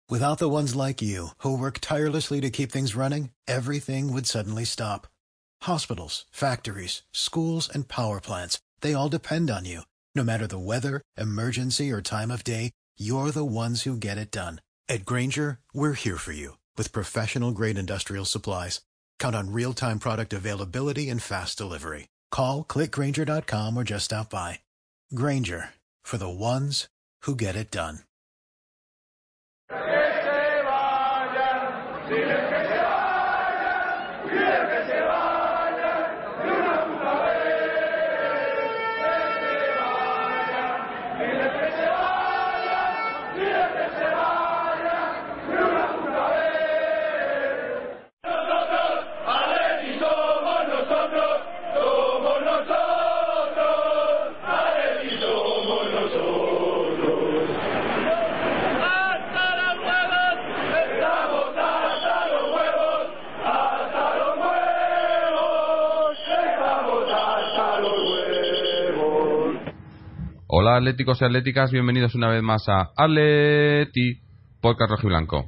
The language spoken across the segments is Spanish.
Without the ones like you, who work tirelessly to keep things running, everything would suddenly stop. Hospitals, factories, schools, and power plants, they all depend on you. No matter the weather, emergency, or time of day, you're the ones who get it done. At Grainger, we're here for you with professional-grade industrial supplies. Count on real-time product availability and fast delivery. Call, click Grainger.com, or just stop by. Grainger, for the ones who get it done. Hola atléticos y atléticas, bienvenidos una vez más a Atleti Podcast Rojiblanco.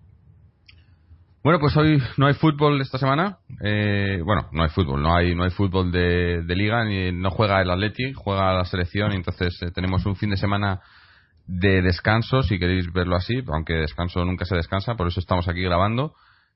Bueno, pues hoy no hay fútbol esta semana. No hay fútbol, no hay fútbol de liga, ni no juega el Atleti, juega la selección, y entonces tenemos un fin de semana de descanso, si queréis verlo así, aunque descanso nunca se descansa, por eso estamos aquí grabando.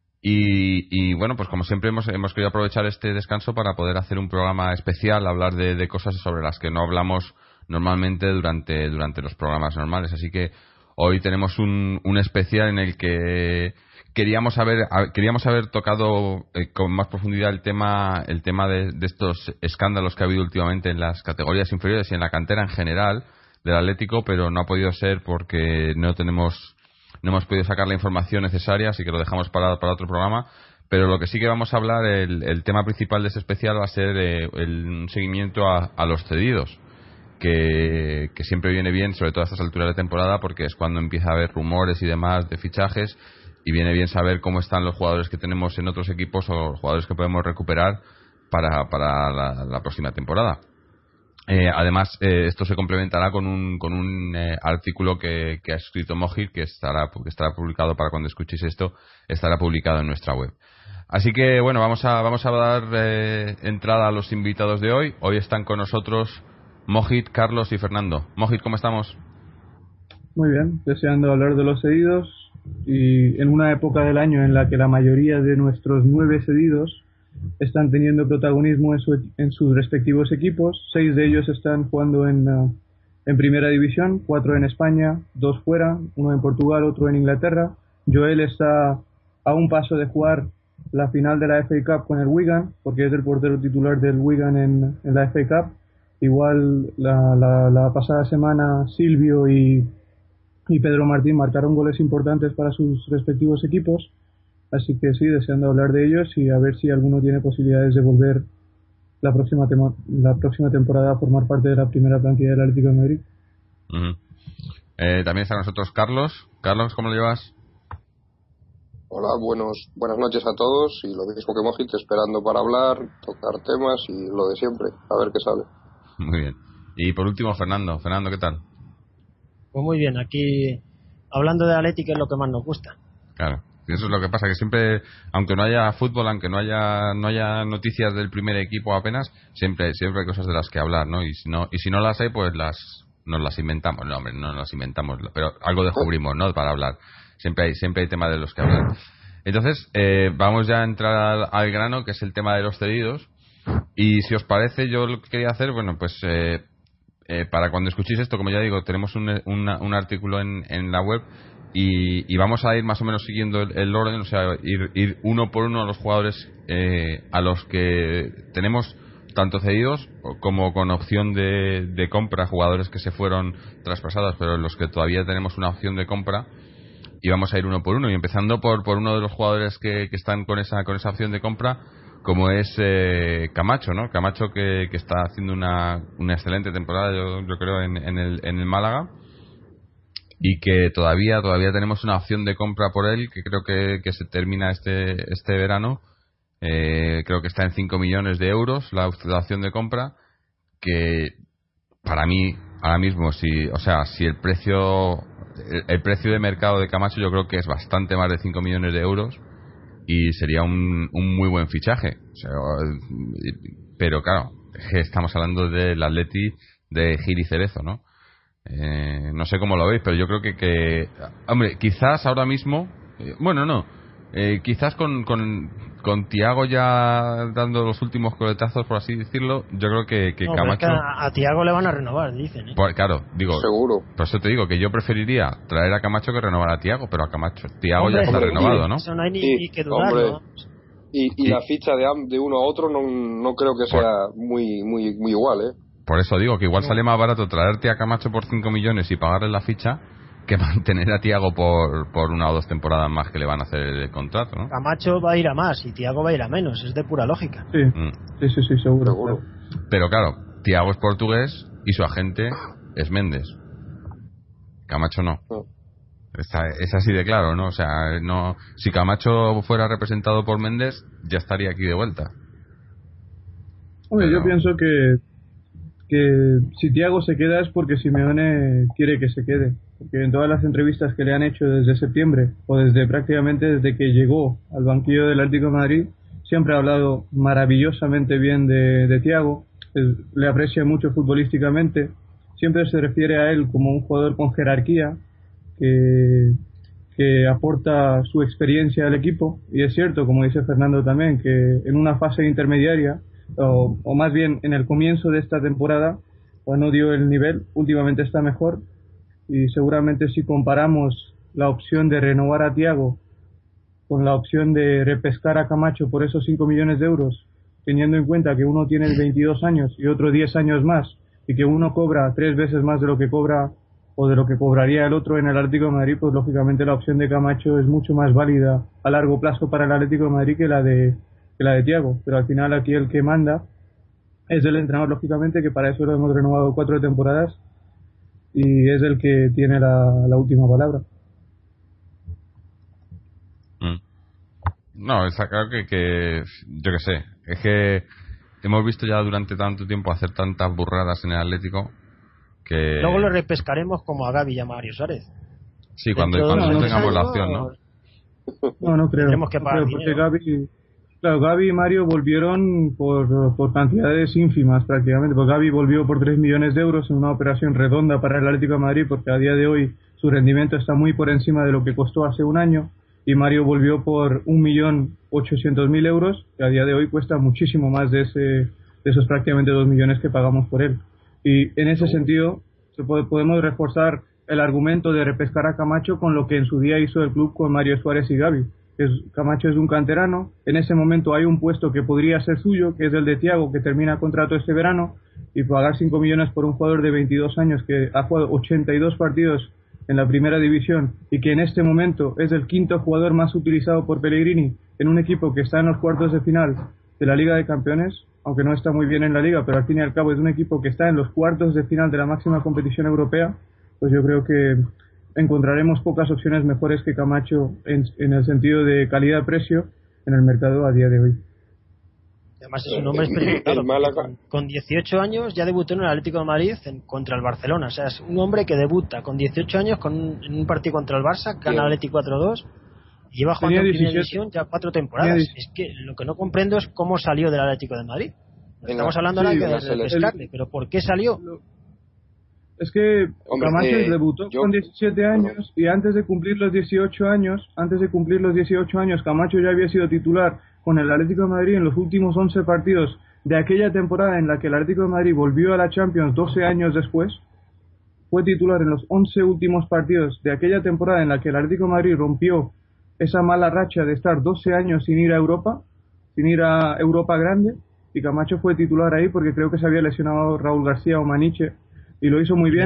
Y bueno, pues como siempre hemos querido aprovechar este descanso para poder hacer un programa especial, hablar de cosas sobre las que no hablamos normalmente durante los programas normales. Así que hoy tenemos un especial en el que queríamos haber tocado con más profundidad el tema de estos escándalos que ha habido últimamente en las categorías inferiores y en la cantera en general del Atlético, pero no ha podido ser porque no hemos podido sacar la información necesaria, así que lo dejamos para otro programa. Pero lo que sí que vamos a hablar, el tema principal de este especial va a ser un seguimiento a los cedidos, que siempre viene bien, sobre todo a estas alturas de temporada, porque es cuando empieza a haber rumores y demás de fichajes, y viene bien saber cómo están los jugadores que tenemos en otros equipos o los jugadores que podemos recuperar para la próxima temporada. Además, esto se complementará con un artículo que ha escrito Mojit, que estará publicado, para cuando escuchéis esto, estará publicado en nuestra web. Así que bueno, vamos a dar entrada a los invitados de hoy. Hoy están con nosotros Mojit, Carlos y Fernando. Mojit, ¿cómo estamos? Muy bien, deseando hablar de los cedidos, y en una época del año en la que la mayoría de nuestros 9 cedidos están teniendo protagonismo en sus respectivos equipos. 6 de ellos están jugando en primera división, 4 en España, 2 fuera, uno en Portugal, otro en Inglaterra. Joel está a un paso de jugar la final de la FA Cup con el Wigan, porque es el portero titular del Wigan en la FA Cup. Igual la pasada semana Silvio y Pedro Martín marcaron goles importantes para sus respectivos equipos. Así que sí, deseando hablar de ellos y a ver si alguno tiene posibilidades de volver la próxima temporada a formar parte de la primera plantilla del Atlético de Madrid. Uh-huh. También está con nosotros Carlos. Carlos, ¿cómo lo llevas? Hola, buenas noches a todos, y lo mismo que Mojit, esperando para hablar, tocar temas y lo de siempre, a ver qué sale. Muy bien. Y por último, Fernando, ¿qué tal? Pues muy bien, aquí hablando de Atlético, que es lo que más nos gusta. Claro. Eso es lo que pasa, que siempre, aunque no haya fútbol, aunque no haya noticias del primer equipo apenas, siempre hay cosas de las que hablar, ¿no? Y si no las hay, pues nos las inventamos. No, hombre, no las inventamos, pero algo descubrimos, ¿no? Para hablar. Siempre hay temas de los que hablar. Entonces, vamos ya a entrar al grano, que es el tema de los cedidos. Y si os parece, yo lo que quería hacer, bueno, pues para cuando escuchéis esto, como ya digo, tenemos un artículo en la web. Y vamos a ir más o menos siguiendo el orden, o sea, ir uno por uno a los jugadores a los que tenemos tanto cedidos como con opción de compra, jugadores que se fueron traspasados, pero los que todavía tenemos una opción de compra, y vamos a ir uno por uno, y empezando por uno de los jugadores que están con esa opción de compra, como es Camacho, ¿no? Camacho que está haciendo una excelente temporada, yo creo, en el Málaga. Y que todavía tenemos una opción de compra por él, que creo que se termina este verano. Creo que está en 5 millones de euros la opción de compra, que para mí ahora mismo, si el precio el precio de mercado de Camacho yo creo que es bastante más de 5 millones de euros y sería un muy buen fichaje. O sea, pero claro, estamos hablando del Atleti de Gil y Cerezo, ¿no? No sé cómo lo veis, pero yo creo que hombre, quizás ahora mismo, quizás con Thiago ya dando los últimos coletazos, por así decirlo, yo creo que no, Camacho... Pero es que a Thiago le van a renovar, dicen, ¿eh? Pues, claro, digo... Seguro. Por eso te digo que yo preferiría traer a Camacho que renovar a Thiago, pero a Thiago Hombre, ya está renovado, ¿no? Eso no hay ni Sí, que dudarlo. hombre. Y la ficha de uno a otro no creo que sea muy igual, ¿eh? Por eso digo que igual sale más barato traerte a Camacho por 5 millones y pagarle la ficha que mantener a Thiago por 1 o 2 temporadas más que le van a hacer el contrato, ¿no? Camacho va a ir a más y Thiago va a ir a menos, es de pura lógica. Sí, sí, seguro. Pero claro, Thiago es portugués y su agente es Méndez. Camacho no. Es así de claro, ¿no? O sea, no, si Camacho fuera representado por Méndez, ya estaría aquí de vuelta. Hombre, yo pienso que si Thiago se queda es porque Simeone quiere que se quede. Porque en todas las entrevistas que le han hecho desde septiembre, o prácticamente desde que llegó al banquillo del Atlético de Madrid, siempre ha hablado maravillosamente bien de Thiago. Le aprecia mucho futbolísticamente. Siempre se refiere a él como un jugador con jerarquía, que aporta su experiencia al equipo. Y es cierto, como dice Fernando también, que en una fase intermediaria, o más bien en el comienzo de esta temporada, pues no dio el nivel. Últimamente está mejor, y seguramente si comparamos la opción de renovar a Thiago con la opción de repescar a Camacho por esos 5 millones de euros, teniendo en cuenta que uno tiene 22 años y otro 10 años más, y que uno cobra 3 veces más de lo que cobra o de lo que cobraría el otro en el Atlético de Madrid, pues lógicamente la opción de Camacho es mucho más válida a largo plazo para el Atlético de Madrid que la de Thiago. Pero al final aquí el que manda es el entrenador, lógicamente, que para eso lo hemos renovado 4 temporadas y es el que tiene la última palabra. No, está claro que yo qué sé, es que hemos visto ya durante tanto tiempo hacer tantas burradas en el Atlético que... Luego lo repescaremos como a Gavi y a Mario Suárez. Sí, cuando tengamos la opción, ¿no? No creo. Tendremos que pagar porque Gavi y Mario volvieron por cantidades ínfimas prácticamente. Pues Gavi volvió por 3 millones de euros en una operación redonda para el Atlético de Madrid, porque a día de hoy su rendimiento está muy por encima de lo que costó hace un año. Y Mario volvió por 1.800.000 euros, que a día de hoy cuesta muchísimo más de esos prácticamente 2 millones que pagamos por él. Y en ese sentido podemos reforzar el argumento de repescar a Camacho con lo que en su día hizo el club con Mario Suárez y Gavi. Camacho es un canterano, en ese momento hay un puesto que podría ser suyo, que es el de Thiago, que termina contrato este verano, y pagar 5 millones por un jugador de 22 años que ha jugado 82 partidos en la primera división y que en este momento es el 5º jugador más utilizado por Pellegrini en un equipo que está en los cuartos de final de la Liga de Campeones, aunque no está muy bien en la Liga, pero al fin y al cabo es un equipo que está en los cuartos de final de la máxima competición europea. Pues yo creo que encontraremos pocas opciones mejores que Camacho en el sentido de calidad-precio en el mercado a día de hoy. Además es un hombre experimentado. Con 18 años ya debutó en el Atlético de Madrid contra el Barcelona. O sea, es un hombre que debuta con 18 años en un partido contra el Barça, gana el Atlético 4-2 y lleva jugando en primera división ya 4 temporadas. Es que lo que no comprendo es cómo salió del Atlético de Madrid. Estamos hablando ahora de pescarle, pero ¿por qué salió? Es que Camacho debutó con 17 años y antes de cumplir los 18 años, Camacho ya había sido titular con el Atlético de Madrid en los últimos 11 partidos de aquella temporada en la que el Atlético de Madrid volvió a la Champions 12 años después. Fue titular en los 11 últimos partidos de aquella temporada en la que el Atlético de Madrid rompió esa mala racha de estar 12 años sin ir a Europa, sin ir a Europa grande, y Camacho fue titular ahí porque creo que se había lesionado Raúl García o Maniche, y lo hizo muy bien.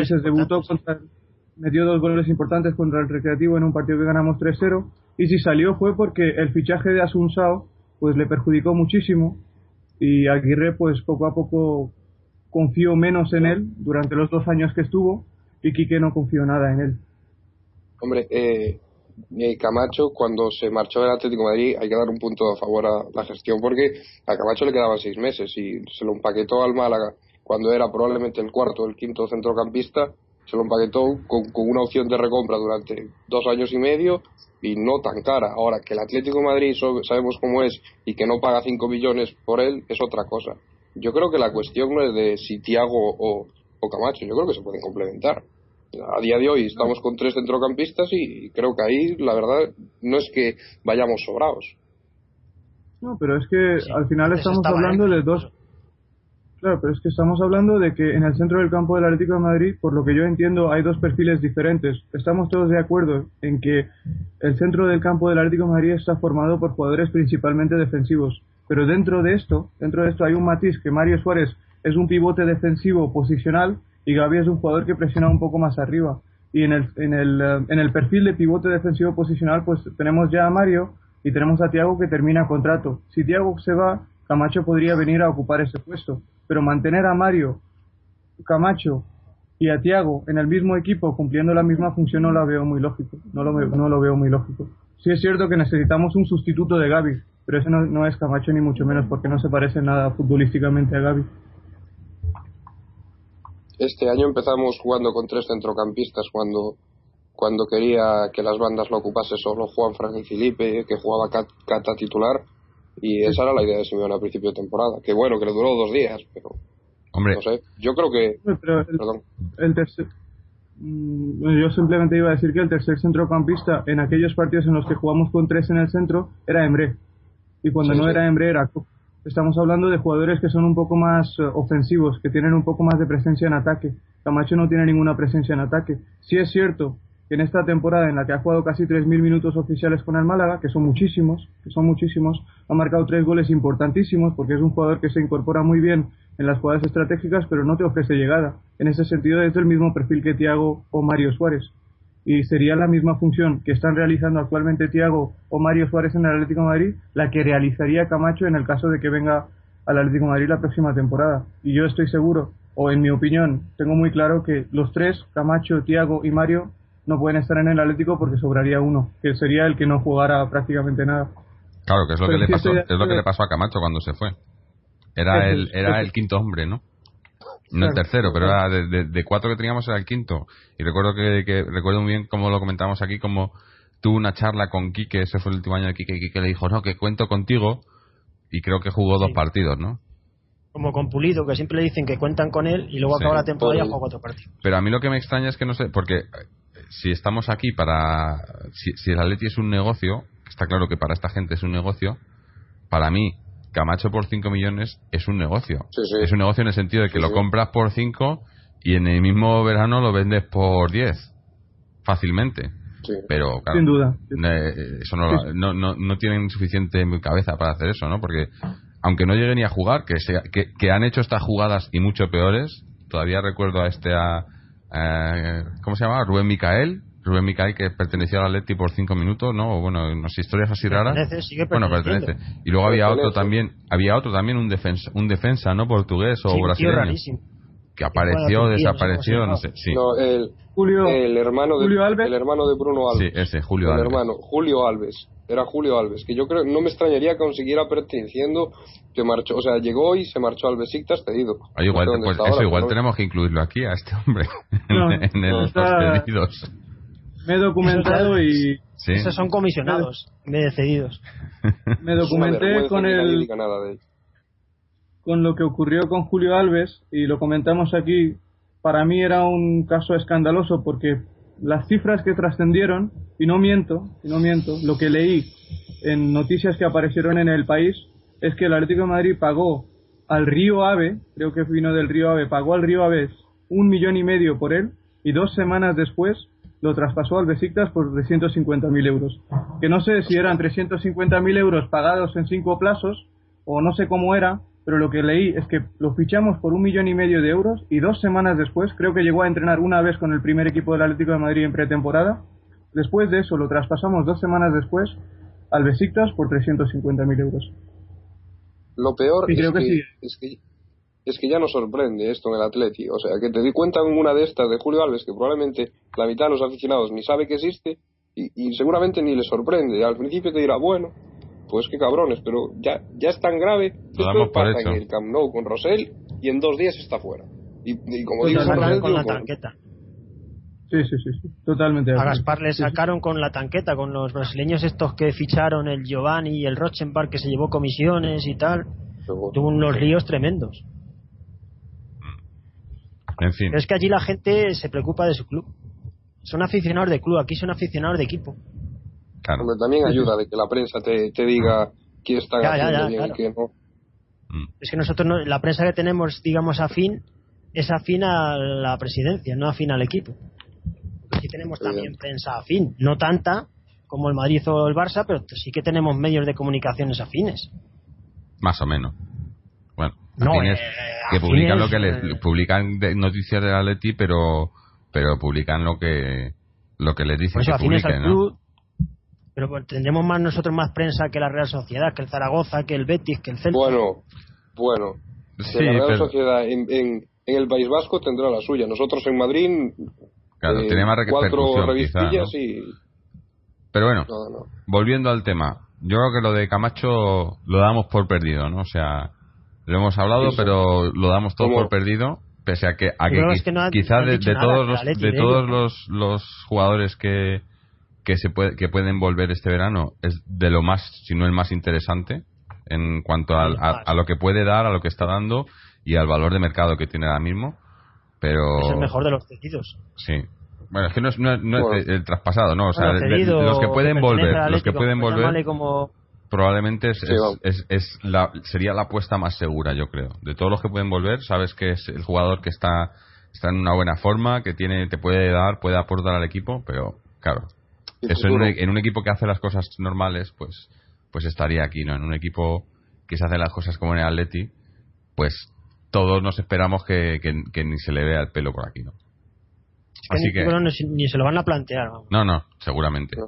Metió 2 goles importantes contra el Recreativo en un partido que ganamos 3-0, y si salió fue porque el fichaje de Asunsao pues le perjudicó muchísimo, y Aguirre pues poco a poco confió menos en él durante los 2 años que estuvo, y Quique no confió nada en él. Hombre, Camacho cuando se marchó del Atlético de Madrid, hay que dar un punto a favor a la gestión, porque a Camacho le quedaban 6 meses y se lo empaquetó al Málaga cuando era probablemente el 4º o el 5º centrocampista, Se lo empaquetó con una opción de recompra durante 2 años y medio y no tan cara. Ahora, que el Atlético de Madrid sabemos cómo es y que no paga 5 millones por él es otra cosa. Yo creo que la cuestión no es de si Thiago o Camacho, yo creo que se pueden complementar. A día de hoy estamos con 3 centrocampistas y creo que ahí, la verdad, no es que vayamos sobrados. No, pero es que al final estamos hablando de dos... Claro, pero es que estamos hablando de que en el centro del campo del Atlético de Madrid, por lo que yo entiendo, hay 2 perfiles diferentes. Estamos todos de acuerdo en que el centro del campo del Atlético de Madrid está formado por jugadores principalmente defensivos. Pero dentro de esto hay un matiz, que Mario Suárez es un pivote defensivo posicional y Gavi es un jugador que presiona un poco más arriba. Y en el perfil de pivote defensivo posicional, pues tenemos ya a Mario y tenemos a Thiago, que termina contrato. Si Thiago se va, Camacho podría venir a ocupar ese puesto. Pero mantener a Mario, Camacho y a Thiago en el mismo equipo cumpliendo la misma función no la veo muy lógico. No lo veo muy lógico. Sí es cierto que necesitamos un sustituto de Gavi, pero ese no es Camacho ni mucho menos, porque no se parece nada futbolísticamente a Gavi. Este año empezamos jugando con 3 centrocampistas cuando quería que las bandas lo ocupase solo Juanfran y Felipe, que jugaba Cata titular. Y esa era la idea de Simeone a principio de temporada. Que bueno, que le duró 2 días, pero... Hombre. No sé, yo creo que... Perdón. Yo simplemente iba a decir que el tercer centrocampista en aquellos partidos en los que jugamos con 3 en el centro era Emre. Y cuando era Emre era... Estamos hablando de jugadores que son un poco más ofensivos, que tienen un poco más de presencia en ataque. Camacho no tiene ninguna presencia en ataque. Sí es cierto que en esta temporada en la que ha jugado casi 3.000 minutos oficiales con el Málaga, que son muchísimos, ha marcado 3 goles importantísimos, porque es un jugador que se incorpora muy bien en las jugadas estratégicas, pero no te ofrece llegada. En ese sentido es del mismo perfil que Thiago o Mario Suárez. Y sería la misma función que están realizando actualmente Thiago o Mario Suárez en el Atlético de Madrid, la que realizaría Camacho en el caso de que venga al Atlético de Madrid la próxima temporada. Y yo estoy seguro, o en mi opinión, tengo muy claro que los 3, Camacho, Thiago y Mario, no pueden estar en el Atlético porque sobraría uno, que sería el que no jugara prácticamente nada. Claro, que es lo que le pasó, es lo que le pasó a Camacho cuando se fue. Era el quinto hombre, ¿no? No el tercero, pero era de 4 que teníamos era el quinto. Y recuerdo que recuerdo muy bien cómo lo comentamos aquí, como tuvo una charla con Quique, ese fue el último año de Quique, y Quique le dijo, no, que cuento contigo, y creo que jugó 2 partidos, ¿no? Como con Pulido, que siempre le dicen que cuentan con él y luego acaba la temporada y juega 4 partidos. Pero a mí lo que me extraña es que no sé, porque si estamos aquí para... Si el Atleti es un negocio, está claro que para esta gente es un negocio, para mí, Camacho por 5 millones es un negocio. Sí. Es un negocio en el sentido de que lo compras por 5 y en el mismo verano lo vendes por 10. Fácilmente. Sí. Pero, claro, sin duda. Eso no tienen suficiente cabeza para hacer eso, ¿no? Porque, aunque no lleguen ni a jugar, que han hecho estas jugadas y mucho peores, todavía recuerdo a ¿cómo se llama? Rubén Micael, que pertenecía al Atleti por 5 minutos, ¿no? O bueno, unas historias así raras. Pertenece. Y luego había otro también, un defensa, ¿no? Portugués o brasileño. Que apareció, desapareció, no sé. Sí. No, el hermano de Bruno Alves. Sí, ese, Julio Alves. Julio Alves. Era Julio Alves, que yo creo, no me extrañaría que aún siguiera perteneciendo, que marchó, o sea, llegó y se marchó al Besiktas cedido. Oye, igual, pues eso, igual tenemos que incluirlo aquí a este hombre en los cedidos. Me he documentado y... Sí. Esos son comisionados, en vez de cedidos. Me documenté con lo que ocurrió con Julio Alves y lo comentamos aquí. Para mí era un caso escandaloso porque las cifras que trascendieron, y no miento, lo que leí en noticias que aparecieron en El País es que el Atlético de Madrid pagó al Río Ave, creo que vino del Río Ave, pagó al Río Ave 1,5 millones por él y 2 semanas después lo traspasó al Besiktas por 350.000 euros. Que no sé si eran 350.000 euros pagados en 5 plazos o no sé cómo era, pero lo que leí es que lo fichamos por 1,5 millones de euros y 2 semanas después, creo que llegó a entrenar una vez con el primer equipo del Atlético de Madrid en pretemporada. Después de eso lo traspasamos 2 semanas después al Besiktas por 350.000 euros. Lo peor es que ya nos sorprende esto en el Atleti. O sea, que te di cuenta en una de estas de Julio Alves que probablemente la mitad de los aficionados ni sabe que existe y seguramente ni le sorprende. Al principio te dirá, bueno, pues qué cabrones, pero ya es tan grave. Esto pasa en el Camp Nou con Rosell y en 2 días está fuera. Y como pues digo, con la tanqueta. Sí, totalmente. A Gaspar le sacaron con la tanqueta, con los brasileños estos que ficharon, el Giovanni y el Rochenbach, que se llevó comisiones y tal. Tuvo unos líos tremendos. En fin. Pero es que allí la gente se preocupa de su club. Son aficionados de club, aquí son aficionados de equipo. Claro. Hombre, también ayuda de que la prensa te diga quién está haciendo bien y quién no. Es que nosotros, la prensa que tenemos, digamos, es afín a la presidencia, no afín al equipo. Porque sí tenemos también prensa afín, no tanta como el Madrid o el Barça, pero sí que tenemos medios de comunicaciones afines. Más o menos. Bueno, afines que publican lo que les publican noticias del Atleti, pero publican lo que les dicen que publiquen, ¿no? Pero tendremos nosotros más prensa que la Real Sociedad, que el Zaragoza, que el Betis, que el Celta. Bueno. Sí, la Real Sociedad en el País Vasco tendrá la suya. Nosotros en Madrid, claro, tiene más 4 revistillas, quizá, ¿no? y... Pero bueno, no. Volviendo al tema, yo creo que lo de Camacho lo damos por perdido, ¿no? O sea, lo hemos hablado, pero lo damos todo por perdido, pese a que quizás de todos los jugadores que pueden volver este verano, es de lo más, si no el más interesante en cuanto a lo que puede dar, a lo que está dando y al valor de mercado que tiene ahora mismo. Pero es el mejor de los cedidos. Sí. Bueno, es que no es el traspasado, ¿no? O sea, los que pueden volver, probablemente sería la apuesta más segura, yo creo. De todos los que pueden volver, sabes que es el jugador que está en una buena forma, que te puede aportar al equipo, pero claro, eso en un equipo que hace las cosas normales, pues estaría aquí, ¿no? En un equipo que se hace las cosas como en el Atleti, pues todos nos esperamos que ni se le vea el pelo por aquí, ¿no? Así que ni se lo van a plantear. No, seguramente.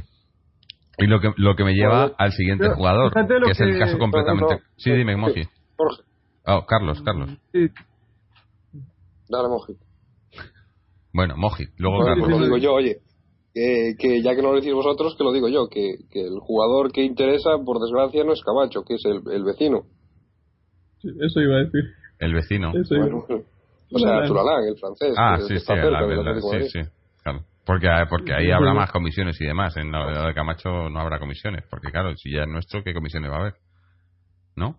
Y lo que me lleva al siguiente jugador, que es el caso completamente. Sí, dime, Moji. Jorge. Carlos. Sí. Dale, Moji. Bueno, Moji, luego Carlos. Lo digo yo, oye. Que ya que no lo decís vosotros, que lo digo yo, que el jugador que interesa, por desgracia, no es Camacho, que es el vecino. Sí, eso iba a decir. El vecino. O sea, Turalán, el francés. Sí, claro. Porque ahí habrá más comisiones y demás. En la de Camacho no habrá comisiones, porque claro, si ya es nuestro, ¿qué comisiones va a haber? ¿No?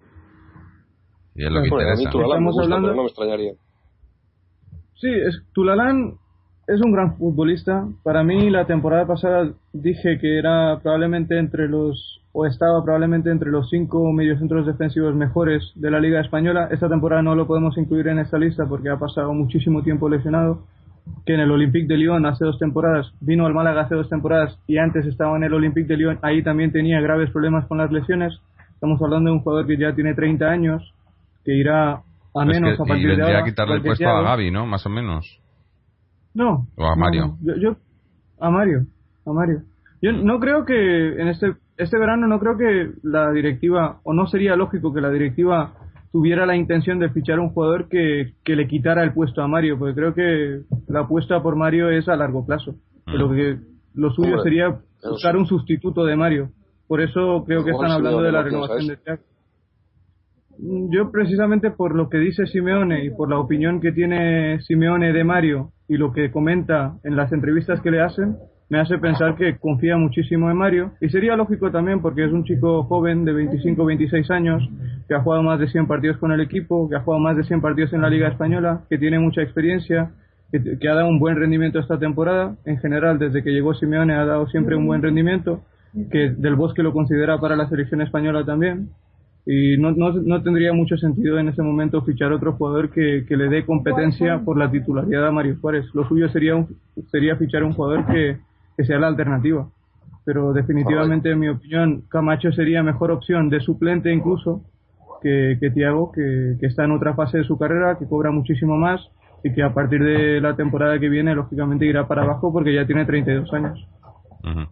Y es lo que interesa. A mí Turalán me gusta, pero no me extrañaría. Sí, Turalán es un gran futbolista. Para mí, la temporada pasada dije que era probablemente estaba probablemente entre los 5 mediocentros defensivos mejores de la Liga Española. Esta temporada no lo podemos incluir en esta lista porque ha pasado muchísimo tiempo lesionado. Que en el Olympique de Lyon hace 2 temporadas, vino al Málaga hace 2 temporadas y antes estaba en el Olympique de Lyon, ahí también tenía graves problemas con las lesiones. Estamos hablando de un jugador que ya tiene 30 años, que irá a menos a partir de ahora. Y vendría a quitarle el puesto a Gavi, ¿no? Más o menos. No. O a Mario. No. A Mario. Yo no creo que en este verano no creo que la directiva, o no sería lógico que la directiva tuviera la intención de fichar un jugador que le quitara el puesto a Mario, porque creo que la apuesta por Mario es a largo plazo. Pero que lo suyo sería buscar un sustituto de Mario. Por eso creo que están hablando de la renovación de Thiago. Yo precisamente por lo que dice Simeone y por la opinión que tiene Simeone de Mario y lo que comenta en las entrevistas que le hacen, me hace pensar que confía muchísimo en Mario, y sería lógico también porque es un chico joven de 25 o 26 años que ha jugado más de 100 partidos con el equipo, que ha jugado más de 100 partidos en la Liga Española, que tiene mucha experiencia, que ha dado un buen rendimiento esta temporada. En general, desde que llegó Simeone ha dado siempre un buen rendimiento, que Del Bosque lo considera para la selección española también, y no tendría mucho sentido en ese momento fichar otro jugador que le dé competencia por la titularidad a Mario Suárez. Lo suyo sería fichar un jugador que sea la alternativa, pero definitivamente en mi opinión Camacho sería mejor opción de suplente incluso que Thiago, que está en otra fase de su carrera, que cobra muchísimo más y que a partir de la temporada que viene lógicamente irá para abajo porque ya tiene 32 años. Uh-huh.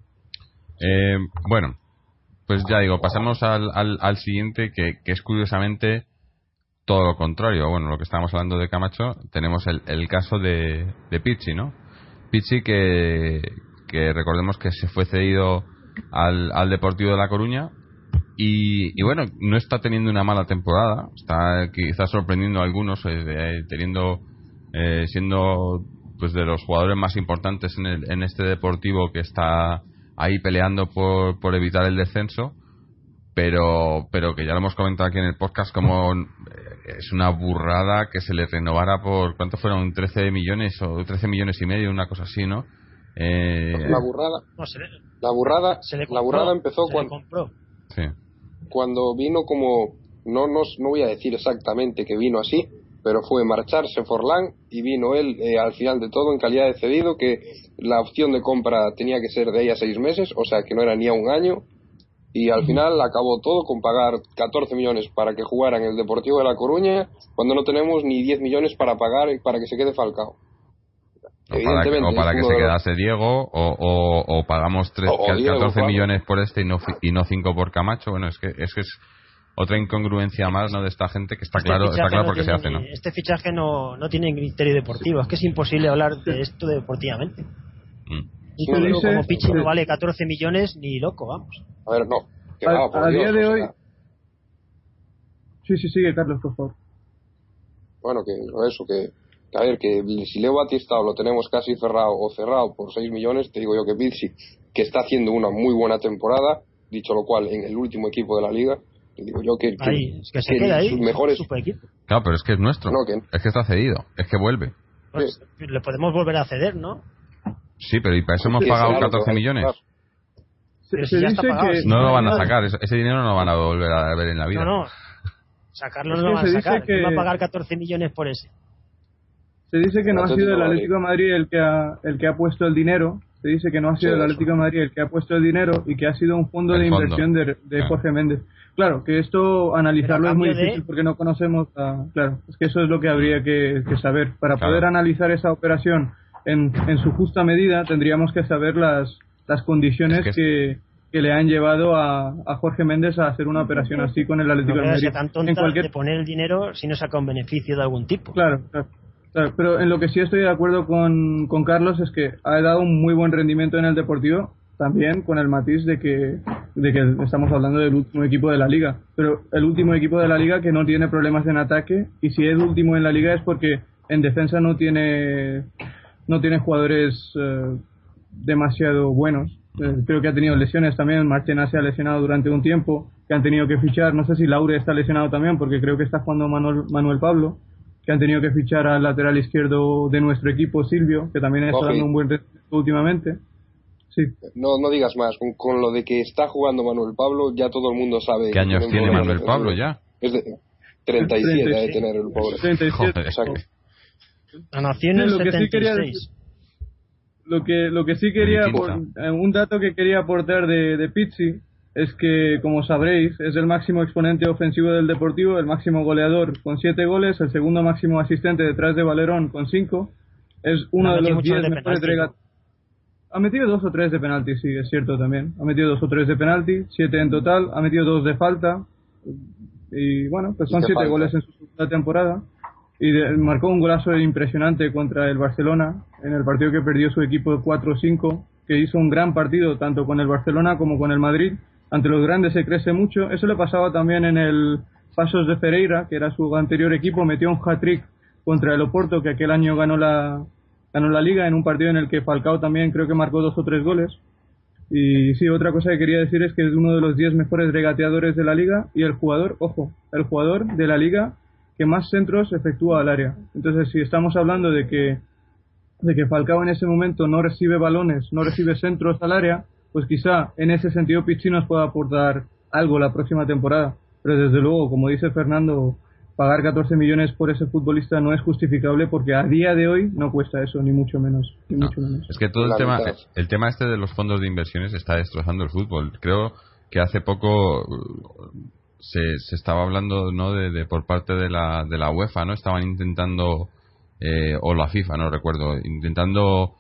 Bueno, pues ya digo, pasamos al siguiente, que es curiosamente todo lo contrario. Bueno, lo que estábamos hablando de Camacho, tenemos el caso de Pizzi, ¿no? Pizzi que recordemos que se fue cedido al Deportivo de La Coruña y bueno, no está teniendo una mala temporada, está quizás sorprendiendo a algunos, siendo pues de los jugadores más importantes en este Deportivo, que está ahí peleando por evitar el descenso, pero que ya lo hemos comentado aquí en el podcast, como es una burrada que se le renovara por, ¿cuánto fueron? 13 millones o 13 millones y medio, una cosa así, ¿no? La burrada empezó cuando vino como, no voy a decir exactamente que vino así, pero fue marcharse Forlán y vino él al final de todo en calidad de cedido, que la opción de compra tenía que ser de ahí a 6 meses, o sea que no era ni a un año, y al final acabó todo con pagar 14 millones para que jugara en el Deportivo de La Coruña, cuando no tenemos ni 10 millones para pagar para que se quede Falcao. O para que se quedase Diego, o pagamos 14 millones por este y no 5 por Camacho. Bueno, es que es otra incongruencia más, ¿no?, de esta gente, que está claro porque se hace, ¿no? Este fichaje no tiene criterio deportivo, es que es imposible hablar de esto deportivamente. Un club como Pichi no vale 14 millones ni loco, vamos. A ver, no. A día de hoy... Sí, sigue, Carlos, por favor. Bueno, a ver, que si Leo Batistao lo tenemos casi cerrado por 6 millones, te digo yo que Pichi, que está haciendo una muy buena temporada, dicho lo cual, en el último equipo de la liga, te digo yo que se queda ahí, sus mejores... super equipo. Claro, pero es que es nuestro, es que está cedido, es que vuelve. Pues le podemos volver a ceder, ¿no? Sí, pero ¿y para eso hemos pagado 14 millones? Pero si ya está pagado, no lo van a sacar, ese dinero no lo van a volver a ver en la vida. No, sacarlo no lo van a sacar. ¿Quién va a pagar 14 millones por ese? Se dice que no ha sido el Atlético de Madrid el que ha puesto el dinero. Se dice que no ha sido el Atlético de Madrid el que ha puesto el dinero y que ha sido un fondo de inversión de Jorge Méndez. Claro, que esto analizarlo es muy difícil porque no conocemos. Claro, es que eso es lo que habría que saber. Para poder analizar esa operación en su justa medida, tendríamos que saber las condiciones que le han llevado a Jorge Méndez a hacer una operación así con el Atlético de Madrid. No tan tonta de poner el dinero si no saca un beneficio de algún tipo. Claro, pero en lo que sí estoy de acuerdo con Carlos es que ha dado un muy buen rendimiento en el Deportivo, también con el matiz de que estamos hablando del último equipo de la Liga, pero el último equipo de la Liga que no tiene problemas en ataque, y si es último en la Liga es porque en defensa no tiene jugadores demasiado buenos. Creo que ha tenido lesiones también. Marchena se ha lesionado durante un tiempo, que han tenido que fichar. No sé si Laure está lesionado también, porque creo que está jugando Manuel Pablo, que han tenido que fichar al lateral izquierdo de nuestro equipo, Silvio, que también está dando un buen rendimiento últimamente. Sí. No digas más. Con lo de que está jugando Manuel Pablo, ya todo el mundo sabe. ¿Qué años tiene Manuel Pablo ya? Es de 37 de tener el pobre. 37. Joder, exacto. Nació en el 76. Lo que sí quería, un dato que quería aportar de Pizzi es que, como sabréis, es el máximo exponente ofensivo del Deportivo, el máximo goleador con 7 goles, el segundo máximo asistente detrás de Valerón con 5. Es uno de los 10 mejores regateadores. Ha metido 2 o 3 de penalti, sí, es cierto también. Ha metido 2 o 3 de penalti, 7 en total, ha metido 2 de falta. Y bueno, pues son 7 goles en su segunda temporada. Y marcó un golazo impresionante contra el Barcelona, en el partido que perdió su equipo 4-5, que hizo un gran partido tanto con el Barcelona como con el Madrid. Ante los grandes se crece mucho. Eso le pasaba también en el Pasos de Ferreira, que era su anterior equipo. Metió un hat-trick contra el Oporto, que aquel año ganó la Liga, en un partido en el que Falcao también creo que marcó 2 o 3 goles. Y sí, otra cosa que quería decir es que es uno de los 10 mejores regateadores de la Liga, y el jugador de la Liga que más centros efectúa al área. Entonces, si estamos hablando de que Falcao en ese momento no recibe balones, no recibe centros al área, pues quizá en ese sentido Pichi nos pueda aportar algo la próxima temporada. Pero desde luego, como dice Fernando, pagar 14 millones por ese futbolista no es justificable, porque a día de hoy no cuesta eso, ni mucho menos. Es que todo el tema este de los fondos de inversiones está destrozando el fútbol. Creo que hace poco se estaba hablando, ¿no?, de por parte de la UEFA, ¿no? Estaban intentando, o la FIFA, no recuerdo, intentando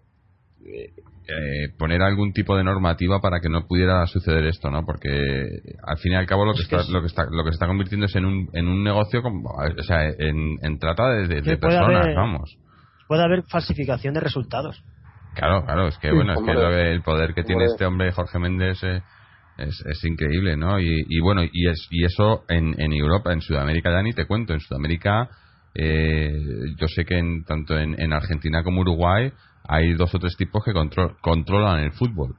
poner algún tipo de normativa para que no pudiera suceder esto, ¿no? Porque al fin y al cabo lo que se está convirtiendo es en un negocio, o sea, en trata de personas, vamos. Puede haber falsificación de resultados. Claro, es que bueno, es que el poder que tiene este hombre Jorge Méndez es increíble, ¿no? Y bueno, y eso en Europa, en Sudamérica ya ni te cuento. En Sudamérica Yo sé que tanto en Argentina como Uruguay hay 2 o 3 tipos que controlan el fútbol.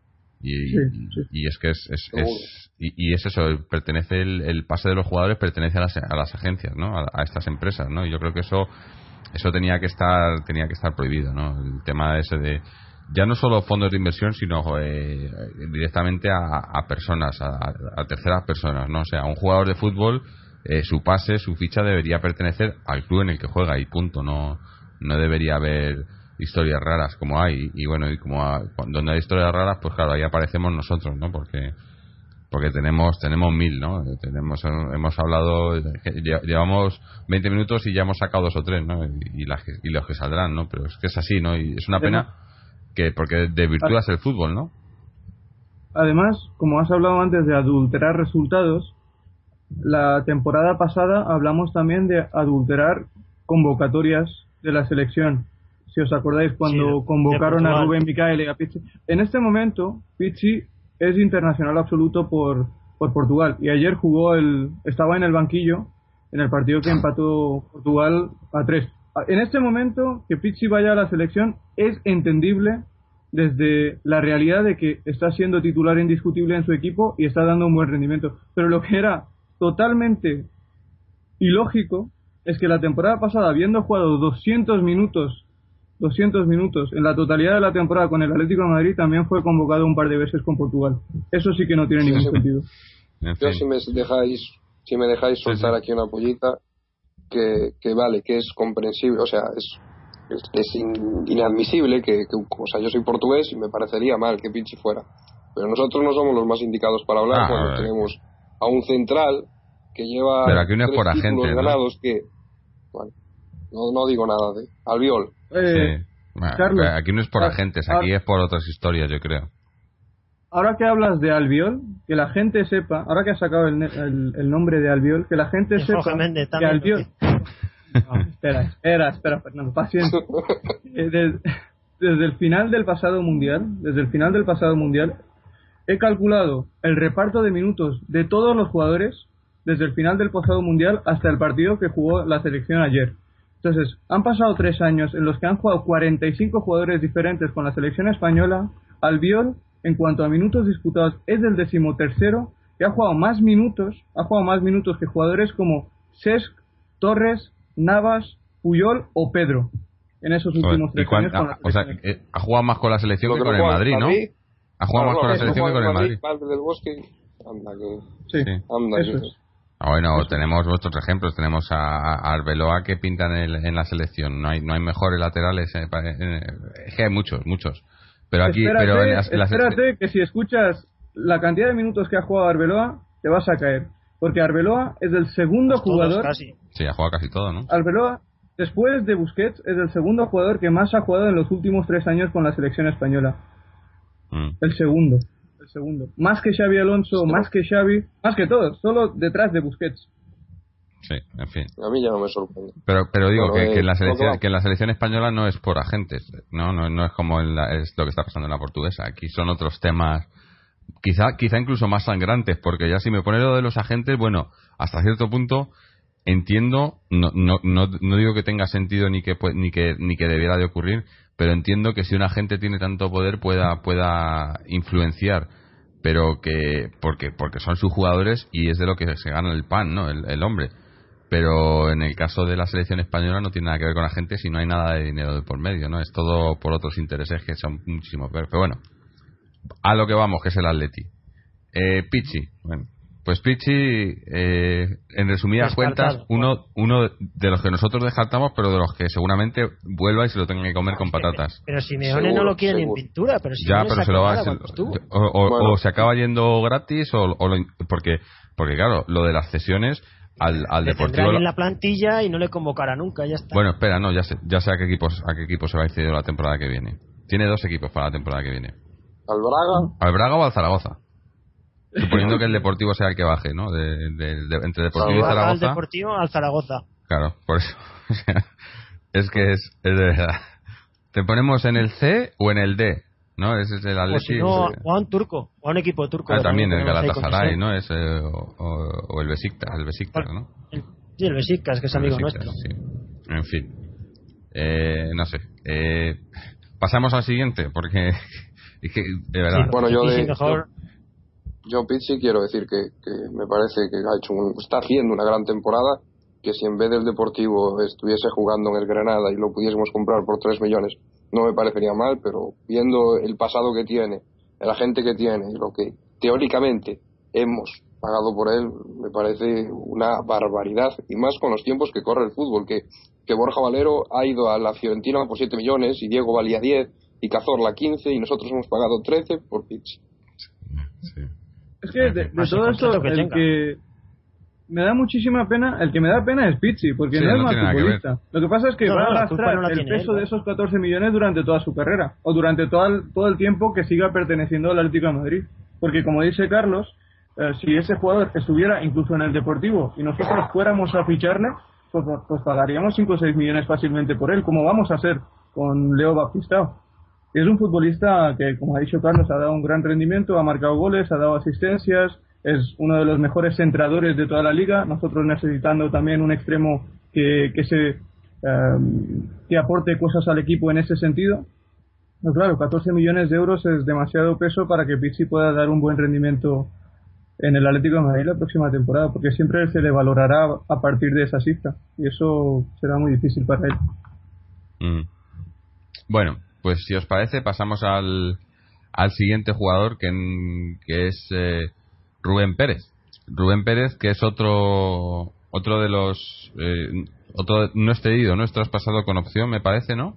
Y es que es eso, pertenece el pase de los jugadores pertenece a las agencias, ¿no? A estas empresas, ¿no? Y yo creo que eso tenía que estar prohibido, ¿no? El tema ese de ya no solo fondos de inversión, sino directamente a personas, a terceras personas, ¿no? O sea, un jugador de fútbol, su pase, su ficha debería pertenecer al club en el que juega y punto. No debería haber historias raras como hay, y bueno, y donde hay historias raras, pues claro, ahí aparecemos nosotros, ¿no? Porque tenemos 1000, ¿no? Hemos hablado, llevamos 20 minutos y ya hemos sacado 2 o 3, ¿no? Y los que saldrán, ¿no? Pero es que es así, ¿no? Y es una pena porque desvirtúas el fútbol, ¿no? Además, como has hablado antes de adulterar resultados, la temporada pasada hablamos también de adulterar convocatorias de la selección. Si os acordáis, cuando convocaron a Rubén Micael y a Pizzi. En este momento, Pizzi es internacional absoluto por Portugal. Y ayer estaba en el banquillo en el partido que empató Portugal a 3. En este momento, que Pizzi vaya a la selección es entendible desde la realidad de que está siendo titular indiscutible en su equipo y está dando un buen rendimiento. Pero lo que era totalmente ilógico es que la temporada pasada, habiendo jugado 200 minutos en la totalidad de la temporada con el Atlético de Madrid, también fue convocado un par de veces con Portugal. Eso sí que no tiene ningún sentido. Yo si me dejáis soltar aquí una pollita, que vale, que es comprensible, o sea, es inadmisible que o sea, yo soy portugués y me parecería mal que Pizzi fuera, pero nosotros no somos los más indicados para hablar cuando tenemos a un central que lleva pero aquí no es 3 por títulos agentes, ganados, ¿no? Que bueno, no digo nada de Albiol. Sí. Bueno, Carlos, aquí no es por agentes, aquí es por otras historias, yo creo. Ahora que hablas de Albiol, que la gente sepa, ahora que has sacado el nombre de Albiol, que la gente sepa que Albiol... No, espera, Fernando, paciencia. Desde el final del pasado mundial, he calculado el reparto de minutos de todos los jugadores desde el final del pasado mundial hasta el partido que jugó la selección ayer. Entonces, han pasado 3 años en los que han jugado 45 jugadores diferentes con la selección española. Albiol, en cuanto a minutos disputados, es el 13º y ha jugado más minutos que jugadores como Cesc, Torres, Navas, Puyol o Pedro en esos últimos 3 años con la selección. O sea, ha jugado más con la selección que con el Madrid, ¿no? Ha jugado más con la selección que con el Madrid. Del Bosque, anda Eso es. Bueno, tenemos otros ejemplos. Tenemos a Arbeloa que pintan en la selección. No hay mejores laterales. Es que hay muchos. Pero aquí, espérate que si escuchas la cantidad de minutos que ha jugado Arbeloa, te vas a caer. Porque Arbeloa es el segundo jugador. Casi. Sí, ha jugado casi todo, ¿no? Arbeloa, después de Busquets, es el segundo jugador que más ha jugado en los últimos 3 años con la selección española. El segundo. Más que Xavi Alonso, más que Xavi, más que todos, solo detrás de Busquets. Sí, en fin. A mí ya no me sorprende. Pero digo que en la selección española no es por agentes, no es como es lo que está pasando en la portuguesa. Aquí son otros temas, quizá incluso más sangrantes, porque ya si me pone lo de los agentes, bueno, hasta cierto punto entiendo, no digo que tenga sentido ni que debiera de ocurrir, pero entiendo que si un agente tiene tanto poder pueda influenciar, pero porque son sus jugadores y es de lo que se gana el pan, ¿no? El hombre. Pero en el caso de la selección española no tiene nada que ver con agentes y no hay nada de dinero de por medio, ¿no? Es todo por otros intereses que son muchísimos. Pero bueno, a lo que vamos, que es el Atleti. Pizzi, bueno. Pues Pizzi, en resumidas cuentas, uno de los que nosotros descartamos, pero de los que seguramente vuelva y se lo tenga que comer con patatas. Pero Simeone no lo quiere ni en pintura, pero si ya, pero se lo va o se acaba yendo gratis porque claro, lo de las cesiones al Deportivo en la plantilla y no le convocará nunca, ya está. Bueno, espera, no, ya sé a qué equipo se va a ir la temporada que viene. Tiene 2 equipos para la temporada que viene. ¿Al Braga o al Zaragoza? Suponiendo que el Deportivo sea el que baje, ¿no? Entre Deportivo y Zaragoza. Al Deportivo, al Zaragoza. Claro, por eso. Es que es de verdad. ¿Te ponemos en el C o en el D? ¿No? Ese es el Atleti. O a un turco, o a un equipo turco. También el Galatasaray, ¿no? O el Besiktas, ¿no? Sí, el Besiktas, que es amigo nuestro. Sí. En fin. No sé. Pasamos al siguiente, porque es que, de verdad. Sí, bueno, yo Pizzi quiero decir que me parece que está haciendo una gran temporada, que si en vez del Deportivo estuviese jugando en el Granada y lo pudiésemos comprar por 3 millones, no me parecería mal, pero viendo el pasado que tiene, la gente que tiene y lo que teóricamente hemos pagado por él, me parece una barbaridad, y más con los tiempos que corre el fútbol, que Borja Valero ha ido a la Fiorentina por 7 millones y Diego valía 10 y Cazorla 15 y nosotros hemos pagado 13 por Pizzi. Sí. Es que de todo esto, el que me da muchísima pena, el que me da pena es Pizzi, porque no es mal futbolista. Lo que pasa es que va a arrastrar el peso de esos 14 millones durante toda su carrera, o durante todo el tiempo que siga perteneciendo al Atlético de Madrid. Porque como dice Carlos, si ese jugador estuviera incluso en el Deportivo y nosotros fuéramos a ficharle, pues pagaríamos 5 o 6 millones fácilmente por él, como vamos a hacer con Leo Baptistao. Es un futbolista que, como ha dicho Carlos, ha dado un gran rendimiento, ha marcado goles, ha dado asistencias, es uno de los mejores centradores de toda la liga, nosotros necesitando también un extremo que aporte cosas al equipo en ese sentido. No, claro, 14 millones de euros es demasiado peso para que Pizzi pueda dar un buen rendimiento en el Atlético de Madrid la próxima temporada, porque siempre se le valorará a partir de esa cifra y eso será muy difícil para él. Bueno, pues si os parece pasamos al siguiente jugador que es Rubén Pérez, que es otro de los no es cedido, no es traspasado con opción, me parece, ¿no?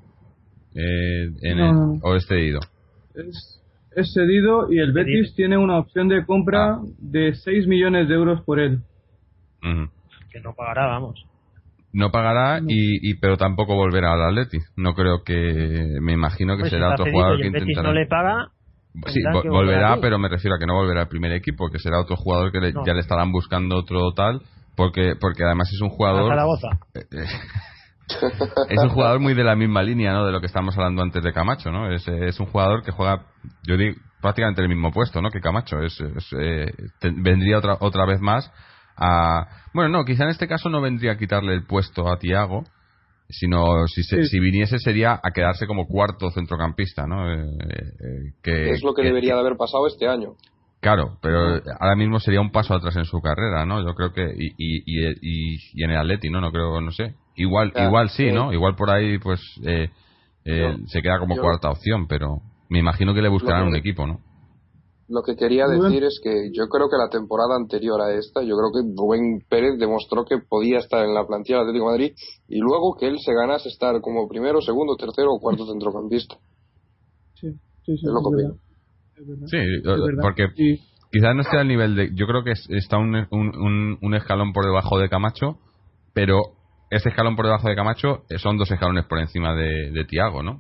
¿O es cedido? Es cedido y el Betis tiene una opción de compra de 6 millones de euros por él. Que no pagará, vamos. No pagará, pero tampoco volverá al Atleti. No creo que... Me imagino que pues será otro jugador que intentará... intentará... no le paga... Sí, volverá, pero me refiero a que no volverá al primer equipo, que será otro jugador que ya le estarán buscando otro tal, porque además es un jugador... Zaragoza. Es un jugador muy de la misma línea, ¿no? De lo que estábamos hablando antes de Camacho, ¿no? Es un jugador que juega, yo digo, prácticamente el mismo puesto, ¿no? Que Camacho. Vendría otra vez más a... Bueno, no, quizá en este caso no vendría a quitarle el puesto a Thiago, sino si viniese sería a quedarse como cuarto centrocampista, ¿no? Es lo que debería de haber pasado este año. Claro, pero ahora mismo sería un paso atrás en su carrera, ¿no? Yo creo que y en el Atleti, ¿no? No creo, no sé. Igual sí, ¿no? Igual por ahí pues se queda como cuarta opción, pero me imagino que le buscarán un equipo, ¿no? Lo que quería decir es que yo creo que la temporada anterior a esta, yo creo que Rubén Pérez demostró que podía estar en la plantilla del Atlético de Madrid y luego que él se ganase estar como primero, segundo, tercero o cuarto centrocampista. Sí, es lo que opino. Sí, porque quizás no esté al nivel de... Yo creo que está un escalón por debajo de Camacho, pero ese escalón por debajo de Camacho son 2 escalones por encima de Thiago, ¿no?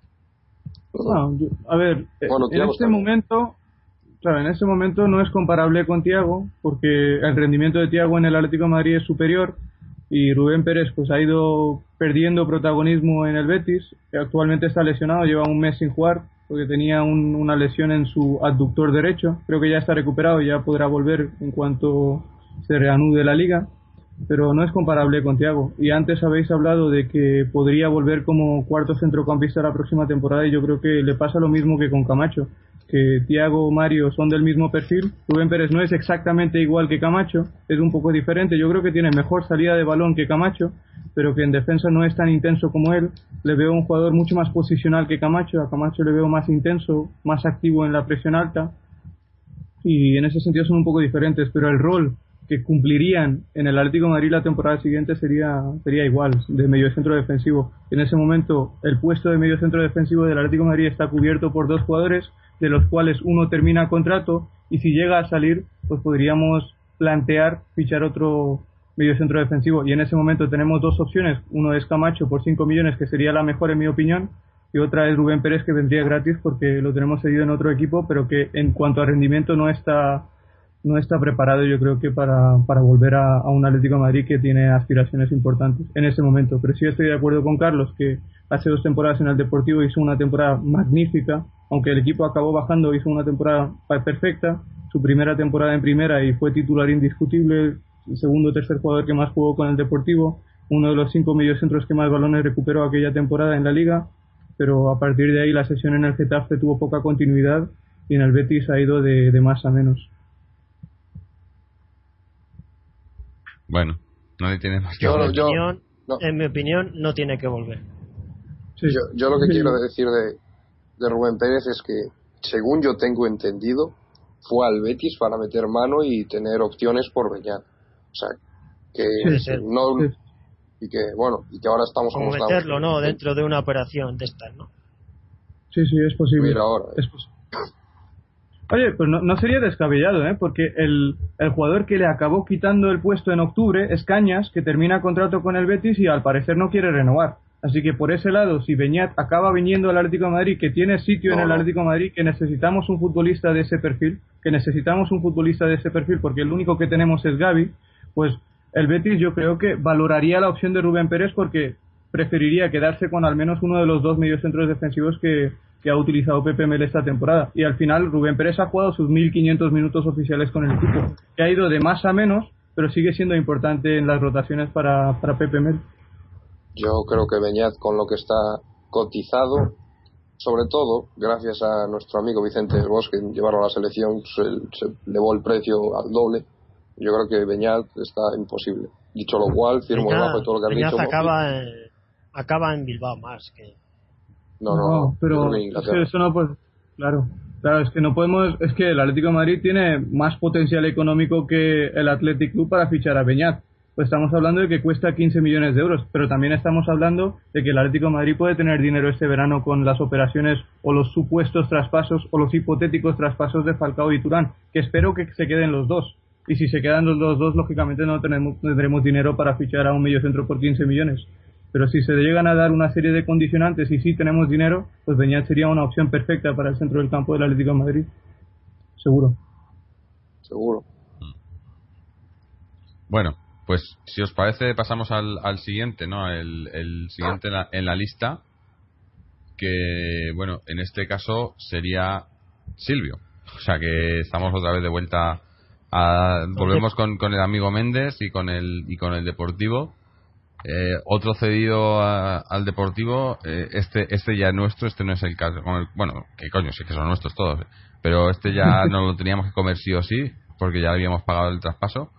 A ver, en este momento no es comparable con Thiago, porque el rendimiento de Thiago en el Atlético de Madrid es superior y Rubén Pérez pues ha ido perdiendo protagonismo en el Betis. Actualmente está lesionado, lleva un mes sin jugar porque tenía una lesión en su abductor derecho. Creo que ya está recuperado y ya podrá volver en cuanto se reanude la liga, pero no es comparable con Thiago. Y antes habéis hablado de que podría volver como cuarto centrocampista la próxima temporada y yo creo que le pasa lo mismo que con Camacho, que Thiago o Mario son del mismo perfil. Rubén Pérez no es exactamente igual que Camacho, es un poco diferente. Yo creo que tiene mejor salida de balón que Camacho, pero que en defensa no es tan intenso como él. Le veo un jugador mucho más posicional que Camacho. A Camacho le veo más intenso, más activo en la presión alta, y en ese sentido son un poco diferentes, pero el rol que cumplirían en el Atlético de Madrid la temporada siguiente sería igual, de mediocentro defensivo. En ese momento el puesto de mediocentro defensivo del Atlético de Madrid está cubierto por 2 jugadores, de los cuales uno termina contrato, y si llega a salir pues podríamos plantear fichar otro mediocentro defensivo, y en ese momento tenemos 2 opciones. Uno es Camacho por 5 millones, que sería la mejor en mi opinión, y otra es Rubén Pérez, que vendría gratis porque lo tenemos cedido en otro equipo, pero que en cuanto a rendimiento no está preparado, yo creo que para volver a un Atlético de Madrid que tiene aspiraciones importantes en ese momento. Pero sí estoy de acuerdo con Carlos, que hace 2 temporadas en el Deportivo hizo una temporada magnífica, aunque el equipo acabó bajando, hizo una temporada perfecta, su primera temporada en primera, y fue titular indiscutible el segundo o tercer jugador que más jugó con el Deportivo, uno de los 5 mediocentros que más balones recuperó aquella temporada en la Liga, pero a partir de ahí la sesión en el Getafe tuvo poca continuidad y en el Betis ha ido de más a menos. Bueno, nadie tiene más que en mi opinión, no tiene que volver. Sí. Yo lo que quiero decir de Rubén Pérez es que, según yo tengo entendido, fue al Betis para meter mano y tener opciones por Beñat. O sea, que no... Sí. Y que, bueno, y que ahora estamos como meterlo, estamos. ¿No? Dentro de una operación de estas, ¿no? Sí, es posible. Mira ahora. Es posible. Oye, pues no sería descabellado, porque el jugador que le acabó quitando el puesto en octubre es Cañas, que termina contrato con el Betis y al parecer no quiere renovar. Así que por ese lado, si Beñat acaba viniendo al Atlético de Madrid, que tiene sitio en el Atlético de Madrid, que necesitamos un futbolista de ese perfil, porque el único que tenemos es Gavi, pues el Betis yo creo que valoraría la opción de Rubén Pérez porque preferiría quedarse con al menos uno de los 2 mediocentros defensivos que ha utilizado Pepe Mel esta temporada. Y al final Rubén Pérez ha jugado sus 1.500 minutos oficiales con el equipo, que ha ido de más a menos, pero sigue siendo importante en las rotaciones para Pepe Mel. Yo creo que Beñat, con lo que está cotizado, sobre todo gracias a nuestro amigo Vicente del Bosque, en llevarlo a la selección se elevó el precio al doble. Yo creo que Beñat está imposible. Dicho lo cual, firmo debajo de todo lo que has dicho. Acaba en Bilbao más que... No, pero eso no, pues claro, es que no podemos, es que el Atlético de Madrid tiene más potencial económico que el Athletic Club para fichar a Beñat. Pues estamos hablando de que cuesta 15 millones de euros, pero también estamos hablando de que el Atlético de Madrid puede tener dinero este verano con las operaciones o los supuestos traspasos o los hipotéticos traspasos de Falcao y Turán, que espero que se queden los dos. Y si se quedan los dos, lógicamente no tendremos dinero para fichar a un mediocentro por 15 millones. Pero si se llegan a dar una serie de condicionantes y sí tenemos dinero, pues Beñat sería una opción perfecta para el centro del campo del Atlético de Madrid. Seguro. Bueno, pues si os parece pasamos al siguiente, ¿no? El siguiente en la lista, que bueno, en este caso sería Silvio. O sea que estamos otra vez de vuelta volvemos con el amigo Méndez y con el Deportivo. Otro cedido al Deportivo, este ya es nuestro, este no es el caso, bueno, que coño, sí que son nuestros todos, pero este ya no lo teníamos que comer sí o sí, porque ya habíamos pagado el traspaso.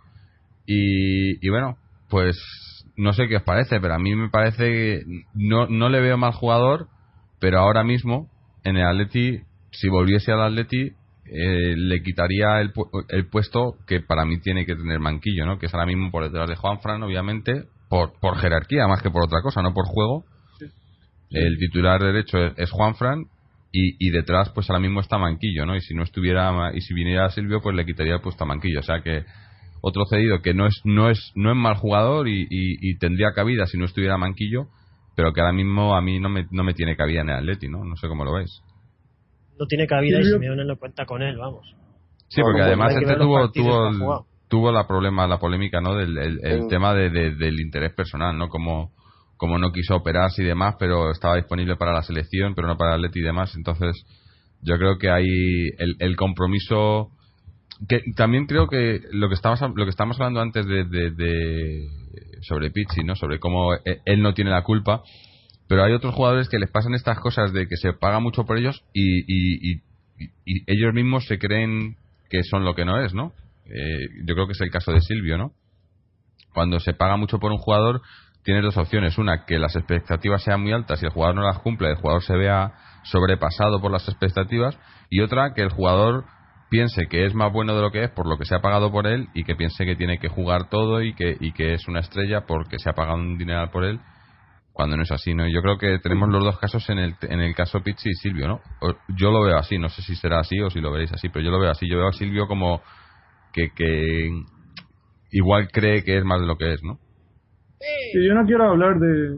Y bueno, pues no sé qué os parece, pero a mí me parece que no le veo mal jugador, pero ahora mismo en el Atleti, si volviese al Atleti, le quitaría el puesto que para mí tiene que tener Manquillo, ¿no? Que es ahora mismo por detrás de Juanfran, obviamente, por jerarquía más que por otra cosa, no por juego. Sí. El titular derecho es Juanfran y detrás pues ahora mismo está Manquillo, ¿no? Y si no estuviera, y si viniera Silvio, pues le quitaría el puesto a Manquillo. O sea que otro cedido que no es mal jugador y tendría cabida si no estuviera Manquillo, pero que ahora mismo a mí no me tiene cabida en el Atleti, ¿no? No sé cómo lo veis. No tiene cabida y Simeone no cuenta con él, vamos. Sí, porque además tuvo la polémica, ¿no? El tema del interés personal, ¿no? Como no quiso operarse y demás, pero estaba disponible para la selección, pero no para el Atleti y demás. Entonces, yo creo que hay el compromiso, que también creo que lo que estamos hablando antes de sobre Pizzi, ¿no? Sobre cómo él no tiene la culpa, pero hay otros jugadores que les pasan estas cosas de que se paga mucho por ellos y ellos mismos se creen que son lo que no es, ¿no? Yo creo que es el caso de Silvio, ¿no? Cuando se paga mucho por un jugador, tienes dos opciones: una, que las expectativas sean muy altas y el jugador no las cumple, el jugador se vea sobrepasado por las expectativas, y otra, que el jugador piense que es más bueno de lo que es por lo que se ha pagado por él y que piense que tiene que jugar todo y que es una estrella porque se ha pagado un dineral por él, cuando no es así, ¿no? Yo creo que tenemos los dos casos en el caso Pizzi y Silvio, ¿no? Yo lo veo así, no sé si será así o si lo veréis así, pero yo lo veo así. Yo veo a Silvio como que igual cree que es más de lo que es, ¿no? Sí, yo no quiero hablar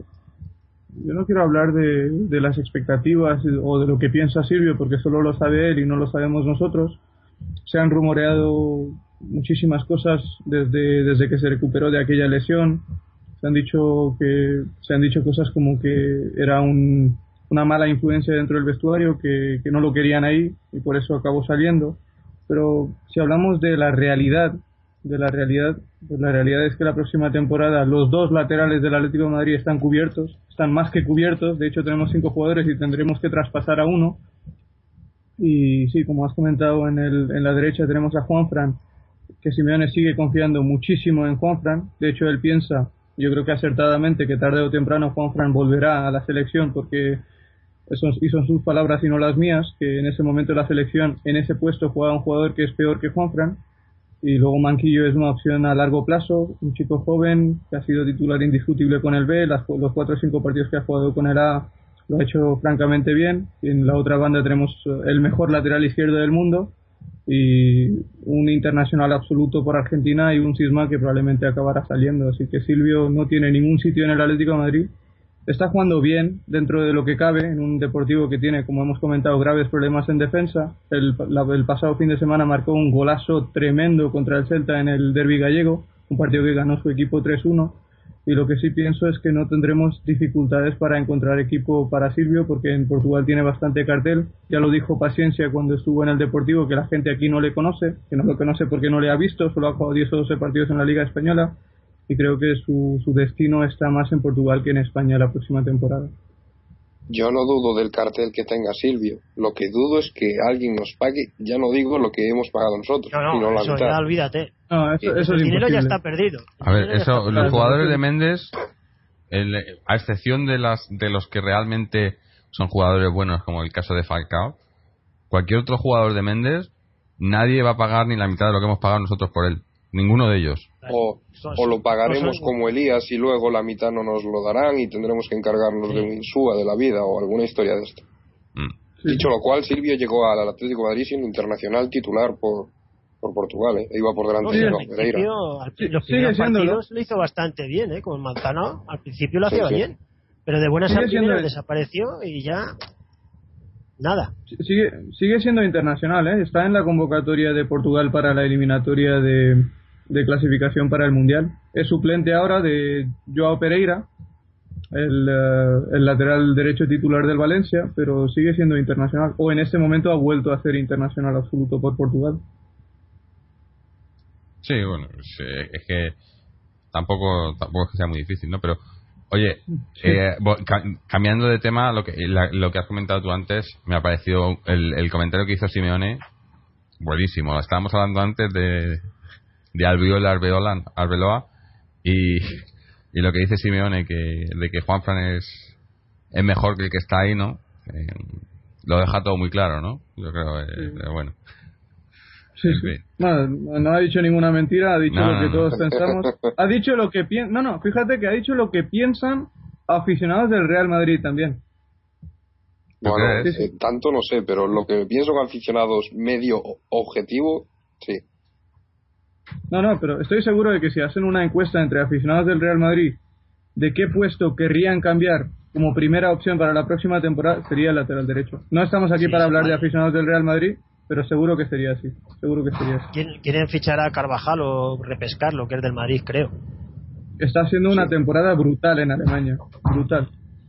de las expectativas o de lo que piensa Silvio, porque solo lo sabe él y no lo sabemos nosotros. Se han rumoreado muchísimas cosas desde que se recuperó de aquella lesión. Se han dicho cosas como que era una mala influencia dentro del vestuario, que no lo querían ahí y por eso acabó saliendo. Pero si hablamos de la realidad, de la realidad, pues la realidad es que la próxima temporada los dos laterales del Atlético de Madrid están cubiertos, están más que cubiertos. De hecho tenemos 5 jugadores y tendremos que traspasar a uno. Y sí, como has comentado, en la derecha tenemos a Juanfran, que Simeone sigue confiando muchísimo en Juanfran. De hecho él piensa, yo creo que acertadamente, que tarde o temprano Juanfran volverá a la selección, porque y son sus palabras y no las mías, que en ese momento la selección, en ese puesto, juega un jugador que es peor que Juanfran. Y luego Manquillo es una opción a largo plazo, un chico joven que ha sido titular indiscutible con el B, los 4 o 5 partidos que ha jugado con el A lo ha hecho francamente bien. Y en la otra banda tenemos el mejor lateral izquierdo del mundo y un internacional absoluto por Argentina y un Sisma que probablemente acabará saliendo. Así que Silvio no tiene ningún sitio en el Atlético de Madrid. Está jugando bien dentro de lo que cabe en un Deportivo que tiene, como hemos comentado, graves problemas en defensa. El pasado fin de semana marcó un golazo tremendo contra el Celta en el derbi gallego, un partido que ganó su equipo 3-1. Y lo que sí pienso es que no tendremos dificultades para encontrar equipo para Silvio, porque en Portugal tiene bastante cartel. Ya lo dijo Paciencia cuando estuvo en el Deportivo, que la gente aquí no le conoce, que no lo conoce porque no le ha visto, solo ha jugado 10 o 12 partidos en la Liga Española. Y creo que su destino está más en Portugal que en España la próxima temporada. Yo no dudo del cartel que tenga Silvio. Lo que dudo es que alguien nos pague, ya no digo lo que hemos pagado nosotros, sino la eso mitad. Ya olvídate. No, eso es el dinero imposible. ya está perdido. A ver, eso, los jugadores de Méndez, a excepción de los que realmente son jugadores buenos, como el caso de Falcao, cualquier otro jugador de Méndez, nadie va a pagar ni la mitad de lo que hemos pagado nosotros por él. Ninguno de ellos. O lo pagaremos como Elías y luego la mitad no nos lo darán y tendremos que encargarnos de un Insúa de la vida o alguna historia de esto. Dicho lo cual, Silvio llegó al Atlético de Madrid siendo internacional titular por Portugal, iba por delante de Pereira. Los primeros partidos lo hizo bastante bien, con Manzano al principio lo hacía bien, pero de buenas a primeras desapareció y ya nada. Sigue siendo internacional, está en la convocatoria de Portugal para la eliminatoria de clasificación para el Mundial. Es suplente ahora de Joao Pereira, el lateral derecho titular del Valencia, pero sigue siendo internacional, o en este momento ha vuelto a ser internacional absoluto por Portugal. Sí, bueno, es que tampoco es que sea muy difícil, ¿no? Pero, oye, cambiando de tema, lo que has comentado tú antes, me ha parecido el comentario que hizo Simeone buenísimo. Estábamos hablando antes de Arbeloa y lo que dice Simeone de que Juanfran es mejor que el que está ahí, ¿no? Lo deja todo muy claro, ¿no? Yo creo bueno. Sí. No ha dicho ninguna mentira, ha dicho lo que todos pensamos. Ha dicho lo que piensan. Fíjate que ha dicho lo que piensan aficionados del Real Madrid también. Bueno, tanto no sé, pero lo que pienso que aficionados medio objetivo, sí. No, pero estoy seguro de que si hacen una encuesta entre aficionados del Real Madrid de qué puesto querrían cambiar como primera opción para la próxima temporada, sería el lateral derecho. No estamos aquí para hablar de aficionados del Real Madrid, pero seguro que sería así. Quieren fichar a Carvajal o repescarlo, que es del Madrid, creo. Está haciendo una temporada brutal en Alemania. Brutal.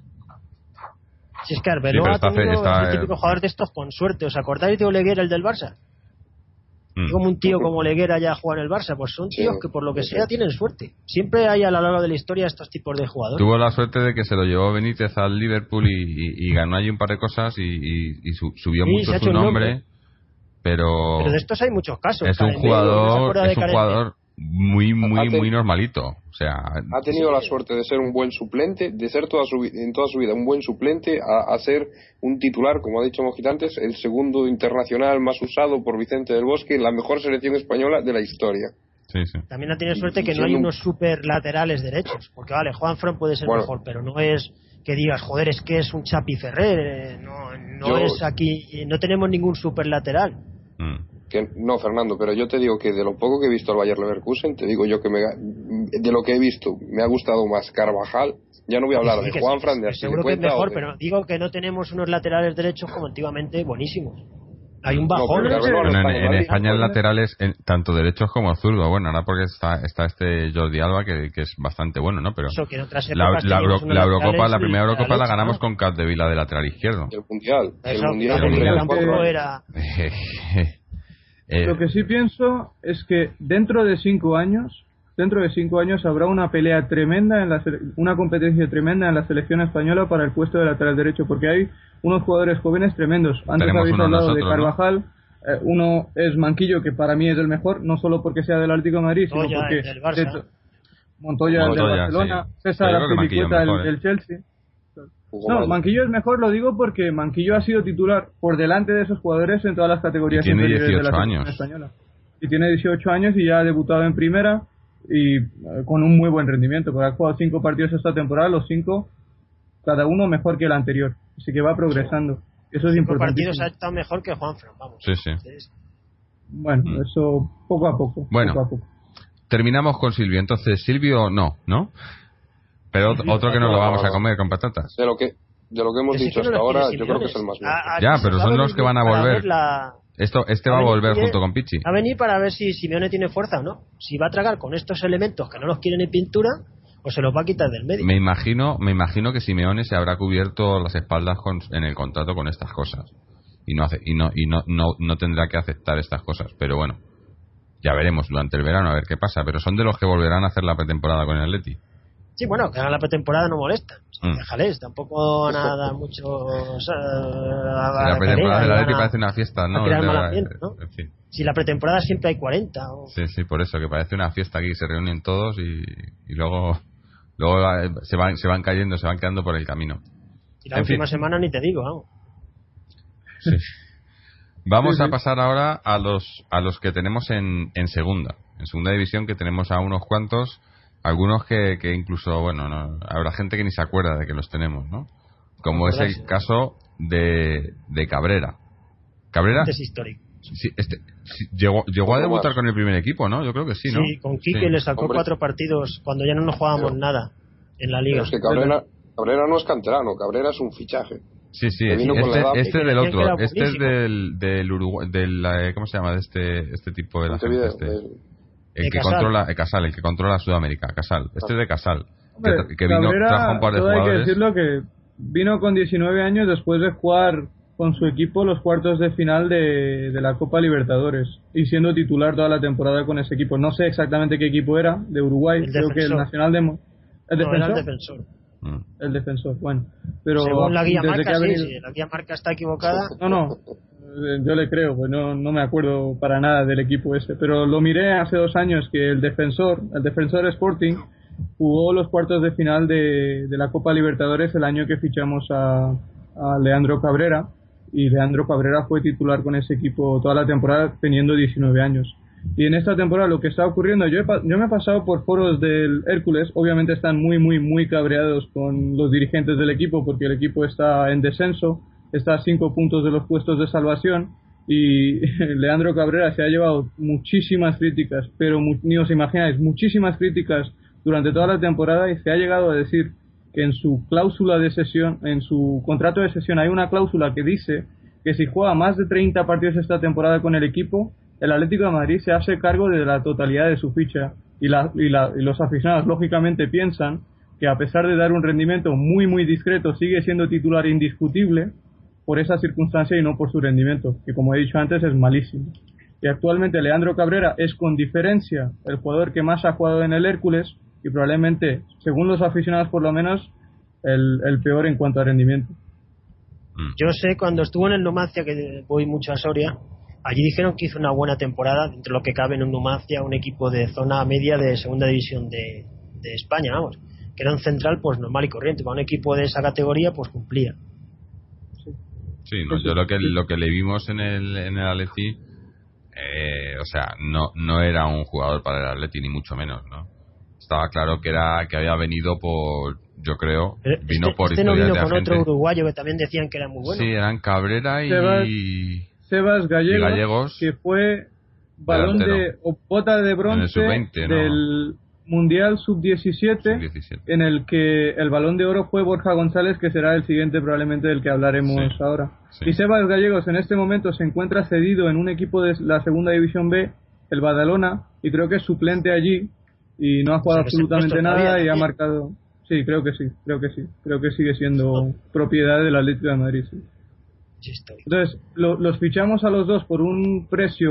Si es que Arbeloa es el típico jugador de estos con suerte. ¿Os acordáis de Oleguer, el del Barça? Como un tío como Oleguer haya jugado en el Barça, pues son tíos que por lo que sea tienen suerte. Siempre hay a lo largo de la historia estos tipos de jugadores. Tuvo la suerte de que se lo llevó Benítez al Liverpool y ganó allí un par de cosas y subió mucho su nombre. Pero de estos hay muchos casos. Es un jugador muy normalito. O sea, ha tenido la suerte de ser un buen suplente, de ser en toda su vida un buen suplente, a ser un titular, como ha dicho Mojita antes, el segundo internacional más usado por Vicente del Bosque en la mejor selección española de la historia. Sí. También ha tenido suerte que no hay unos super laterales derechos, porque vale, Juanfran puede ser mejor, pero no es que digas, joder, es que es un Chapi Ferrer, es aquí, no tenemos ningún super lateral. No, Fernando, pero yo te digo que de lo poco que he visto al Bayer Leverkusen, te digo yo que de lo que he visto me ha gustado más Carvajal. Ya no voy a hablar de Juanfran, de seguro que es mejor, pero digo que no tenemos unos laterales derechos como antiguamente buenísimos. Hay un bajón. En España el laterales tanto derechos como zurdos. Bueno, ahora porque está este Jordi Alba que es bastante bueno, ¿no? Pero eso, que en otras la Eurocopa, la primera Eurocopa la ganamos con Capdevila de lateral izquierdo. El Mundial tampoco era. Lo que sí pienso es que dentro de 5 años habrá una pelea tremenda, una competencia tremenda en la selección española para el puesto de lateral derecho, porque hay unos jugadores jóvenes tremendos. Antes habéis hablado de Carvajal, ¿no? Uno es Manquillo, que para mí es el mejor, no solo porque sea del Atlético de Madrid, sino porque Montoya del Barcelona, sí. César Azpilicueta del Chelsea. No, Manquillo es mejor, lo digo porque Manquillo ha sido titular por delante de esos jugadores en todas las categorías inferiores de la selección española. Y tiene 18 años y ya ha debutado en primera y con un muy buen rendimiento, porque ha jugado 5 partidos esta temporada, los 5, cada uno mejor que el anterior. Así que va progresando. Eso es importante. 5 partidos ha estado mejor que Juanfran, vamos. Sí. Bueno, eso poco a poco. Bueno, poco a poco. Terminamos con Silvio. Entonces, Silvio, ¿no? Pero otro que nos lo vamos a comer con patatas. De lo que hemos dicho hasta ahora, yo creo que es el más bueno. Ya, pero son los que van a volver. Este va a volver junto con Pichi. Va a venir para ver si Simeone tiene fuerza o no. Si va a tragar con estos elementos que no los quieren en pintura, o se los va a quitar del medio. Me imagino que Simeone se habrá cubierto las espaldas en el contrato con estas cosas. Y no tendrá que aceptar estas cosas. Pero bueno, ya veremos durante el verano a ver qué pasa. Pero son de los que volverán a hacer la pretemporada con el Atleti. Sí, bueno, que la pretemporada no molesta. Déjales, tampoco nada mucho. La pretemporada del Atleti parece una fiesta, ¿no? ¿no? En fin. Si la pretemporada siempre hay 40. Sí, por eso, que parece una fiesta aquí, se reúnen todos y luego se van cayendo, se van quedando por el camino. Y la última semana ni te digo, vamos. Sí. Vamos a pasar ahora a los que tenemos en segunda división, que tenemos a unos cuantos. Algunos que incluso, bueno, no, habrá gente que ni se acuerda de que los tenemos, ¿no? Como es el caso de Cabrera. Cabrera es histórico. Sí, llegó a debutar con el primer equipo, ¿no? Yo creo que sí, ¿no? Sí, con Quique le sacó 4 partidos cuando ya no nos jugábamos nada en la liga. Pero es que Cabrera no es canterano, Cabrera es un fichaje. Sí, este del otro, este es del Uruguay, ¿cómo se llama? De este tipo de la gente, el que controla Casal, el que controla Sudamérica, Casal. Este es de Casal. Hombre, que vino, trajo un par de jugadores. Hay que decirlo que vino con 19 años después de jugar con su equipo los cuartos de final de la Copa Libertadores y siendo titular toda la temporada con ese equipo. No sé exactamente qué equipo era, de Uruguay, creo que el Nacional de... ¿El Defensor? El Defensor, bueno. Pero según la guía marca, sí, la guía marca está equivocada. No, yo le creo, pues no me acuerdo para nada del equipo ese, pero lo miré hace 2 años que el Defensor Sporting jugó los cuartos de final de la Copa Libertadores el año que fichamos a Leandro Cabrera, y Leandro Cabrera fue titular con ese equipo toda la temporada teniendo 19 años. Y en esta temporada lo que está ocurriendo, yo me he pasado por foros del Hércules, obviamente están muy muy muy cabreados con los dirigentes del equipo porque el equipo está en descenso, está a 5 puntos de los puestos de salvación y Leandro Cabrera se ha llevado muchísimas críticas, pero ni os imagináis, muchísimas críticas durante toda la temporada, y se ha llegado a decir que en su cláusula de cesión, en su contrato de cesión hay una cláusula que dice que si juega más de 30 partidos esta temporada con el equipo, el Atlético de Madrid se hace cargo de la totalidad de su ficha y los aficionados lógicamente piensan que a pesar de dar un rendimiento muy muy discreto sigue siendo titular indiscutible por esa circunstancia y no por su rendimiento, que como he dicho antes es malísimo. Y actualmente Leandro Cabrera es con diferencia el jugador que más ha jugado en el Hércules y probablemente, según los aficionados por lo menos, el peor en cuanto a rendimiento. Yo sé, cuando estuvo en el Numancia, que voy mucho a Soria, allí dijeron que hizo una buena temporada, dentro de lo que cabe en un Numancia, un equipo de zona media de segunda división de España, vamos, que era un central pues normal y corriente, para un equipo de esa categoría pues cumplía. Sí, no, yo lo que le vimos en el Atleti, o sea, no era un jugador para el Atleti ni mucho menos, ¿no? Estaba claro que había venido por, yo creo, vino por historias no vino con otro uruguayo que también decían que era muy bueno. Sí, eran Cabrera Sebas Gallegos, que fue balón o bota de bronce del Mundial Sub-17, en el que el balón de oro fue Borja González, que será el siguiente probablemente del que hablaremos ahora. Sí. Y Sebas Gallegos en este momento se encuentra cedido en un equipo de la segunda división B, el Badalona, y creo que es suplente allí, y no ha jugado absolutamente nada y ha marcado... Sí, creo que sigue siendo propiedad del Atlético de Madrid, sí. Entonces, los fichamos a los dos por un precio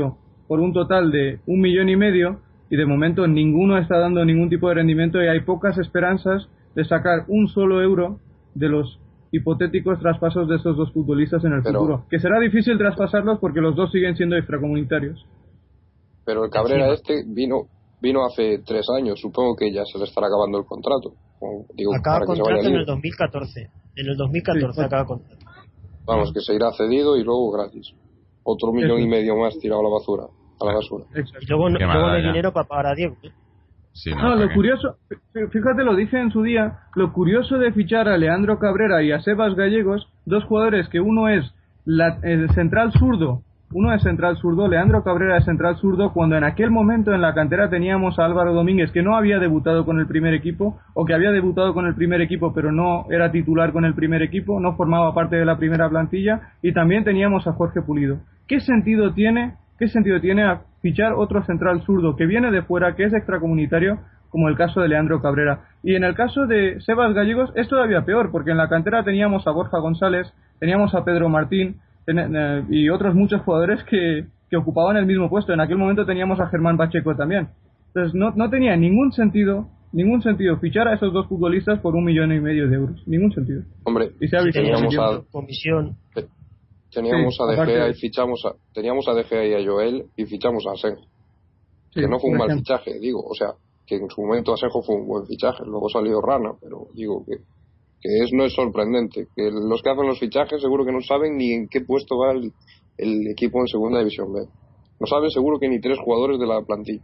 por un total de 1,5 millones, y de momento ninguno está dando ningún tipo de rendimiento y hay pocas esperanzas de sacar un solo euro de los hipotéticos traspasos de estos dos futbolistas en el futuro. Que será difícil traspasarlos porque los dos siguen siendo extracomunitarios. Pero el Cabrera vino hace 3 años, supongo que ya se le estará acabando el contrato. Acaba contrato en el 2014. En el 2014 acaba contrato. Vamos, que se irá cedido y luego gratis. Otro 1,5 millones más tirado a la basura. Y luego no hay dinero para pagar a Diego. Sí, lo curioso, fíjate, lo dije en su día, lo curioso de fichar a Leandro Cabrera y a Sebas Gallegos, dos jugadores que uno es el central zurdo, Leandro Cabrera es central zurdo, cuando en aquel momento en la cantera teníamos a Álvaro Domínguez, que no había debutado con el primer equipo, o que había debutado con el primer equipo pero no era titular con el primer equipo, no formaba parte de la primera plantilla, y también teníamos a Jorge Pulido. ¿Qué sentido tiene a fichar otro central zurdo que viene de fuera, que es extracomunitario, como el caso de Leandro Cabrera? Y en el caso de Sebas Gallegos es todavía peor, porque en la cantera teníamos a Borja González, teníamos a Pedro Martín y otros muchos jugadores que ocupaban el mismo puesto. En aquel momento teníamos a Germán Pacheco también. Entonces no tenía ningún sentido fichar a esos dos futbolistas por 1,5 millones de euros. Ningún sentido. Hombre, y se ha visto comisión. Teníamos a De Gea y teníamos a De Gea y a Joel y fichamos a Asenjo. Que no fue un mal fichaje, digo, o sea, que en su momento Asenjo fue un buen fichaje, luego salió Rana, pero digo que no es sorprendente, que los que hacen los fichajes seguro que no saben ni en qué puesto va el equipo en segunda división B. No saben seguro que ni 3 jugadores de la plantilla.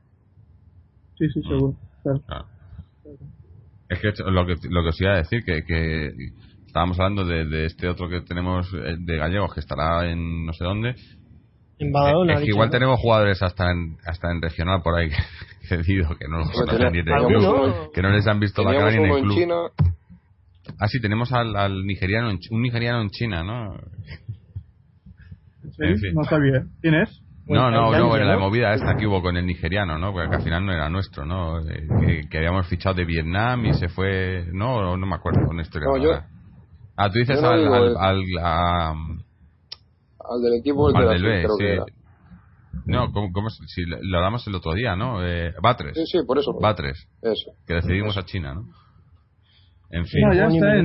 Sí, seguro. Claro. Es que lo que os iba a decir, que estábamos hablando de este otro que tenemos de Gallegos, que estará en no sé dónde. En Badalona. Es que igual tenemos jugadores hasta en regional por ahí que digo que no los conocen ni en el club, que no les han visto la cara ni en el club. China. Ah, sí, tenemos al nigeriano, un nigeriano en China, ¿no? Sí, en fin. No sabía. ¿Quién es? No, la movida esta que hubo con el nigeriano, ¿no? Porque al final no era nuestro, ¿no? Que habíamos fichado de Vietnam y se fue, no me acuerdo una historia. Tú dices al del equipo del B, creo sí. Que era. No, ¿cómo si lo hablamos el otro día, ¿no? Batres. Sí, por eso. Batres. Eso. Que decidimos a China, ¿no? En fin. No, ya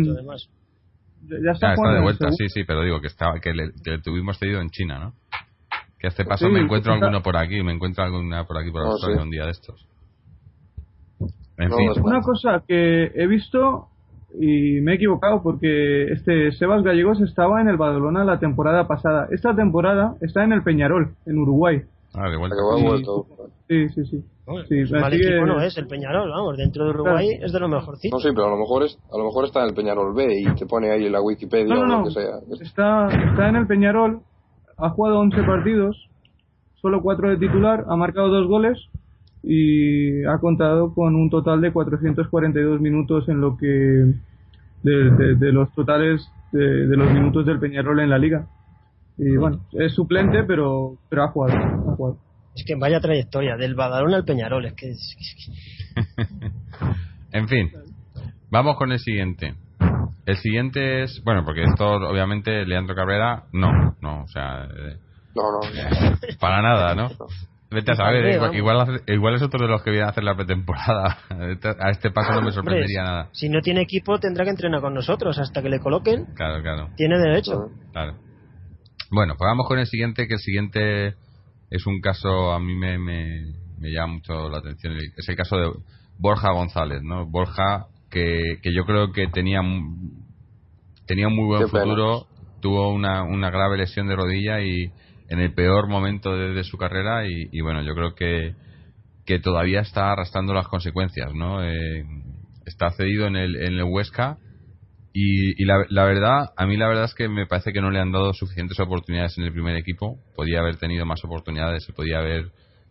está de vuelta, sí, pero digo que le tuvimos cedido en China, ¿no? Que a este paso me encuentro alguno por aquí, alguna por aquí por Australia un día de estos. En fin. Una cosa que he visto y me he equivocado, porque Sebas Gallegos estaba en el Badalona la temporada pasada. Esta temporada está en el Peñarol, en Uruguay. De vuelta. Sí. Mal equipo no es el Peñarol, vamos, dentro de Uruguay es de lo mejorcito. No, sí, pero a lo mejor está en el Peñarol B y te pone ahí en la Wikipedia o lo que sea. Está en el Peñarol, ha jugado 11 partidos, solo 4 de titular, ha marcado 2 goles y ha contado con un total de 442 minutos en lo que de los totales de los minutos del Peñarol en la liga. Y bueno, es suplente, pero ha jugado. Es que vaya trayectoria, del Badalona al Peñarol, es que... En fin, vamos con el siguiente. El siguiente es... Bueno, porque esto, obviamente, Leandro Cabrera, no, o sea... No. Para nada, ¿no? Vete a saber, igual es otro de los que viene a hacer la pretemporada. A este paso no me sorprendería nada. Si no tiene equipo, tendrá que entrenar con nosotros hasta que le coloquen. Claro. Tiene derecho. Claro. Bueno, pues vamos con el siguiente, que el siguiente es un caso, a mí me llama mucho la atención. Es el caso de Borja González, ¿no? Borja, que yo creo que tenía un muy buen futuro, tuvo una grave lesión de rodilla y en el peor momento de su carrera y bueno, yo creo que todavía está arrastrando las consecuencias, ¿no? Está cedido en el Huesca y la verdad, a mí la verdad es que me parece que no le han dado suficientes oportunidades en el primer equipo. Podía haber tenido más oportunidades, se podía haber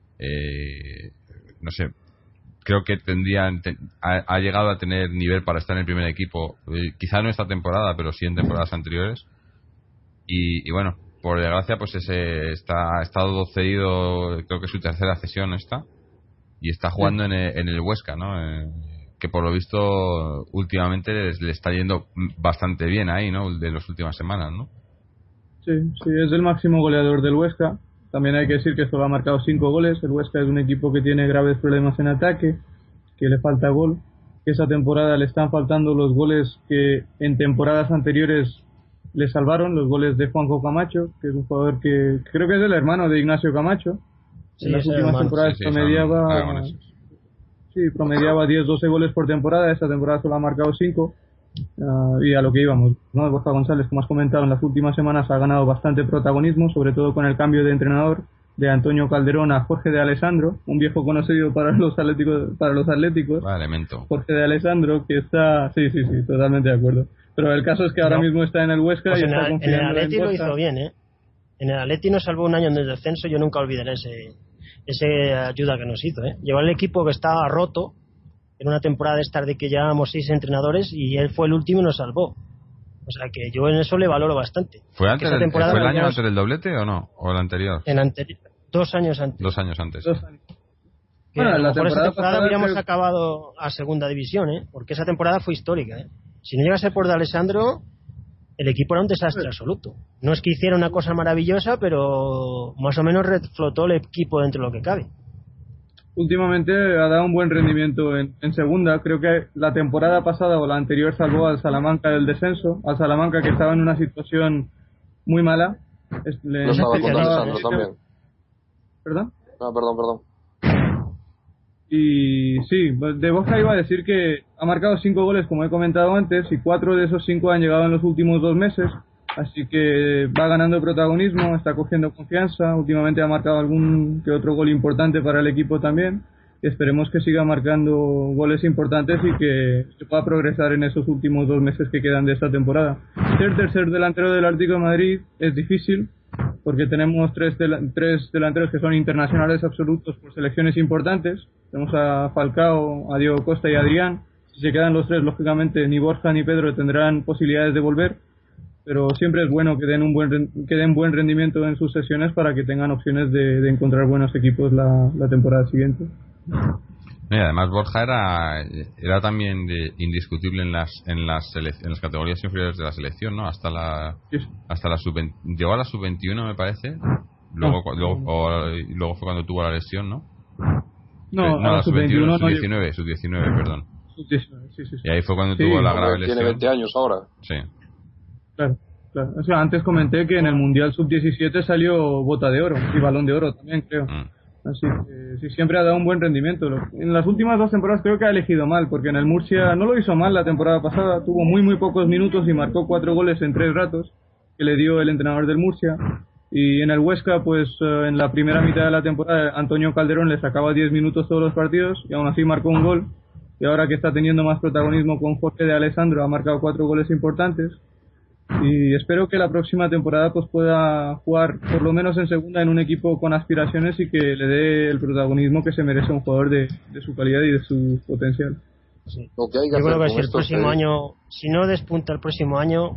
no sé, creo que ha llegado a tener nivel para estar en el primer equipo, quizá no esta temporada, pero sí en temporadas anteriores y bueno, por desgracia pues ha estado cedido, creo que su tercera cesión y está jugando en el Huesca, ¿no? Que por lo visto últimamente le está yendo bastante bien ahí, ¿no? De las últimas semanas, ¿no? Sí, es el máximo goleador del Huesca, También hay que decir que solo ha marcado 5 goles. El Huesca es un equipo que tiene graves problemas en ataque, que le falta gol, que esa temporada le están faltando los goles que en temporadas anteriores le salvaron, los goles de Juanjo Camacho, que es un jugador que creo que es el hermano de Ignacio Camacho. Sí, en las últimas temporadas promediaba 10-12 goles por temporada. Esta temporada solo ha marcado 5. Y a lo que íbamos, ¿no? Borja González, como has comentado, en las últimas semanas ha ganado bastante protagonismo, sobre todo con el cambio de entrenador de Antonio Calderón a Jorge de Alessandro, un viejo conocido para los atléticos. Elemento. Jorge de Alessandro, que está... Sí, totalmente de acuerdo. Pero el caso es que ahora mismo está en el Huesca pues y está confiando en el Atleti en lo hizo bien, ¿eh? En el Atleti nos salvó un año en el descenso, yo nunca olvidaré ese ayuda que nos hizo, ¿eh? Llevó al equipo que estaba roto en una temporada de estar de que llevábamos 6 entrenadores y él fue el último y nos salvó. O sea que yo en eso le valoro bastante. ¿Fue el año antes del doblete o no? ¿O el anterior? 2 años antes. 2 años antes. Bueno, a lo mejor esa temporada habríamos acabado a segunda división, ¿eh? Porque esa temporada fue histórica, ¿eh? Si no llega a ser por de Alessandro, el equipo era un desastre absoluto. No es que hiciera una cosa maravillosa, pero más o menos reflotó el equipo dentro de lo que cabe. Últimamente ha dado un buen rendimiento en segunda. Creo que la temporada pasada o la anterior salvó al Salamanca del descenso, al Salamanca que estaba en una situación muy mala. No estaba con Alessandro también. ¿Perdón? Perdón. Y sí, de Borja iba a decir que ha marcado 5 goles, como he comentado antes, y 4 de esos 5 han llegado en los últimos 2 meses. Así que va ganando protagonismo, está cogiendo confianza. Últimamente ha marcado algún que otro gol importante para el equipo también. Esperemos que siga marcando goles importantes y que se pueda progresar en esos últimos 2 meses que quedan de esta temporada. Ser tercer delantero del Atlético de Madrid es difícil porque tenemos tres delanteros que son internacionales absolutos por selecciones importantes. Tenemos a Falcao, a Diego Costa y a Adrián. Si se quedan los 3, lógicamente ni Borja ni Pedro tendrán posibilidades de volver. Pero siempre es bueno que den buen rendimiento en sus sesiones para que tengan opciones de encontrar buenos equipos la temporada siguiente. Y además Borja era también indiscutible en las categorías inferiores de la selección, ¿no? Hasta la llegó a la sub-21 me parece. Luego fue cuando tuvo la lesión, ¿no? No, a la sub-21, sub-19, perdón. Sub-19, sí. Y ahí fue cuando tuvo la grave lesión. Tiene 20 años ahora. Sí. Claro. O sea, antes comenté que en el Mundial Sub-17 salió bota de oro y balón de oro también, creo. Así que sí, siempre ha dado un buen rendimiento. En las últimas 2 temporadas creo que ha elegido mal, porque en el Murcia no lo hizo mal la temporada pasada. Tuvo muy pocos minutos y marcó 4 goles en 3 ratos que le dio el entrenador del Murcia. Y en el Huesca, pues en la primera mitad de la temporada Antonio Calderón le sacaba 10 minutos todos los partidos y aún así marcó un gol. Y ahora que está teniendo más protagonismo con Jorge de Alessandro, ha marcado 4 goles importantes. Y espero que la próxima temporada pues pueda jugar por lo menos en segunda en un equipo con aspiraciones y que le dé el protagonismo que se merece un jugador de su calidad y de su potencial. Sí. Yo creo que si el próximo año, si no despunta el próximo año,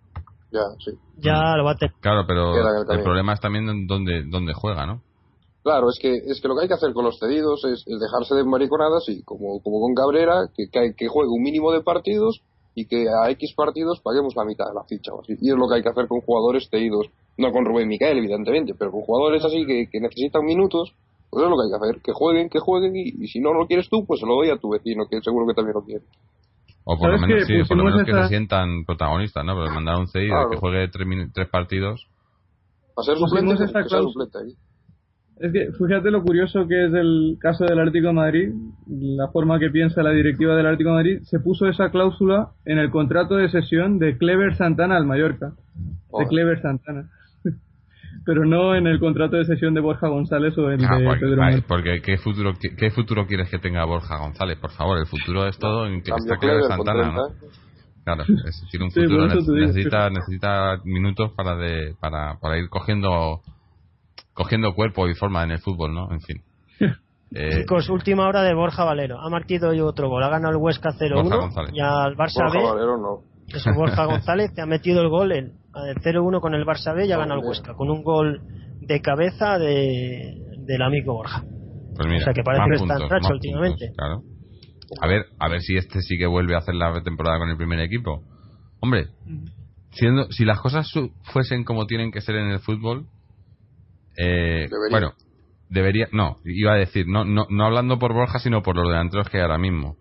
ya lo va a tener. Claro, pero el problema es también dónde juega, ¿no? Claro, es que lo que hay que hacer con los cedidos es dejarse de mariconadas y como con Cabrera, que juegue un mínimo de partidos y que a X partidos paguemos la mitad de la ficha o así. Y es lo que hay que hacer con jugadores cedidos, no con Rubén Miquel evidentemente, pero con jugadores así que necesitan minutos, pues es lo que hay que hacer, que jueguen y si no lo quieres tú, pues se lo doy a tu vecino, que seguro que también lo quiere. O por lo menos que se sientan protagonistas, ¿no? Pero mandar un cedido que juegue 3 partidos. ¿Va a ser suplente? Que sea suplente ahí. Es que fíjate lo curioso que es el caso del Atlético de Madrid, la forma que piensa la directiva del Atlético de Madrid. Se puso esa cláusula en el contrato de cesión de Clever Santana al Mallorca, de Clever Santana, pero no en el contrato de cesión de Borja González o el de Pedro. Porque ¿qué futuro quieres que tenga Borja González? Por favor, el futuro es todo en que está Clever Santana, ¿no? Claro, es decir, un futuro necesita minutos para ir cogiendo cuerpo y forma en el fútbol, ¿no? En fin. Chicos, última hora de Borja Valero. Ha marcado yo otro gol. Ha ganado el Huesca 0-1 y al Barça B. Valero no. Eso, Borja González te ha metido el gol el 0-1 con el Barça B y ha ganado el Huesca con un gol de cabeza del amigo Borja. Pues mira, o sea que parece que está en racha últimamente. Claro. A ver si este sí que vuelve a hacer la temporada con el primer equipo. Hombre, si las cosas fuesen como tienen que ser en el fútbol, Bueno, debería, no, iba a decir, no hablando por Borja, sino por los delanteros que hay ahora mismo.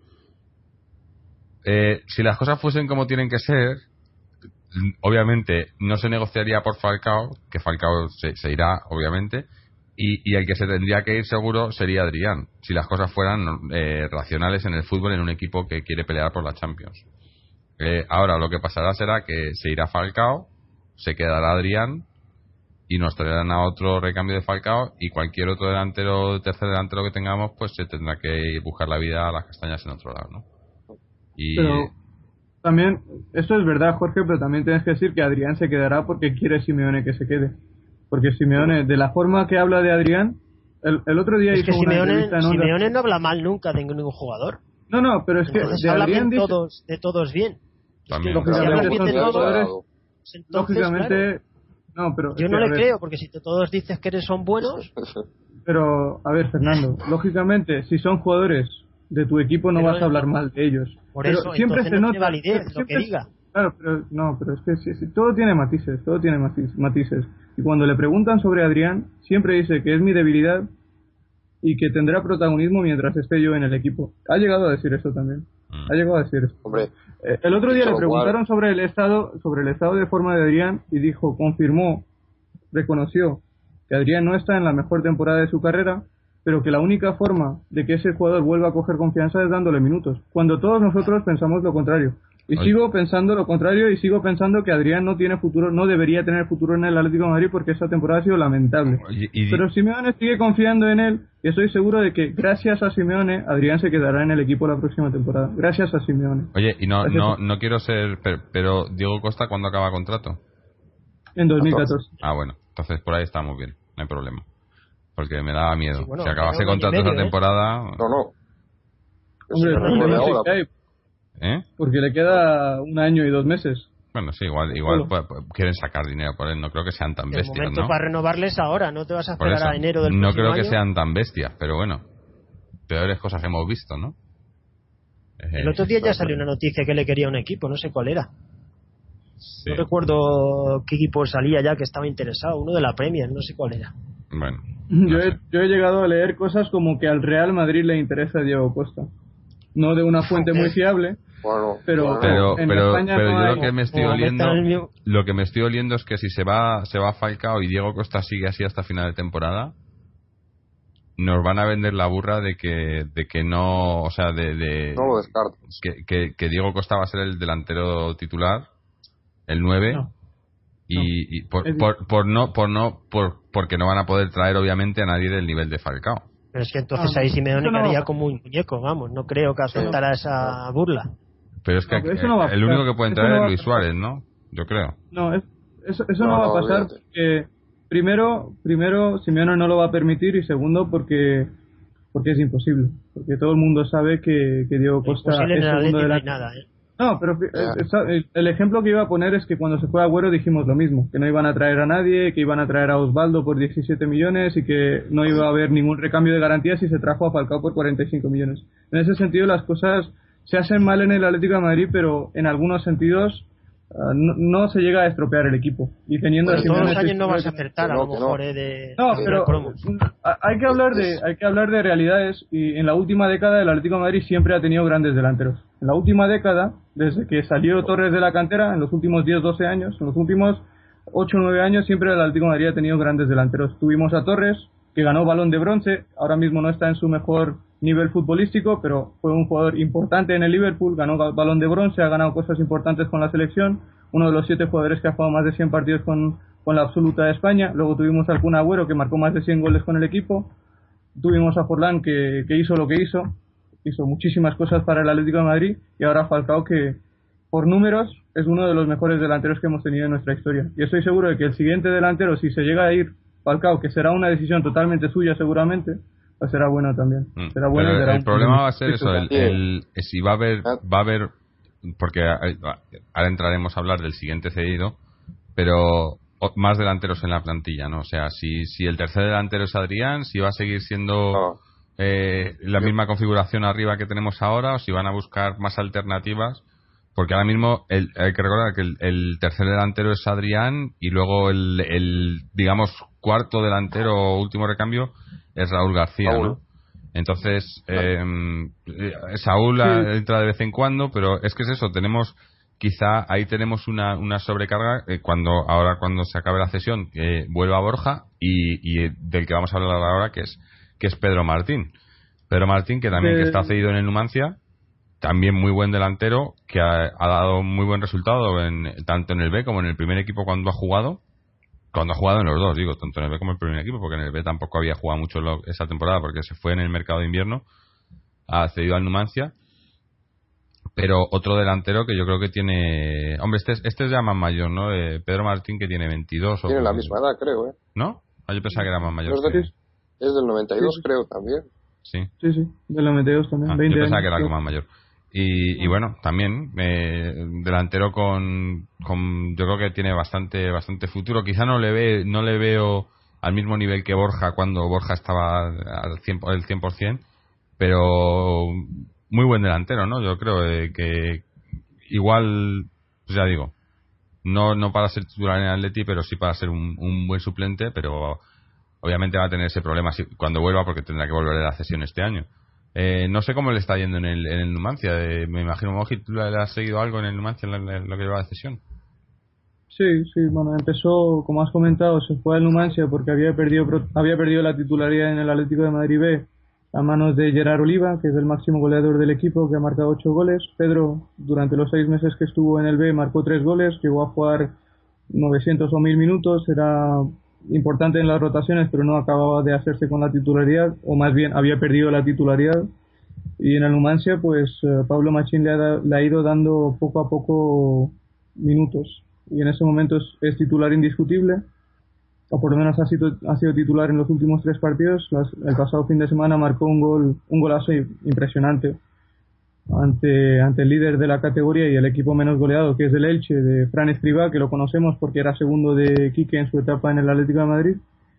Si las cosas fuesen como tienen que ser, obviamente no se negociaría por Falcao, que Falcao se irá, obviamente, y el que se tendría que ir seguro sería Adrián, si las cosas fueran racionales en el fútbol en un equipo que quiere pelear por la Champions. Ahora lo que pasará será que se irá Falcao, se quedará Adrián y nos traerán a otro recambio de Falcao, y cualquier otro tercer delantero que tengamos, pues se tendrá que buscar la vida a las castañas en otro lado, ¿no? Pero también, esto es verdad, Jorge, pero también tienes que decir que Adrián se quedará porque quiere Simeone que se quede. Porque Simeone, de la forma que habla de Adrián, el otro día hizo una entrevista en Simeone no habla mal nunca de ningún jugador. No, pero es que de Adrián dice, de todos bien. También, es que, si hablas bien de todos, entonces, lógicamente, claro, no, pero yo no le creo, porque si todos dices que son buenos. Pero, a ver, Fernando, lógicamente, si son jugadores de tu equipo, no vas a hablar mal de ellos. Por pero eso, siempre se no nota tiene validez lo que diga. Claro, pero es que sí, todo tiene matices, matices. Y cuando le preguntan sobre Adrián, siempre dice que es mi debilidad y que tendrá protagonismo mientras esté yo en el equipo. Ha llegado a decir eso también. Ha llegado a decir eso. Hombre, el otro día le preguntaron sobre el estado de forma de Adrián y dijo, reconoció que Adrián no está en la mejor temporada de su carrera, pero que la única forma de que ese jugador vuelva a coger confianza es dándole minutos, cuando todos nosotros pensamos lo contrario. Y sigo pensando lo contrario, y sigo pensando que Adrián no tiene futuro, no debería tener futuro en el Atlético de Madrid, porque esta temporada ha sido lamentable. Pero Simeone sigue confiando en él, y estoy seguro de que gracias a Simeone Adrián se quedará en el equipo la próxima temporada. Gracias a Simeone. Oye, y no quiero ser, pero Diego Costa, ¿cuándo acaba contrato? En 2014. Ah, bueno, entonces por ahí estamos bien, no hay problema. Porque me daba miedo. Sí, bueno, si acabase contrato esa temporada... No. Hombre, no sé qué hay. Porque le queda 1 año y 2 meses. Bueno, sí, igual quieren sacar dinero por él. No creo que sean tan bestias, el momento ¿no? para renovarles ahora, no te vas a esperar a enero del próximo año. No creo que sean tan bestias, pero bueno, peores cosas hemos visto, ¿no? El otro día ya salió una noticia que le quería un equipo, no sé cuál era. Sí. No recuerdo qué equipo salía ya que estaba interesado, uno de la Premier, no sé cuál era. Bueno, yo he llegado a leer cosas como que al Real Madrid le interesa a Diego Costa. No de una fuente muy fiable, pero en España no yo hay. lo que me estoy oliendo es que si se va Falcao y Diego Costa sigue así hasta final de temporada, nos van a vender la burra de que no, o sea, no lo descarto. Que Diego Costa va a ser el delantero titular, el 9. No. Y porque no van a poder traer obviamente a nadie del nivel de Falcao. Pero es que entonces ahí Simeone quedaría como un muñeco, vamos, no creo que aceptara esa burla. Pero es que el único que pueden traer es Luis Suárez, ¿no? Yo creo. No, eso no va a pasar porque primero Simeone no lo va a permitir, y segundo porque es imposible, porque todo el mundo sabe que Diego Costa es segundo de la... No, pero el ejemplo que iba a poner es que cuando se fue Agüero dijimos lo mismo, que no iban a traer a nadie, que iban a traer a Osvaldo por 17 millones y que no iba a haber ningún recambio de garantías, y se trajo a Falcao por 45 millones. En ese sentido las cosas se hacen mal en el Atlético de Madrid, pero en algunos sentidos no se llega a estropear el equipo. Y teniendo todos los años no vas a acertar a lo mejor pero hay que hablar de realidades, y en la última década el Atlético de Madrid siempre ha tenido grandes delanteros. En la última década, desde que salió Torres de la cantera, en los últimos 10-12 años, en los últimos 8-9 años, siempre el Atlético de Madrid ha tenido grandes delanteros. Tuvimos a Torres, que ganó Balón de Bronce, ahora mismo no está en su mejor nivel futbolístico, pero fue un jugador importante en el Liverpool, ganó Balón de Bronce, ha ganado cosas importantes con la selección, uno de los 7 jugadores que ha jugado más de 100 partidos con la absoluta de España. Luego tuvimos al Kun Agüero, que marcó más de 100 goles con el equipo. Tuvimos a Forlán, que hizo lo que hizo muchísimas cosas para el Atlético de Madrid, y ahora Falcao, que por números es uno de los mejores delanteros que hemos tenido en nuestra historia. Y estoy seguro de que el siguiente delantero, si se llega a ir Falcao, que será una decisión totalmente suya seguramente, será bueno también. Será bueno. Pero el problema va a ser eso, si va a haber, porque ahora entraremos a hablar del siguiente cedido, pero más delanteros en la plantilla, ¿no? O sea, si el tercer delantero es Adrián, si va a seguir siendo la misma configuración arriba que tenemos ahora, o si van a buscar más alternativas, porque ahora mismo hay que recordar que el tercer delantero es Adrián, y luego el digamos cuarto delantero o último recambio es Raúl García, ¿no? Entonces, Saúl entra de vez en cuando, pero es que es eso, quizá ahí tenemos una sobrecarga ahora cuando se acabe la cesión, vuelva Borja y del que vamos a hablar ahora, que es Pedro Martín. Pedro Martín, que también que está cedido en el Numancia, también muy buen delantero, que ha dado muy buen resultado tanto en el B como en el primer equipo cuando ha jugado en los dos, digo, tanto en el B como en el primer equipo, porque en el B tampoco había jugado mucho esa temporada porque se fue en el mercado de invierno, ha cedido al Numancia. Pero otro delantero que yo creo que tiene... Hombre, este es ya más mayor, ¿no? Pedro Martín, que tiene 22 tiene la misma edad, creo, ¿eh? ¿No? Yo pensaba que era más mayor. Es del 92, sí. Creo, también. Sí, del 92 también. 20 yo pensaba años, que era algo más mayor. Y bueno, también delantero con yo creo que tiene bastante futuro. Quizá no le veo al mismo nivel que Borja cuando Borja estaba al 100%, pero muy buen delantero, ¿no? Yo creo que igual, pues ya digo, no para ser titular en Atleti, pero sí para ser un buen suplente, pero obviamente va a tener ese problema cuando vuelva, porque tendrá que volver de la cesión este año. No sé cómo le está yendo en el Numancia. Me imagino, Moji, ¿tú le has seguido algo en el Numancia en lo que lleva la cesión? Sí, bueno, empezó, como has comentado, se fue al Numancia porque había perdido la titularidad en el Atlético de Madrid B a manos de Gerard Oliva, que es el máximo goleador del equipo, que ha marcado 8 goles. Pedro, durante los 6 meses que estuvo en el B, marcó 3 goles, llegó a jugar 900 o 1000 minutos, era importante en las rotaciones, pero no acababa de hacerse con la titularidad, o más bien había perdido la titularidad. Y en el Numancia, pues Pablo Machín le ha ido dando poco a poco minutos, y en ese momento es titular indiscutible, o por lo menos ha sido titular en los últimos 3 partidos. El pasado fin de semana marcó un golazo impresionante ante el líder de la categoría y el equipo menos goleado, que es el Elche, de Fran Escribá, que lo conocemos porque era segundo de Quique en su etapa en el Atlético de Madrid.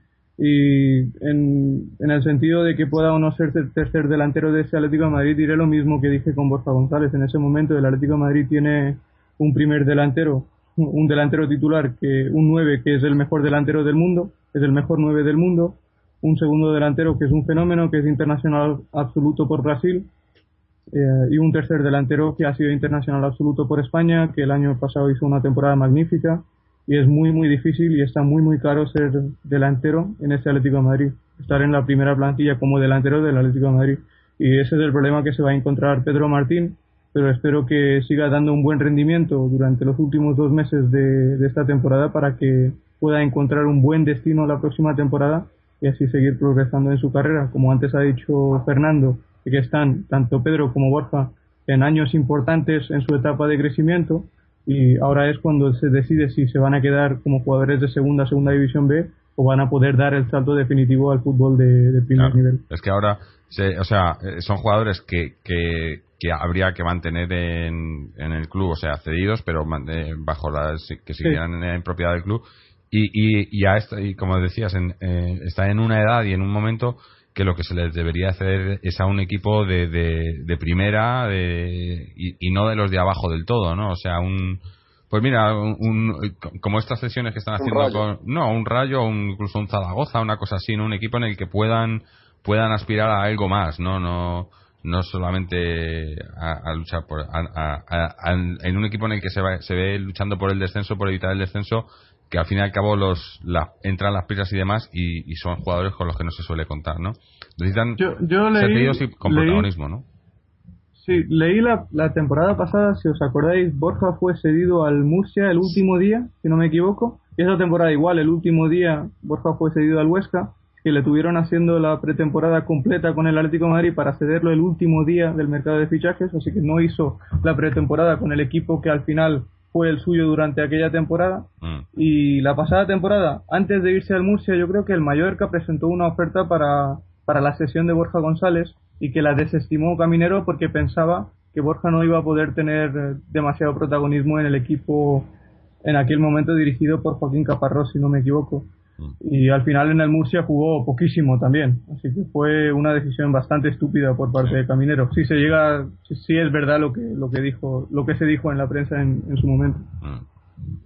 Y en el sentido de que pueda o no ser tercer delantero de ese Atlético de Madrid, diré lo mismo que dije con Borja González. En ese momento el Atlético de Madrid tiene un delantero titular, un 9 que es el mejor delantero del mundo, es el mejor 9 del mundo, un segundo delantero que es un fenómeno, que es internacional absoluto por Brasil, y un tercer delantero que ha sido internacional absoluto por España, que el año pasado hizo una temporada magnífica. Y es muy muy difícil y está muy muy caro ser delantero en este Atlético de Madrid, estar en la primera plantilla como delantero del Atlético de Madrid. Y ese es el problema que se va a encontrar Pedro Martín, pero espero que siga dando un buen rendimiento durante los últimos 2 meses de esta temporada para que pueda encontrar un buen destino la próxima temporada y así seguir progresando en su carrera. Como antes ha dicho Fernando, que están tanto Pedro como Borja en años importantes en su etapa de crecimiento, y ahora es cuando se decide si se van a quedar como jugadores de segunda división B o van a poder dar el salto definitivo al fútbol de primer nivel. Es que ahora son jugadores que habría que mantener en el club, o sea, cedidos, pero bajo que siguieran en propiedad del club, y como decías, está en una edad y en un momento que lo que se les debería hacer es a un equipo de primera y no de los de abajo del todo, ¿no? O sea, pues mira, como estas sesiones que están haciendo un Rayo o incluso un Zaragoza, una cosa así, ¿no? Un equipo en el que puedan aspirar a algo más, no solamente a luchar en un equipo en el que se ve luchando por el descenso, por evitar el descenso, que al fin y al cabo entran las prisas y demás, y son jugadores con los que no se suele contar, ¿no? Necesitan ser cedidos y con protagonismo, ¿no? Sí, leí la temporada pasada, si os acordáis, Borja fue cedido al Murcia el último día, si no me equivoco, y esa temporada igual, el último día Borja fue cedido al Huesca, que le tuvieron haciendo la pretemporada completa con el Atlético de Madrid para cederlo el último día del mercado de fichajes, así que no hizo la pretemporada con el equipo que al final fue el suyo durante aquella temporada. Y la pasada temporada, antes de irse al Murcia, yo creo que el Mallorca presentó una oferta para la cesión de Borja González y que la desestimó Caminero porque pensaba que Borja no iba a poder tener demasiado protagonismo en el equipo en aquel momento dirigido por Joaquín Caparrós, si no me equivoco. Y al final en el Murcia jugó poquísimo también, así que fue una decisión bastante estúpida por parte de Caminero. Si es verdad lo que se dijo en la prensa en su momento.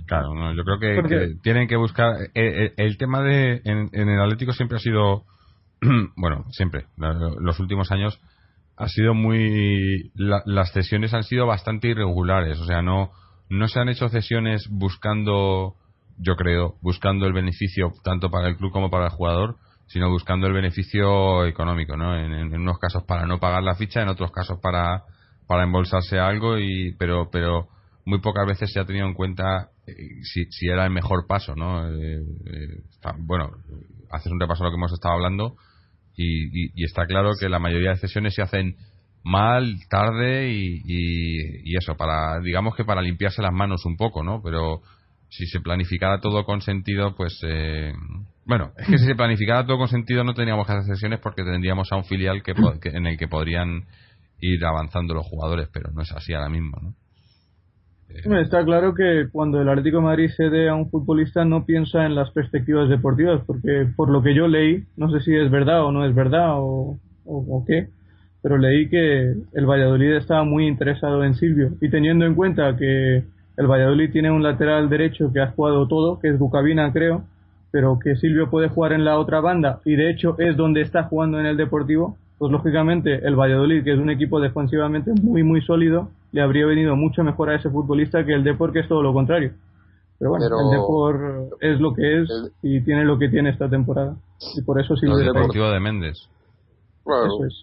Claro, no, yo creo que tienen que buscar el tema de en el Atlético siempre ha sido bueno, siempre los últimos años ha sido muy las cesiones han sido bastante irregulares, o sea, no se han hecho cesiones buscando, yo creo, buscando el beneficio tanto para el club como para el jugador, sino buscando el beneficio económico, ¿no? En unos casos para no pagar la ficha, en otros casos para embolsarse algo, pero muy pocas veces se ha tenido en cuenta si era el mejor paso, ¿no? Bueno, haces un repaso a lo que hemos estado hablando y está claro que la mayoría de cesiones se hacen mal, tarde y eso, digamos que para limpiarse las manos un poco, ¿no? Pero si se planificara todo con sentido, pues bueno, es que si se planificara todo con sentido no tendríamos que hacer cesiones porque tendríamos a un filial en el que podrían ir avanzando los jugadores, pero no es así ahora mismo, ¿no? Está claro que cuando el Atlético de Madrid cede a un futbolista no piensa en las perspectivas deportivas, porque por lo que yo leí, no sé si es verdad o no es verdad o qué, pero leí que el Valladolid estaba muy interesado en Silvio, y teniendo en cuenta que el Valladolid tiene un lateral derecho que ha jugado todo, que es Bucavina, creo, pero que Silvio puede jugar en la otra banda y de hecho es donde está jugando en el Deportivo, pues lógicamente el Valladolid, que es un equipo defensivamente muy muy sólido, le habría venido mucho mejor a ese futbolista que el Depor, que es todo lo contrario. Pero bueno, el Depor es lo que es y tiene lo que tiene esta temporada, y por eso Silvio el está Deportivo de Méndez. Claro,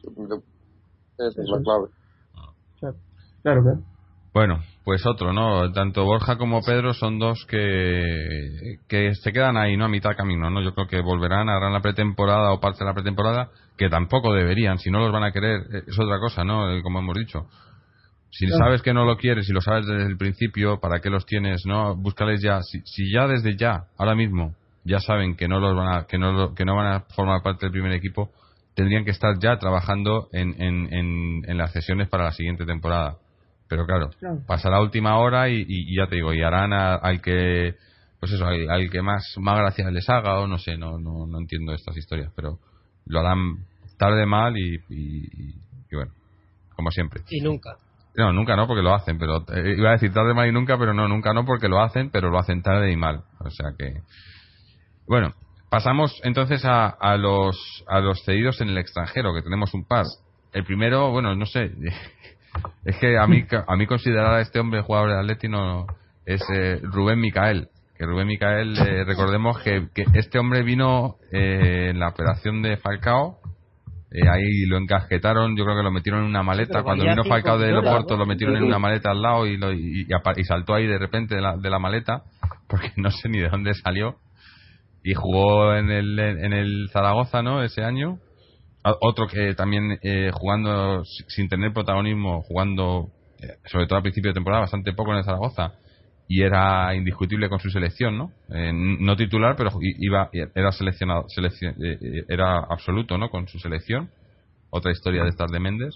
eso es la clave. Claro. Bueno, pues otro, ¿no? Tanto Borja como Pedro son dos que se quedan ahí, ¿no? A mitad camino, ¿no? Yo creo que volverán, harán la pretemporada o parte de la pretemporada, que tampoco deberían, si no los van a querer, es otra cosa, ¿no? Como hemos dicho. Si sabes que no lo quieres y lo sabes desde el principio, ¿para qué los tienes, no? Búscales ya, si ya desde ya, ahora mismo, ya saben que no van a formar parte del primer equipo, tendrían que estar ya trabajando en las sesiones para la siguiente temporada. Pero claro, pasará última hora y ya te digo, y harán al que, pues eso, al que más gracia les haga, o no sé, no entiendo estas historias, pero lo harán tarde, mal y bueno, como siempre. Y nunca. No, nunca no, porque lo hacen, pero iba a decir tarde, mal y nunca, pero no, nunca no, porque lo hacen, pero lo hacen tarde y mal. O sea que, bueno, pasamos entonces a los cedidos en el extranjero, que tenemos un par. El primero, bueno, no sé, es que a mí considerar a este hombre jugador de Atleti no es Rubén Micael. Que Rubén Micael, recordemos que este hombre vino en la operación de Falcao. Ahí lo encajetaron, yo creo que lo metieron en una maleta. Cuando vino Falcao de Oporto lo metieron en una maleta al lado y saltó ahí de repente de la maleta, porque no sé ni de dónde salió, y jugó en el Zaragoza, ¿no? Ese año. Otro que también jugando sin tener protagonismo, jugando sobre todo al principio de temporada bastante poco en el Zaragoza, y era indiscutible con su selección, ¿no? No titular, pero era seleccionado, era absoluto, ¿no? Con su selección. Otra historia de estas de Méndez.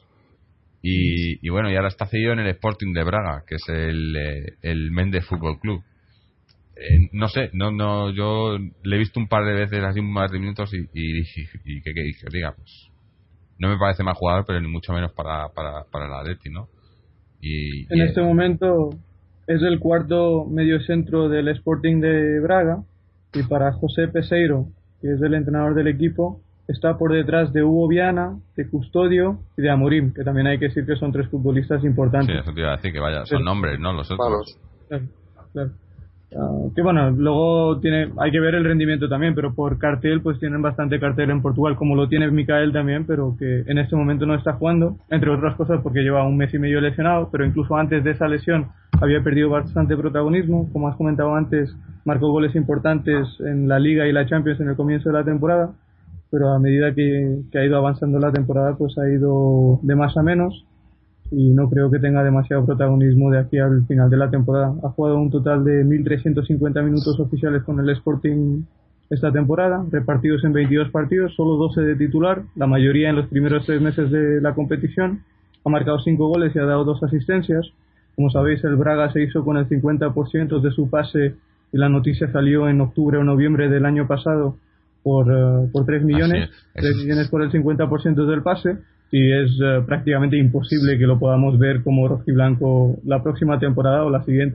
Y bueno, y ahora está cedido en el Sporting de Braga, que es el Méndez Fútbol Club. No sé, yo le he visto un par de veces, así un par de minutos, y que diga, pues no me parece mal jugador, pero ni mucho menos para el Atleti, ¿no? En este momento es el cuarto mediocentro del Sporting de Braga, y para José Peseiro, que es el entrenador del equipo, está por detrás de Hugo Viana, de Custodio y de Amorim, que también hay que decir que son tres futbolistas importantes. Sí, eso te iba a decir, que vaya, son nombres, ¿no? Los otros. Claro. Que bueno, luego hay que ver el rendimiento también, pero por cartel pues tienen bastante cartel en Portugal, como lo tiene Micael también, pero que en este momento no está jugando, entre otras cosas porque lleva un mes y medio lesionado, pero incluso antes de esa lesión había perdido bastante protagonismo. Como has comentado antes, marcó goles importantes en la Liga y la Champions en el comienzo de la temporada, pero a medida que ha ido avanzando la temporada pues ha ido de más a menos, y no creo que tenga demasiado protagonismo de aquí al final de la temporada. Ha jugado un total de 1.350 minutos oficiales con el Sporting esta temporada, repartidos en 22 partidos, solo 12 de titular, la mayoría en los primeros 3 meses de la competición. Ha marcado 5 goles y ha dado 2 asistencias. Como sabéis, el Braga se hizo con el 50% de su pase, y la noticia salió en octubre o noviembre del año pasado por 3 millones. 3 millones por el 50% del pase. Y es prácticamente imposible que lo podamos ver como rojiblanco la próxima temporada o las siguientes.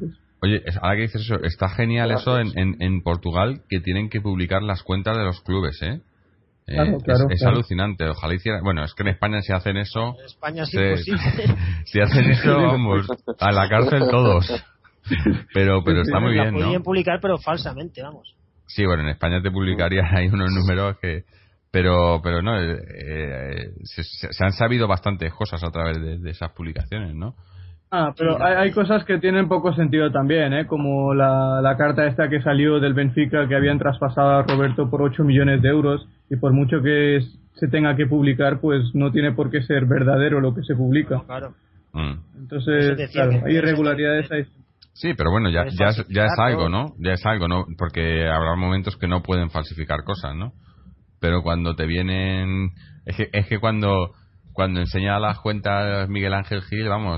Oye, ahora que dices eso, está genial eso en Portugal, que tienen que publicar las cuentas de los clubes, ¿eh? Claro, es alucinante. Ojalá hiciera. Bueno, es que en España si hacen eso. En España sí, pues sí. Si hacen eso, vamos, a la cárcel todos. Pero está muy bien, ¿no? Podrían publicar, pero falsamente, vamos. Sí, bueno, en España te publicarían ahí unos números que. Pero no, se han sabido bastantes cosas a través de esas publicaciones, ¿no? Pero hay cosas que tienen poco sentido también, ¿eh? Como la carta esta que salió del Benfica, que habían traspasado a Roberto por 8 millones de euros, y por mucho que se tenga que publicar, pues no tiene por qué ser verdadero lo que se publica. Claro. Entonces, claro, hay irregularidades ahí. Sí, pero bueno, ya es algo, ¿no? Ya es algo, ¿no? Porque habrá momentos que no pueden falsificar cosas, ¿no? Pero cuando te vienen... Es que cuando enseña las cuentas Miguel Ángel Gil, vamos,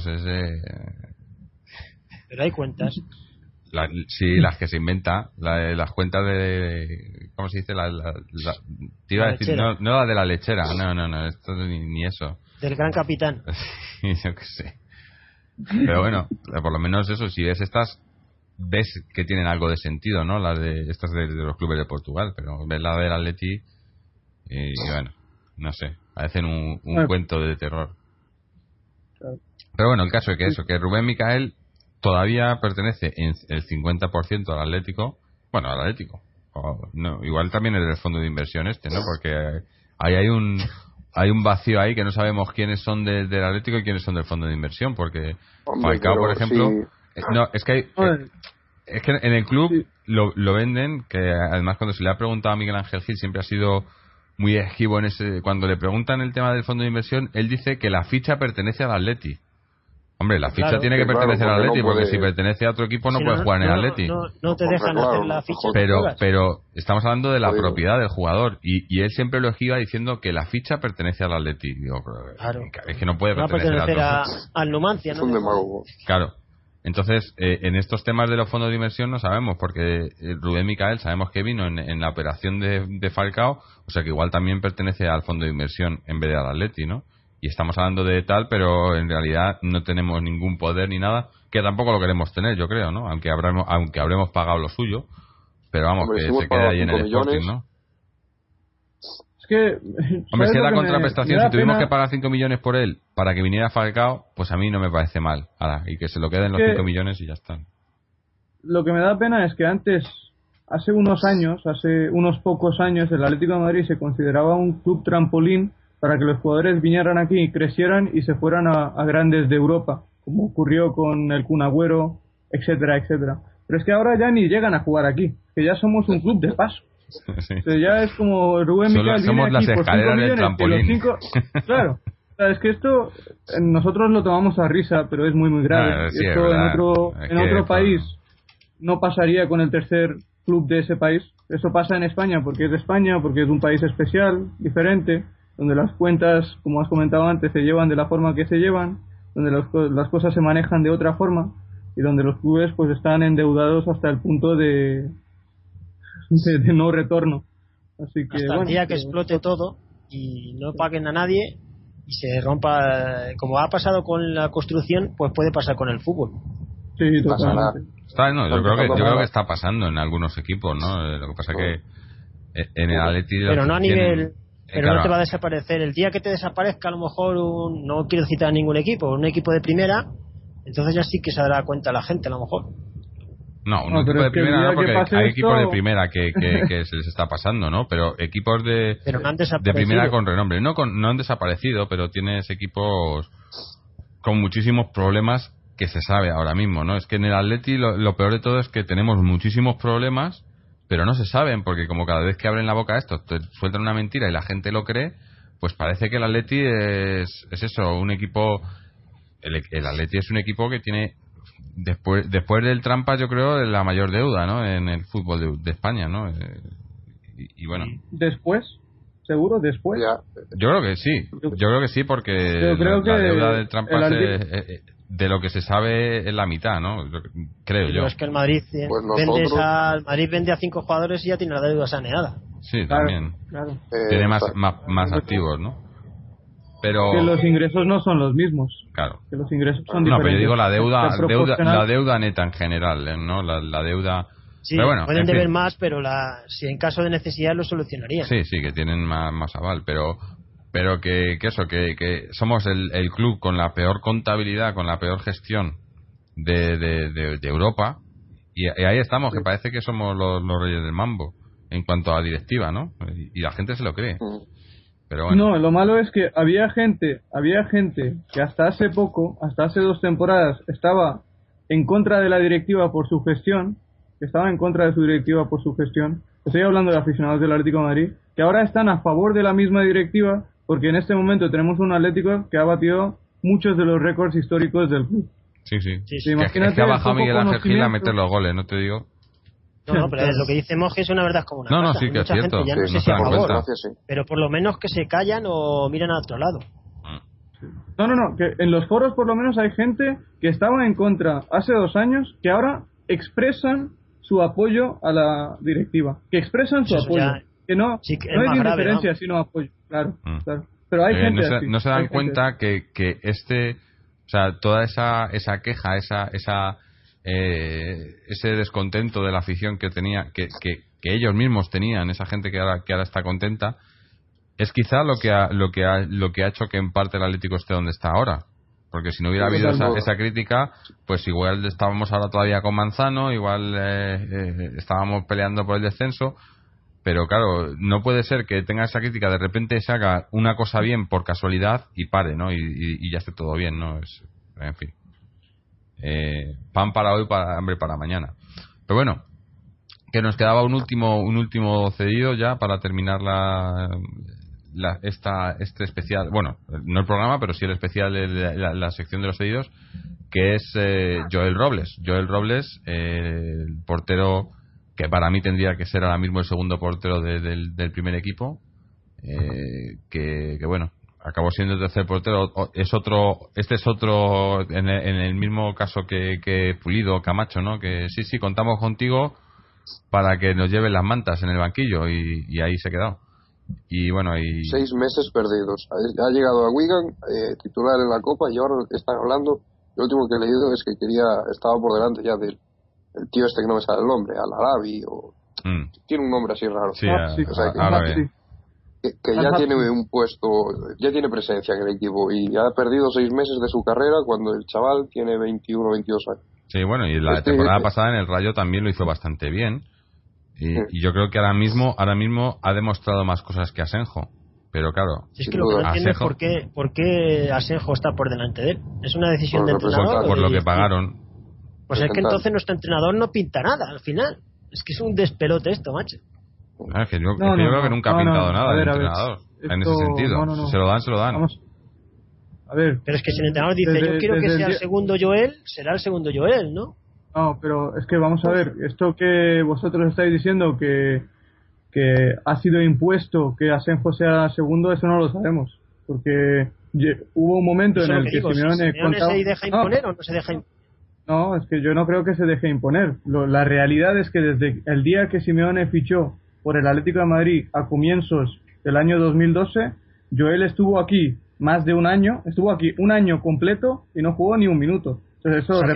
Pero hay cuentas. Sí, las que se inventa, las cuentas de... ¿Cómo se dice? Te iba a decir, no la de la lechera, no, esto ni eso. Del gran capitán. Yo qué sé. Pero bueno, por lo menos eso, si ves estas, ves que tienen algo de sentido, ¿no? Las de estas de los clubes de Portugal, pero ves la del Atleti y bueno, no sé, parecen un cuento de terror. Claro. Pero bueno, el caso es que Rubén Micael todavía pertenece en el 50% al Atlético. Bueno, al Atlético. No, igual también es del fondo de inversión ¿no? Porque ahí hay un vacío ahí que no sabemos quiénes son del Atlético y quiénes son del fondo de inversión, porque Falcao, por ejemplo, sí. No, es que en el club sí. lo venden, que además cuando se le ha preguntado a Miguel Ángel Gil siempre ha sido muy esquivo en ese. Cuando le preguntan el tema del fondo de inversión, él dice que la ficha pertenece al Atleti. Hombre, la ficha tiene que pertenecer al Atleti, porque si pertenece a otro equipo no puede jugar en el Atleti. No te dejan hacer la ficha. Pero estamos hablando de la propiedad del jugador, y él siempre lo esquiva diciendo que la ficha pertenece al Atleti. Digo, es que no puede pertenecer al Numancia, ¿no? Claro. Entonces, en estos temas de los fondos de inversión no sabemos, porque Rubén Micael sabemos que vino en la operación de Falcao, o sea que igual también pertenece al fondo de inversión en vez de al Atleti, ¿no? Y estamos hablando de tal, pero en realidad no tenemos ningún poder ni nada, que tampoco lo queremos tener, yo creo, ¿no? Aunque habremos pagado lo suyo, pero vamos, que se quede ahí en el Sporting, ¿no? Es que... Hombre, si es la contraprestación, si tuvimos que pagar 5 millones por él para que viniera Falcao, pues a mí no me parece mal. Y que se lo queden los 5 millones y ya están. Lo que me da pena es que antes, hace unos pocos años, el Atlético de Madrid se consideraba un club trampolín para que los jugadores vinieran aquí, crecieran y se fueran a grandes de Europa, como ocurrió con el Kun Agüero, etcétera, etcétera. Pero es que ahora ya ni llegan a jugar aquí, que ya somos un club de paso. Sí. O sea, ya es como Rubén Micael viene aquí las por 5 millones, del trampolín. Claro, o sea, es que esto nosotros lo tomamos a risa, pero es muy muy grave. Sí, esto en otro país no pasaría con el tercer club de ese país. Eso pasa en España porque es de España, porque es un país especial, diferente, donde las cuentas, como has comentado antes, se llevan de la forma que se llevan, donde las cosas se manejan de otra forma y donde los clubes pues están endeudados hasta el punto de no retorno. Así que hasta el día que explote todo y no paguen a nadie y se rompa, como ha pasado con la construcción, pues puede pasar con el fútbol. Sí, totalmente. Yo creo que está pasando en algunos equipos, ¿no? Lo que pasa es que en el Atleti, pero no a nivel... Pero no te va a desaparecer. El día que te desaparezca, a lo mejor, no quiero citar ningún equipo, un equipo de primera, entonces ya sí que se dará cuenta la gente, a lo mejor. No, un equipo de primera no, porque hay equipos de primera que se les está pasando, ¿no? Pero equipos de primera con renombre. No han desaparecido, pero tienes equipos con muchísimos problemas que se sabe ahora mismo, ¿no? Es que en el Atleti lo peor de todo es que tenemos muchísimos problemas, pero no se saben, porque como cada vez que abren la boca esto te sueltan una mentira y la gente lo cree, pues parece que el Atleti es eso, un equipo. El Atleti es un equipo que tiene después del Trampas, yo creo, la mayor deuda, ¿no? En el fútbol de España, ¿no? Y bueno, después después yo creo que sí, porque la deuda del Trampas de lo que se sabe es la mitad, ¿no? Creo yo. Pero es que el Madrid vende a 5 jugadores y ya tiene la deuda saneada. Sí, también. Claro. Tiene más activos, ¿no? Pero que los ingresos no son los mismos. Claro. Que los ingresos son No, diferentes. pero yo digo la deuda neta en general, ¿no? La deuda... Sí, pero bueno, pueden deber más, pero si en caso de necesidad lo solucionarían. Sí, que tienen más aval, pero que somos el club con la peor contabilidad, con la peor gestión de Europa, y ahí estamos, que parece que somos los reyes del mambo en cuanto a directiva, ¿no? Y la gente se lo cree. Pero bueno. No, lo malo es que había gente que hasta hace poco, hasta hace 2 temporadas, estaba en contra de la directiva por su gestión, estoy hablando de aficionados del Atlético de Madrid, que ahora están a favor de la misma directiva, porque en este momento tenemos un Atlético que ha batido muchos de los récords históricos del club. Sí. Imagínate, es que ha bajado Miguel Ángel Gil a meter los goles, no te digo. No, pero lo que dice Monge es una verdad como una No, casa. sí que Mucha es cierto. gente ya no sé si a favor, pero por lo menos que se callan o miran a otro lado. No, que en los foros por lo menos hay gente que estaba en contra hace 2 años, que ahora expresan su apoyo a la directiva, que expresan su apoyo, que no es indiferencia, sino apoyo, claro. Pero hay gente así. No se dan cuenta que o sea, toda esa queja, ese descontento de la afición que tenía, que ellos mismos tenían, esa gente que ahora está contenta, es quizá lo que ha hecho que en parte el Atlético esté donde está ahora. Porque si no hubiera habido esa crítica, pues igual estábamos ahora todavía con Manzano, igual estábamos peleando por el descenso. Pero claro, no puede ser que tenga esa crítica, de repente se haga una cosa bien por casualidad y pare, ¿no? Y ya esté todo bien, ¿no? En fin. Pan para hoy, hambre para mañana. Pero bueno, que nos quedaba un último cedido ya para terminar este especial, bueno, no el programa, pero sí el especial de la sección de los cedidos, que es Joel Robles, el portero que para mí tendría que ser ahora mismo el segundo portero del primer equipo, que bueno, acabó siendo el tercer portero. Este es otro en el mismo caso que Pulido, Camacho, ¿no? Que sí, contamos contigo para que nos lleven las mantas en el banquillo, y ahí se ha quedado. Y bueno, 6 meses perdidos. Ha llegado a Wigan, titular en la Copa, y ahora están hablando. Lo último que he leído es que estaba por delante ya del tío este que no me sale el nombre, Al-Arabi, tiene un nombre así raro. Sí, que ya tiene un puesto, ya tiene presencia en el equipo, y ha perdido 6 meses de su carrera cuando el chaval tiene 21 o 22 años. Sí, bueno, y la temporada pasada en el Rayo también lo hizo bastante bien. Y yo creo que ahora mismo ha demostrado más cosas que Asenjo. Pero claro, si es que lo que no entiendo es por qué Asenjo está por delante de él. Es una decisión de entrenador. Por lo que pagaron. Pues es que entonces nuestro entrenador no pinta nada al final. Es que es un despelote esto, macho. Es que yo creo que nunca ha pintado nada el entrenador. En ese sentido. Si se lo dan. Vamos. A ver. Pero es que si el entrenador dice yo quiero que sea el segundo Joel, será el segundo Joel, ¿no? No, pero es que vamos a ver, esto que vosotros estáis diciendo que ha sido impuesto que Asenjo sea segundo, eso no lo sabemos, porque hubo un momento en el que Simeone contaba... ¿Se deja imponer o no se deja imponer? No, es que yo no creo que se deje imponer. La realidad es que desde el día que Simeone fichó por el Atlético de Madrid a comienzos del año 2012, Joel estuvo aquí más de un año, estuvo aquí un año completo y no jugó ni un minuto. Entonces eso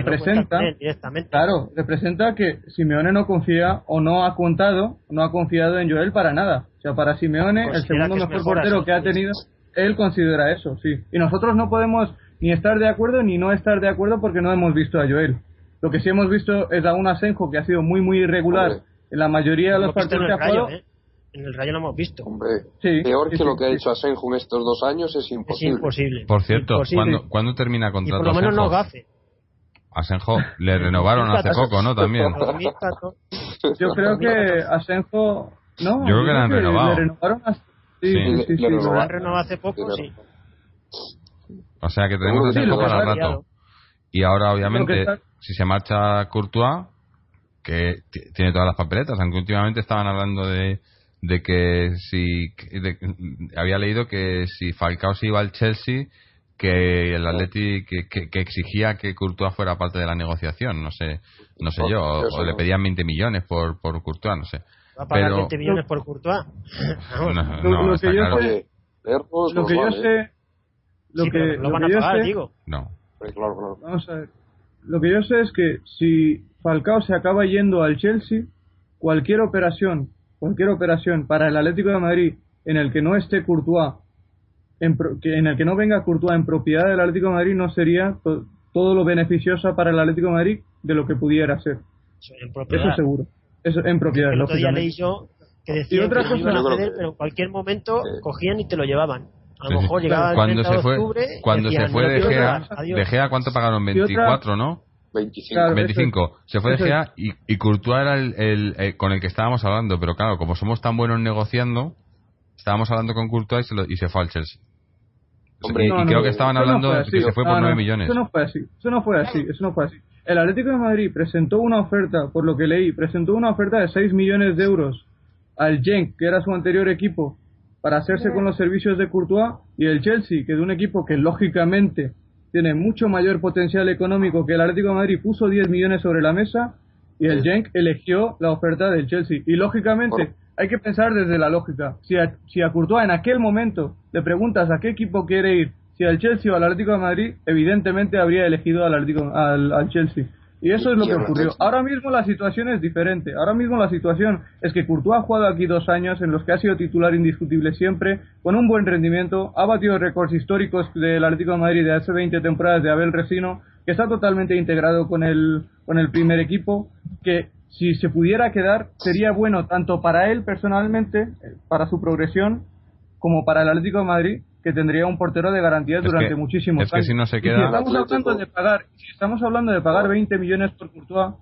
representa que Simeone no confía o no ha confiado en Joel para nada. O sea, para Simeone, el segundo mejor portero que ha tenido, él considera eso, sí. Y nosotros no podemos ni estar de acuerdo ni no estar de acuerdo porque no hemos visto a Joel. Lo que sí hemos visto es a un Asenjo que ha sido muy, muy irregular en la mayoría de los partidos que ha jugado. En el Rayo lo hemos visto. Hombre, peor que lo que ha hecho Asenjo en estos 2 años es imposible. Es imposible. Por cierto, ¿cuándo termina contrato? Y por lo menos no gafe. Asenjo le renovaron hace poco, ¿no? También. Yo creo que Asenjo... No, yo creo que le han renovado. Le renovaron Lo han renovado hace poco, sí. O sea que tenemos Asenjo para el rato. Y ahora, obviamente, si se marcha Courtois, que tiene todas las papeletas, aunque últimamente estaban hablando de que había leído que si Falcao se iba al Chelsea, que el Atleti que exigía que Courtois fuera parte de la negociación, no sé yo, o le pedían 20 millones por Courtois, no sé. ¿Va a pagar 20 millones por Courtois? Lo van a pagar, digo. No. Claro. Vamos a ver. Lo que yo sé es que si Falcao se acaba yendo al Chelsea, cualquier operación para el Atlético de Madrid en el que no esté Courtois, en el que no venga Courtois en propiedad del Atlético de Madrid, no sería todo lo beneficiosa para el Atlético de Madrid de lo que pudiera ser. Eso seguro. Eso en propiedad. El otro día leí yo que decían que lo iban a ceder, pero en cualquier momento cogían y te lo llevaban. A lo mejor llegaba el 30 de octubre. Cuando se fue De Gea, ¿cuánto pagaron? 24, ¿no? 25. Claro, 25. Se fue De Gea y Courtois era el con el que estábamos hablando, pero claro, como somos tan buenos negociando, estábamos hablando con Courtois y se fue al Chelsea. Hombre, y creo que estaban hablando de que se fue por 9 millones. Eso no fue así. El Atlético de Madrid presentó una oferta, por lo que leí, de 6 millones de euros al Genk, que era su anterior equipo, para hacerse con los servicios de Courtois, y el Chelsea, que de un equipo que lógicamente tiene mucho mayor potencial económico que el Atlético de Madrid, puso 10 millones sobre la mesa, y el Genk eligió la oferta del Chelsea. Y lógicamente hay que pensar desde la lógica. Si a Courtois en aquel momento le preguntas a qué equipo quiere ir, si al Chelsea o al Atlético de Madrid, evidentemente habría elegido al Chelsea. Y eso es lo que ocurrió. Ahora mismo la situación es diferente. Ahora mismo la situación es que Courtois ha jugado aquí 2 años en los que ha sido titular indiscutible siempre, con un buen rendimiento, ha batido récords históricos del Atlético de Madrid de hace 20 temporadas de Abel Resino, que está totalmente integrado con el primer equipo, que si se pudiera quedar sería bueno tanto para él personalmente, para su progresión, como para el Atlético de Madrid, que tendría un portero de garantías durante muchísimos años. Es que si no se queda... Si estamos hablando de pagar 20 millones por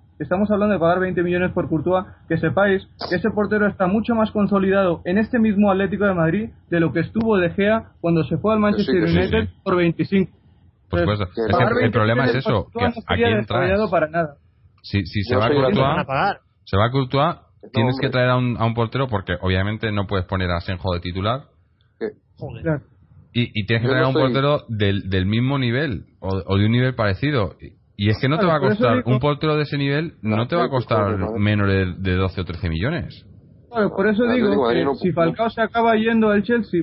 Courtois, que sepáis que ese portero está mucho más consolidado en este mismo Atlético de Madrid de lo que estuvo De Gea cuando se fue al Manchester United por 25. Por supuesto. El problema es eso, que aquí entras... para nada. Si se va Courtois, tienes que traer a un portero, porque obviamente no puedes poner a Asenjo de titular. Joder. Y tienes que traer a un portero del mismo nivel o de un nivel parecido. Y es que no te va a costar un portero de ese nivel, no te va a costar menos de 12 o 13 millones. Bueno, por eso digo que si Falcao se acaba yendo al Chelsea,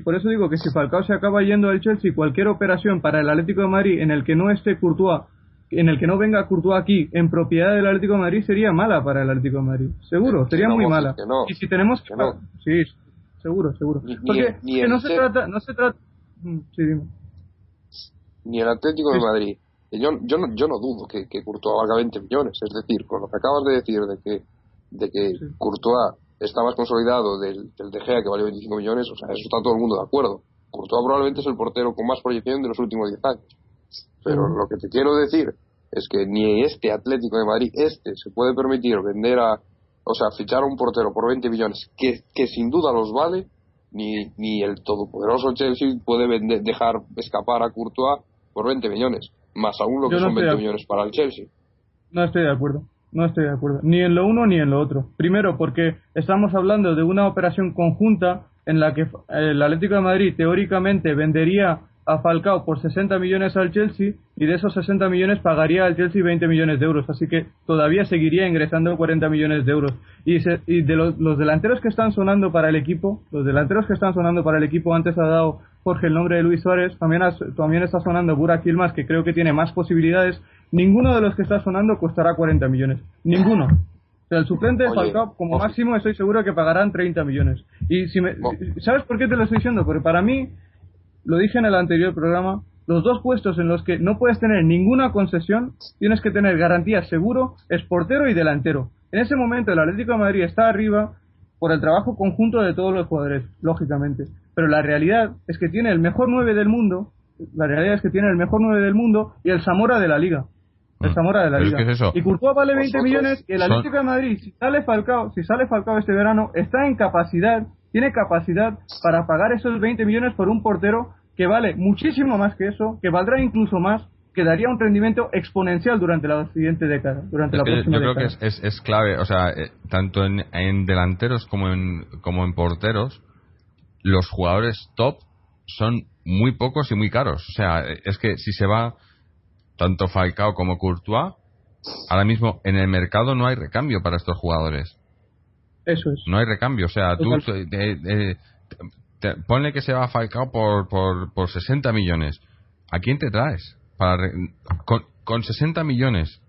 cualquier operación para el Atlético de Madrid en el que no esté Courtois, en el que no venga Courtois aquí en propiedad del Atlético de Madrid, sería mala para el Atlético de Madrid. Seguro, sería muy mala. Y si tenemos que sí, seguro. Porque no se trata. Sí, dime. Ni el Atlético de Madrid. Yo no dudo que Courtois valga 20 millones. Es decir, con lo que acabas de decir de que Courtois está más consolidado del De Gea, que vale 25 millones, o sea, eso está todo el mundo de acuerdo. Courtois probablemente es el portero con más proyección de los últimos 10 años. Pero lo que te quiero decir es que ni este Atlético de Madrid, se puede permitir fichar a un portero por 20 millones, que sin duda los vale, ni el todopoderoso Chelsea puede dejar escapar a Courtois por 20 millones, más aún lo que son 20 millones para el Chelsea. No estoy de acuerdo, ni en lo uno ni en lo otro. Primero, porque estamos hablando de una operación conjunta en la que el Atlético de Madrid teóricamente vendería a Falcao por 60 millones al Chelsea, y de esos 60 millones pagaría al Chelsea 20 millones de euros, así que todavía seguiría ingresando 40 millones de euros. Y de los delanteros que están sonando para el equipo, antes ha dado Jorge el nombre de Luis Suárez, también está sonando Burak Yilmaz, que creo que tiene más posibilidades. Ninguno de los que está sonando costará 40 millones, ninguno. O sea, el suplente de Falcao, como máximo, estoy seguro que pagarán 30 millones. Y ¿sabes por qué te lo estoy diciendo? Porque para mí, lo dije en el anterior programa, los dos puestos en los que no puedes tener ninguna concesión, tienes que tener garantías seguro, es portero y delantero. En ese momento el Atlético de Madrid está arriba por el trabajo conjunto de todos los jugadores, lógicamente. Pero la realidad es que tiene el mejor 9 del mundo, y el Zamora de la Liga. ¿Qué es eso? Y Courtois vale 20 millones, y el Atlético de Madrid, si sale Falcao este verano, tiene capacidad para pagar esos 20 millones por un portero que vale muchísimo más que eso, que valdrá incluso más, que daría un rendimiento exponencial durante la siguiente década, durante la próxima década. Yo creo que es clave, o sea, tanto en delanteros como en porteros, los jugadores top son muy pocos y muy caros. O sea, es que si se va tanto Falcao como Courtois, ahora mismo en el mercado no hay recambio para estos jugadores. Eso es. No hay recambio, o sea, tú ponle que se va Falcao por 60 millones. ¿A quién te traes? Con 60 millones.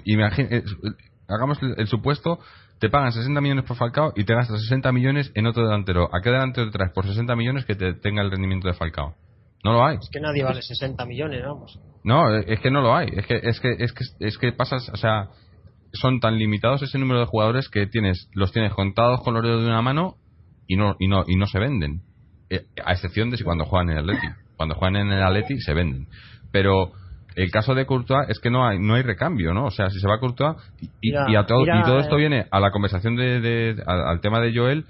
Hagamos el supuesto, te pagan 60 millones por Falcao y te gastas 60 millones en otro delantero. ¿A qué delantero te traes por 60 millones que te tenga el rendimiento de Falcao? No lo hay. Es que nadie vale 60 millones, vamos. No, es que no lo hay. Es que pasas, o sea, son tan limitados ese número de jugadores que los tienes contados con los dedos de una mano y no se venden. A excepción de si cuando juegan en el Atleti. Cuando juegan en el Atleti se venden. Pero el caso de Courtois es que no hay recambio, ¿no? O sea, si se va Courtois y todo esto viene a la conversación al tema de Joel,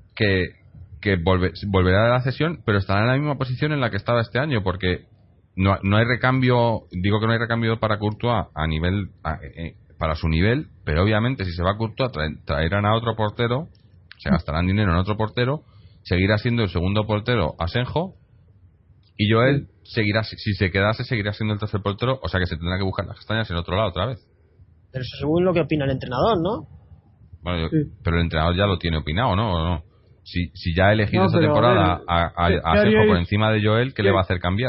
que volverá de la cesión, pero estará en la misma posición en la que estaba este año, porque no hay recambio. Digo que no hay recambio para Courtois a nivel para su nivel, pero obviamente si se va Courtois traerán a otro portero, se gastarán dinero en otro portero, seguirá siendo el segundo portero Asenjo, y Joel seguirá, si se quedase, seguirá siendo el tercer portero, o sea que se tendrá que buscar las castañas en otro lado otra vez. Pero eso según lo que opina el entrenador, ¿no? Bueno, pero el entrenador ya lo tiene opinado, ¿no? ¿O no? Si ya ha elegido esta temporada a Asenjo por encima de Joel, ¿qué le va a hacer cambiar?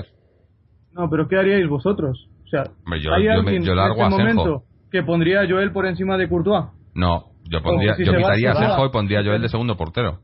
No, pero ¿qué haríais vosotros? O sea, hombre, ¿hay alguien yo largo en este a Asenjo momento que pondría a Joel por encima de Courtois? No, yo quitaría a Asenjo y pondría a Joel de segundo portero.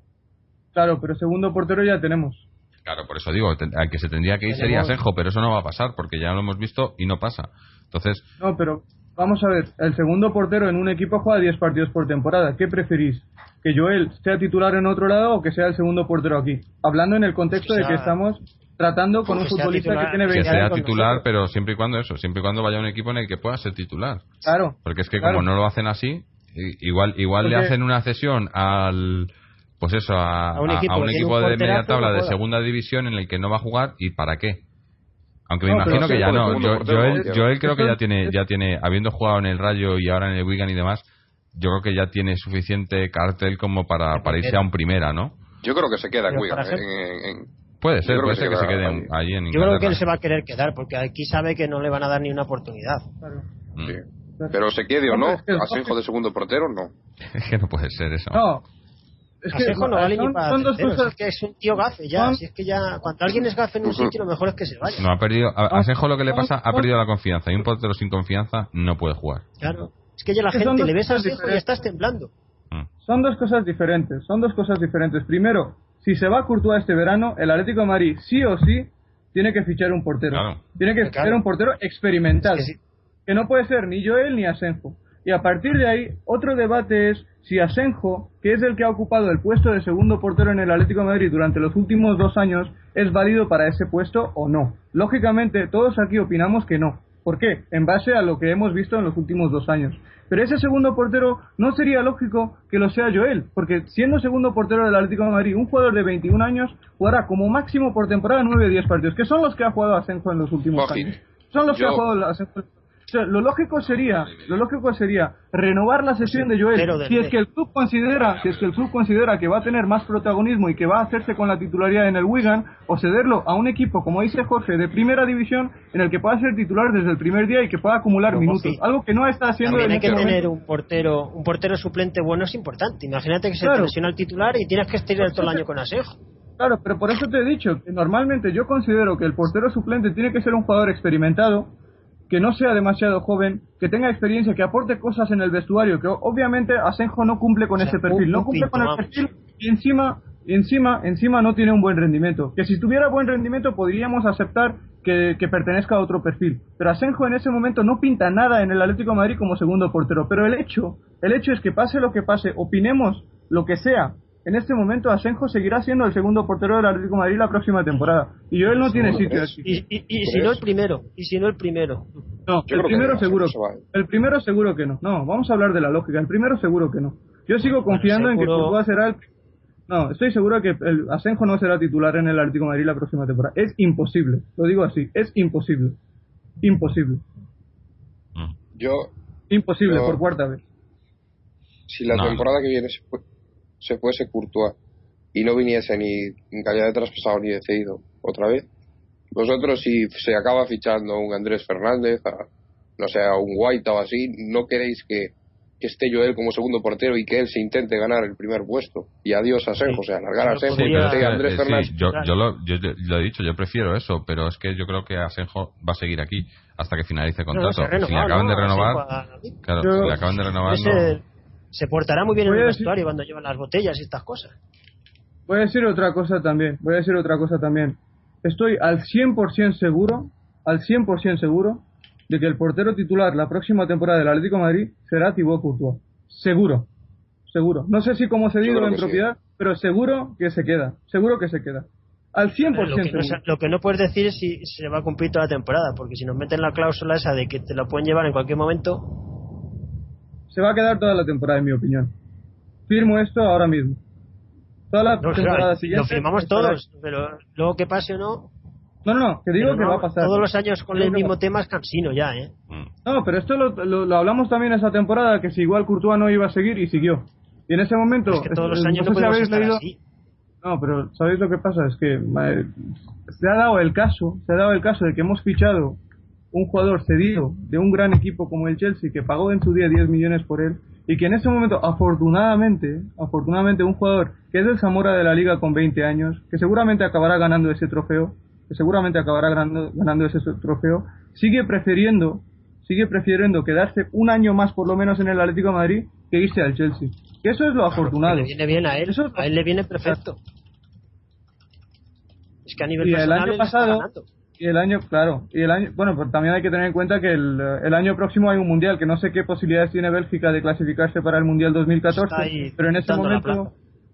Claro, pero segundo portero ya tenemos. Claro, por eso digo, al que se tendría que ir sería Asenjo, pero eso no va a pasar, porque ya lo hemos visto y no pasa. Entonces... No, pero vamos a ver, el segundo portero en un equipo juega 10 partidos por temporada. ¿Qué preferís? ¿Que Joel sea titular en otro lado o que sea el segundo portero aquí? Hablando en el contexto de que estamos tratando con un futbolista que tiene 20 años. Que sea titular, pero siempre y cuando vaya a un equipo en el que pueda ser titular. Claro. Porque es que como no lo hacen así, igual le hacen una cesión al... Pues eso, a un equipo de media tabla de segunda división en el que no va a jugar, ¿y para qué? Aunque me imagino que ya no. Joel creo que ya tiene, habiendo jugado en el Rayo y ahora en el Wigan y demás, yo creo que ya tiene suficiente cartel como para irse a un primera, ¿no? Yo creo que se queda en Wigan. Puede ser que se quede allí en Inglaterra. Yo creo que él se va a querer quedar, porque aquí sabe que no le van a dar ni una oportunidad. Claro. Sí. Pero se quede o no, Asenjo de segundo portero, no. Es que no puede ser eso. No. Es que Asenjo no vale ni para son dos cosas. Es que es un tío gafe ya. Si es que ya, cuando alguien es gafe en un sitio, lo mejor es que se vaya. No, ha perdido. A Asenjo lo que le pasa, ha perdido la confianza. Y un portero sin confianza no puede jugar. Claro. Es que ya la gente le ves a Asenjo y estás temblando. Son dos cosas diferentes. Primero, si se va a Courtois este verano, el Atlético de Madrid sí o sí tiene que fichar un portero. Claro. Tiene que fichar un portero experimental. Es que no puede ser ni Joel ni Asenjo. Y a partir de ahí, otro debate es si Asenjo, que es el que ha ocupado el puesto de segundo portero en el Atlético de Madrid durante los últimos 2 años, es válido para ese puesto o no. Lógicamente, todos aquí opinamos que no. ¿Por qué? En base a lo que hemos visto en los últimos 2 años. Pero ese segundo portero no sería lógico que lo sea Joel, porque siendo segundo portero del Atlético de Madrid, un jugador de 21 años jugará como máximo por temporada 9 o 10 partidos, que son los que ha jugado Asenjo en los últimos años. Son los que ha jugado Asenjo. O sea, lo lógico sería renovar la sesión de Joel. Si es que el club considera que va a tener más protagonismo y que va a hacerse con la titularidad en el Wigan, o cederlo a un equipo, como dice Jorge, de primera división, en el que pueda ser titular desde el primer día y que pueda acumular minutos. Algo que no está haciendo. También hay que tener un portero suplente bueno, es importante. Imagínate que se te lesiona el titular y tienes que estar todo el año con Asenjo. Claro, pero por eso te he dicho que normalmente yo considero que el portero suplente tiene que ser un jugador experimentado, que no sea demasiado joven, que tenga experiencia, que aporte cosas en el vestuario, que obviamente Asenjo no cumple con ese perfil, no cumple con el perfil y encima no tiene un buen rendimiento. Que si tuviera buen rendimiento podríamos aceptar que pertenezca a otro perfil, pero Asenjo en ese momento no pinta nada en el Atlético de Madrid como segundo portero, pero el hecho es que pase lo que pase, opinemos lo que sea, en este momento Asenjo seguirá siendo el segundo portero del Atlético de Madrid la próxima temporada. Y Joel no tiene sitio aquí. Y si no el primero. No, el primero seguro que no. No, vamos a hablar de la lógica. El primero seguro que no. Yo sigo confiando en que Courtois será el... No, estoy seguro que el Asenjo no será titular en el Atlético de Madrid la próxima temporada. Es imposible. Lo digo así. Es imposible. Imposible. Imposible, por cuarta vez. Si la temporada que viene se fuese Courtois y no viniese ni en calidad de traspasado ni de cedido otra vez, vosotros si se acaba fichando un Andrés Fernández, no sé, a un Guaita o así, ¿no queréis que que esté Joel como segundo portero y que él se intente ganar el primer puesto. Y adiós a Asenjo, o sea, largar a Asenjo y que esté Andrés Fernández. Yo lo he dicho, yo prefiero eso, pero es que yo creo que Asenjo va a seguir aquí hasta que finalice el contrato. Si le acaban de renovar, claro, si le acaban de renovar, se portará muy bien en el vestuario cuando llevan las botellas y estas cosas. Voy a decir otra cosa también. Estoy al 100% seguro de que el portero titular la próxima temporada del Atlético de Madrid será Thibaut Courtois. Seguro. No sé si como cedido en propiedad, sí, pero seguro que se queda. Al 100%. Lo que no puedes decir es si se va a cumplir toda la temporada, porque si nos meten la cláusula esa de que te la pueden llevar en cualquier momento... Se va a quedar toda la temporada, en mi opinión. Firmo esto ahora mismo. Toda la temporada siguiente... Lo firmamos todos, pero luego que pase o no... No, que digo que va a pasar. Todos los años con el mismo tema es cansino ya, ¿eh? No, pero esto lo hablamos también esa temporada, que si igual Courtois no iba a seguir y siguió. Y en ese momento... Es que todos los años no podemos estar así. No, pero ¿sabéis lo que pasa? Es que se ha dado el caso de que hemos fichado un jugador cedido de un gran equipo como el Chelsea, que pagó en su día 10 millones por él, y que en ese momento, afortunadamente, un jugador que es del Zamora de la Liga con 20 años, que seguramente acabará ganando ese trofeo, sigue prefiriendo quedarse un año más por lo menos en el Atlético de Madrid que irse al Chelsea. Que eso es lo afortunado. Le viene bien a él, a él le viene perfecto. Es que a nivel personal el año pasado bueno, pues también hay que tener en cuenta que el año próximo hay un mundial, que no sé qué posibilidades tiene Bélgica de clasificarse para el mundial 2014, pero en ese momento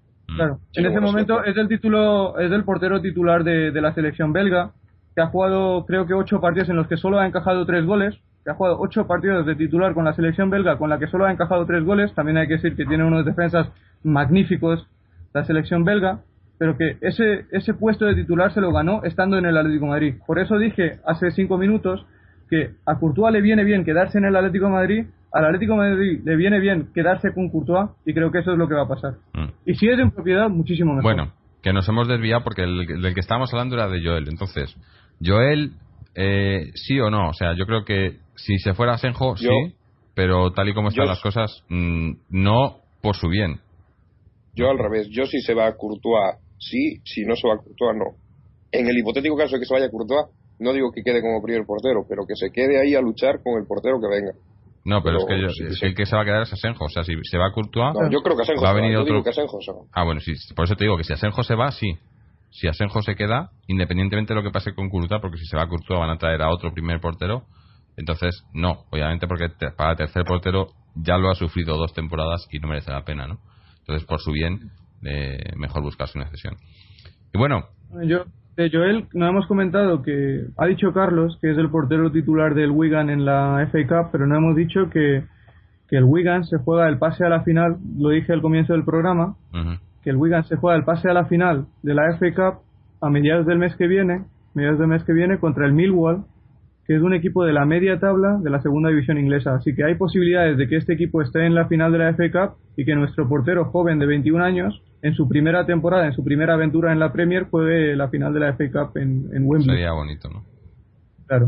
es del portero titular de la selección belga, que ha jugado creo que 8 partidos en los que solo ha encajado 3 goles, que ha jugado 8 partidos de titular con la selección belga, con la que solo ha encajado 3 goles. También hay que decir que tiene unos defensas magníficos la selección belga, pero que ese puesto de titular se lo ganó estando en el Atlético de Madrid. Por eso dije hace 5 minutos que a Courtois le viene bien quedarse en el Atlético de Madrid, al Atlético de Madrid le viene bien quedarse con Courtois, y creo que eso es lo que va a pasar. Y si es en propiedad, muchísimo mejor. Bueno, que nos hemos desviado porque del que estábamos hablando era de Joel. Entonces, Joel, sí o no, o sea, yo creo que si se fuera Asenjo, sí, pero tal y como están las cosas, no por su bien. Yo al revés, yo si se va a Courtois, sí, si no se va a Courtois, no. En el hipotético caso de que se vaya a Courtois, no digo que quede como primer portero, pero que se quede ahí a luchar con el portero que venga. No, pero es que el que se va a quedar es Asenjo. O sea, si se va a Courtois, no, yo creo que Asenjo va a venir otro. Digo que Asenjo se va. Ah, bueno, sí, por eso te digo que si Asenjo se va, sí. Si Asenjo se queda, independientemente de lo que pase con Courtois, porque si se va a Courtois van a traer a otro primer portero, entonces no, obviamente, porque para el tercer portero ya lo ha sufrido 2 temporadas y no merece la pena, ¿no? Entonces, por su bien, mejor buscarse una cesión. Y bueno, de Joel no hemos comentado que ha dicho Carlos que es el portero titular del Wigan en la FA Cup, pero no hemos dicho que el Wigan se juega el pase a la final. Lo dije al comienzo del programa, que el Wigan se juega el pase a la final de la FA Cup a mediados del mes que viene contra el Millwall, que es un equipo de la media tabla de la segunda división inglesa. Así que hay posibilidades de que este equipo esté en la final de la FA Cup y que nuestro portero joven de 21 años, en su primera temporada, en su primera aventura en la Premier, juegue la final de la FA Cup en Wembley. Sería bonito, ¿no? Claro.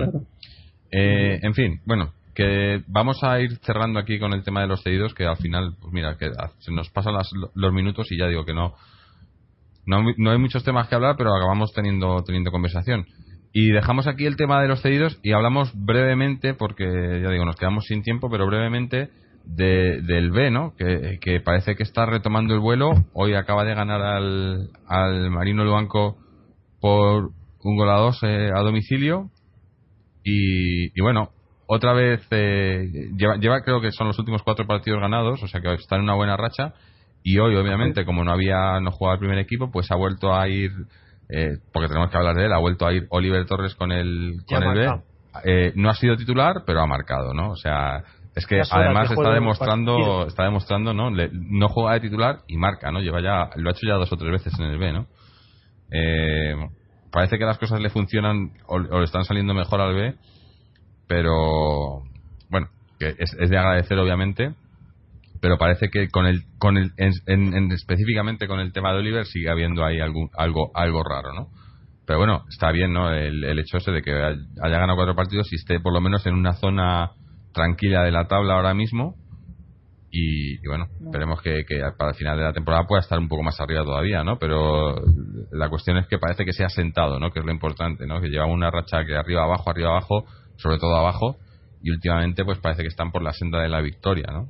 En fin, bueno, que vamos a ir cerrando aquí con el tema de los cedidos, que al final, pues mira, que se nos pasan los minutos y ya digo que no hay muchos temas que hablar, pero acabamos teniendo conversación. Y dejamos aquí el tema de los cedidos y hablamos brevemente, porque ya digo, nos quedamos sin tiempo, pero brevemente del B, ¿no? Que parece que está retomando el vuelo. Hoy acaba de ganar al Marino Luanco por 1-2 a domicilio. Y bueno, otra vez lleva creo que son los últimos 4 partidos ganados, o sea que está en una buena racha. Y hoy, obviamente, como no jugaba el primer equipo, pues ha vuelto a ir, porque tenemos que hablar de él, ha vuelto a ir Oliver Torres con el B. No ha sido titular, pero ha marcado, ¿no? O sea, es que además está demostrando, ¿no? No juega de titular y marca, ¿no? Lo ha hecho ya 2 o 3 veces en el B, ¿no? Parece que las cosas le funcionan o le están saliendo mejor al B, pero bueno, que es de agradecer, obviamente. Pero parece que específicamente con el tema de Oliver sigue habiendo ahí algo raro, ¿no? Pero bueno, está bien, ¿no? El hecho ese de que haya ganado 4 partidos y esté por lo menos en una zona tranquila de la tabla ahora mismo, y bueno, esperemos que para el final de la temporada pueda estar un poco más arriba todavía, ¿no? Pero la cuestión es que parece que se ha sentado, ¿no? Que es lo importante, ¿no? Que lleva una racha que arriba abajo, sobre todo abajo, y últimamente pues parece que están por la senda de la victoria, ¿no?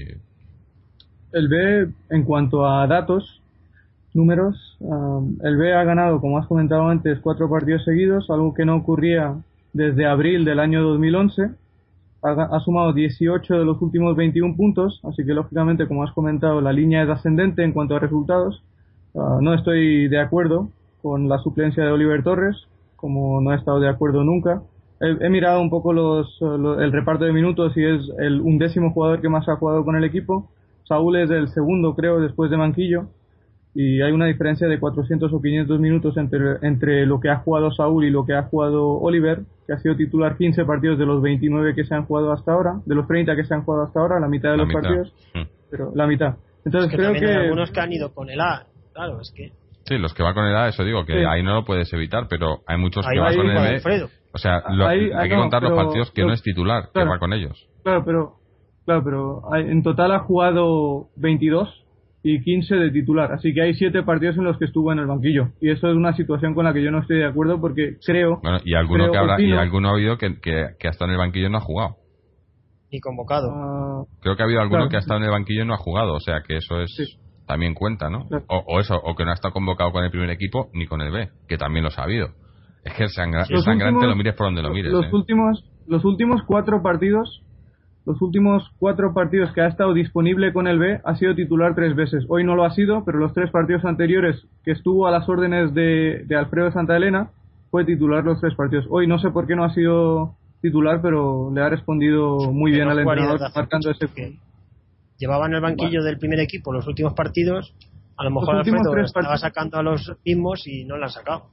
El B, en cuanto a datos, números, el B ha ganado, como has comentado antes, 4 partidos seguidos, algo que no ocurría desde abril del año 2011. Ha sumado 18 de los últimos 21 puntos, así que lógicamente, como has comentado, la línea es ascendente en cuanto a resultados. No estoy de acuerdo con la suplencia de Oliver Torres, como no he estado de acuerdo nunca. He mirado un poco el reparto de minutos y es el 11º jugador que más ha jugado con el equipo. Saúl es el segundo, creo, después de Manquillo, y hay una diferencia de 400 o 500 minutos entre lo que ha jugado Saúl y lo que ha jugado Oliver, que ha sido titular 15 partidos de los 29 que se han jugado hasta ahora, de los 30 que se han jugado hasta ahora, la mitad de los partidos, pero la mitad. Entonces creo que hay algunos que han ido con el A, claro, es que sí, los que van con el A, eso digo, que sí, ahí no lo puedes evitar, pero hay muchos que van con el B. Alfredo. O sea, hay que contar los partidos que no es titular, claro, que va con ellos. Claro, pero en total ha jugado 22 y 15 de titular, así que hay 7 partidos en los que estuvo en el banquillo, y eso es una situación con la que yo no estoy de acuerdo, porque creo... Bueno, y alguno ha habido que ha estado en el banquillo y no ha jugado. Ni convocado. Creo que ha habido alguno que ha estado en el banquillo y no ha jugado, o sea que eso es... Sí. También cuenta, ¿no? Claro. O que no ha estado convocado con el primer equipo ni con el B, que también lo ha sabido. Es que el sangrante lo mires por donde lo mires. Los últimos 4 partidos... Los últimos 4 partidos que ha estado disponible con el B ha sido titular 3 veces. Hoy no lo ha sido, pero los 3 partidos anteriores que estuvo a las órdenes de Alfredo Santa Elena fue titular los 3 partidos. Hoy no sé por qué no ha sido titular, pero le ha respondido muy bien al entrenador marcando ese punto. Llevaba en el banquillo del primer equipo los últimos partidos, a lo mejor Alfredo estaba sacando a los mismos y no lo han sacado.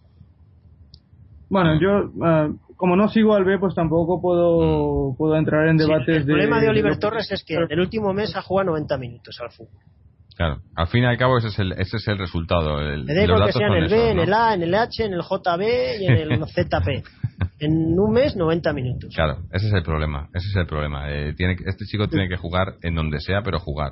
Bueno, yo como no sigo al B, pues tampoco puedo entrar en debates. El problema de Oliver Torres es que en el último mes ha jugado 90 minutos al fútbol. Claro, al fin y al cabo ese es el resultado. Me da igual que sea en el B, en el A, en el H, en el JB y en el ZP. En un mes 90 minutos. Claro, ese es el problema. Este chico tiene que jugar en donde sea, pero jugar.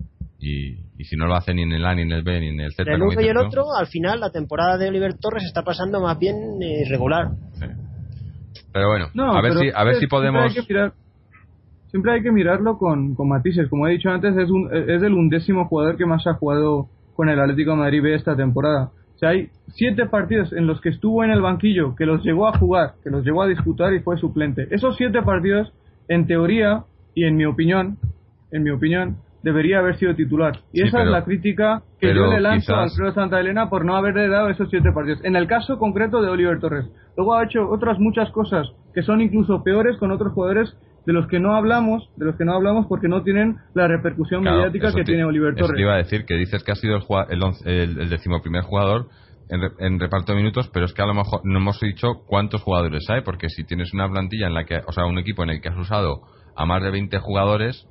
Y si no lo hace ni en el A, ni en el B, ni en el Z. El uno y el otro, al final la temporada de Oliver Torres está pasando más bien regular. Sí. Pero bueno, a ver si podemos... Siempre hay que mirarlo con matices. Como he dicho antes, es el 11º jugador que más ha jugado con el Atlético de Madrid B esta temporada. O sea, hay 7 partidos en los que estuvo en el banquillo, que los llegó a jugar, que los llegó a disputar y fue suplente. Esos 7 partidos, en teoría, y en mi opinión, debería haber sido titular. Y esa es la crítica que yo le lanzo a Alfredo Santa Elena por no haberle dado esos 7 partidos. En el caso concreto de Oliver Torres. Luego ha hecho otras muchas cosas que son incluso peores con otros jugadores de los que no hablamos porque no tienen la repercusión mediática que tiene Oliver Torres. Te iba a decir que dices que ha sido el 11º jugador en reparto de minutos, pero es que a lo mejor no hemos dicho cuántos jugadores hay, porque si tienes una plantilla en la que, o sea, un equipo en el que has usado a más de 20 jugadores,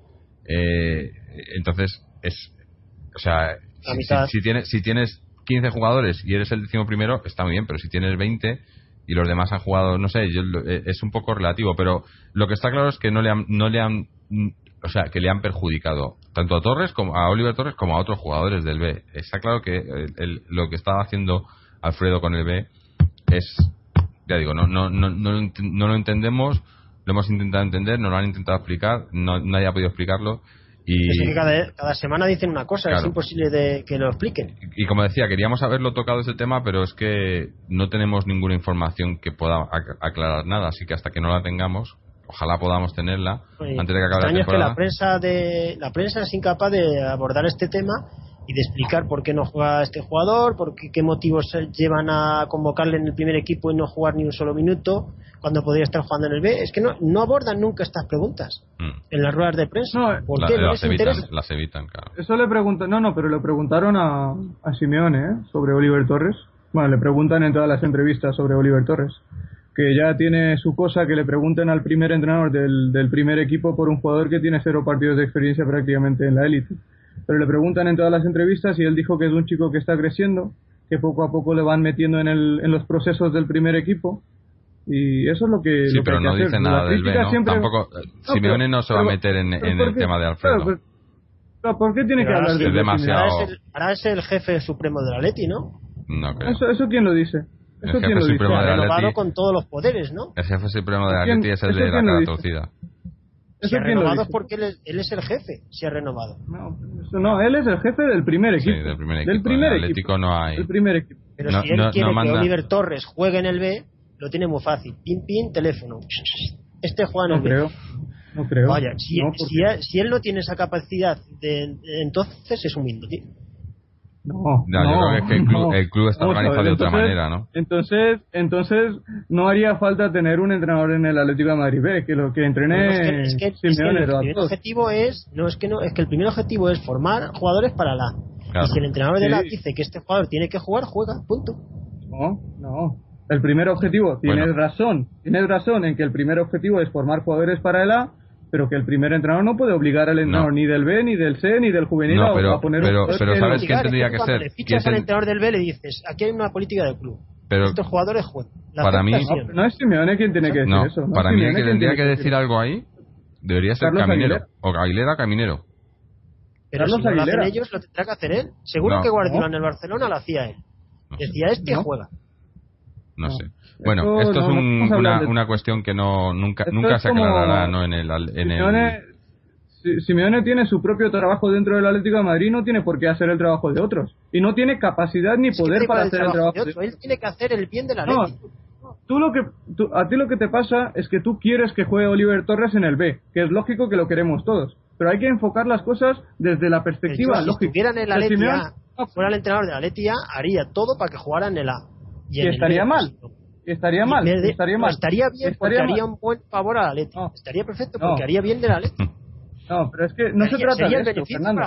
entonces o sea, si tienes 15 jugadores y eres el 11º, está muy bien, pero si tienes 20 y los demás han jugado, no sé, es un poco relativo, pero lo que está claro es que no le han o sea, que le han perjudicado tanto a Torres como a Oliver Torres como a otros jugadores del B. Está claro que lo que estaba haciendo Alfredo con el B es, ya digo, no lo entendemos, lo hemos intentado entender, nos lo han intentado explicar, nadie ha podido explicarlo. Y es que cada semana dicen una cosa, claro, es imposible de que lo expliquen. Y como decía, queríamos haberlo tocado ese tema, pero es que no tenemos ninguna información que pueda aclarar nada, así que hasta que no la tengamos, ojalá podamos tenerla antes de que acabe la temporada. Es que la prensa es incapaz de abordar este tema y de explicar por qué no juega este jugador, qué motivos llevan a convocarle en el primer equipo y no jugar ni un solo minuto cuando podría estar jugando en el B. Es que no abordan nunca estas preguntas en las ruedas de prensa. ¿Por qué no les interesa? Las evitan, claro. Eso le preguntan, pero le preguntaron a Simeone sobre Oliver Torres. Bueno, le preguntan en todas las entrevistas sobre Oliver Torres, que ya tiene su cosa que le pregunten al primer entrenador del primer equipo por un jugador que tiene 0 partidos de experiencia prácticamente en la élite. Pero le preguntan en todas las entrevistas y él dijo que es un chico que está creciendo, que poco a poco le van metiendo en los procesos del primer equipo, y eso es lo que sí, pero no dice nada del B, ¿no? Tampoco Simeone no se va a meter en el tema de Alfredo. ¿Por qué tiene que hablar de demasiado? Ahora es el jefe supremo del Atleti, ¿no? No creo. ¿Eso quién lo dice? El jefe supremo del renovado Atleti, con todos los poderes, ¿no? el jefe supremo del Atleti es el de la cara torcida. Si ha renovado es porque él es el jefe, si ha renovado. No, él es el jefe del primer equipo. Sí, del primer equipo. Atlético no hay. El primer equipo. Pero si él quiere que Oliver Torres juegue en el B, lo tiene muy fácil. Pin, pin, teléfono. Este juega en el B. No creo. Vaya, si él no tiene esa capacidad, entonces es un tío. Yo creo que es que el club está organizado de otra manera, ¿no? Entonces no haría falta tener un entrenador en el Atlético de Madrid B, que lo que entrene Simeone. El primer objetivo es que el primer objetivo es formar jugadores para la. Claro. Y si el entrenador de la dice que este jugador tiene que jugar, juega, punto. No. El primer objetivo, tienes razón en que el primer objetivo es formar jugadores para el A, pero que el primer entrenador no puede obligar al entrenador ni del B, ni del C, ni del juvenil a poner pero ¿sabes quién tendría que ser? Le fichas al entrenador del B, le dices, aquí hay una política del club. Pero estos jugadores juegan. Para mí no es Simeone quien tiene que decir eso. Para mí el que tendría que decir algo ahí debería ser Carlos Caminero. Aguilera. O Aguilera Caminero. Pero Carlos si no lo Aguilera. hacen ellos, lo tendrá que hacer él. Seguro que Guardiola en el Barcelona lo hacía él. Decía, juega. No sé. Bueno, esto es una cuestión que nunca se aclarará, ¿no? Simeone tiene su propio trabajo dentro del Atlético de Madrid, no tiene por qué hacer el trabajo de otros. Y no tiene capacidad ni poder para hacer el trabajo de otros. Él tiene que hacer el bien del Atlético. A ti lo que te pasa es que tú quieres que juegue Oliver Torres en el B, que es lógico que lo queremos todos. Pero hay que enfocar las cosas desde la perspectiva lógica. Si estuviera en el Atleti A, fuera el entrenador del Atleti A, haría todo para que jugara en el A. Y estaría mal. Estaría bien porque haría un buen favor al Atleti. Estaría perfecto porque haría bien del Atleti. No, pero es que no se trata de esto, Fernando.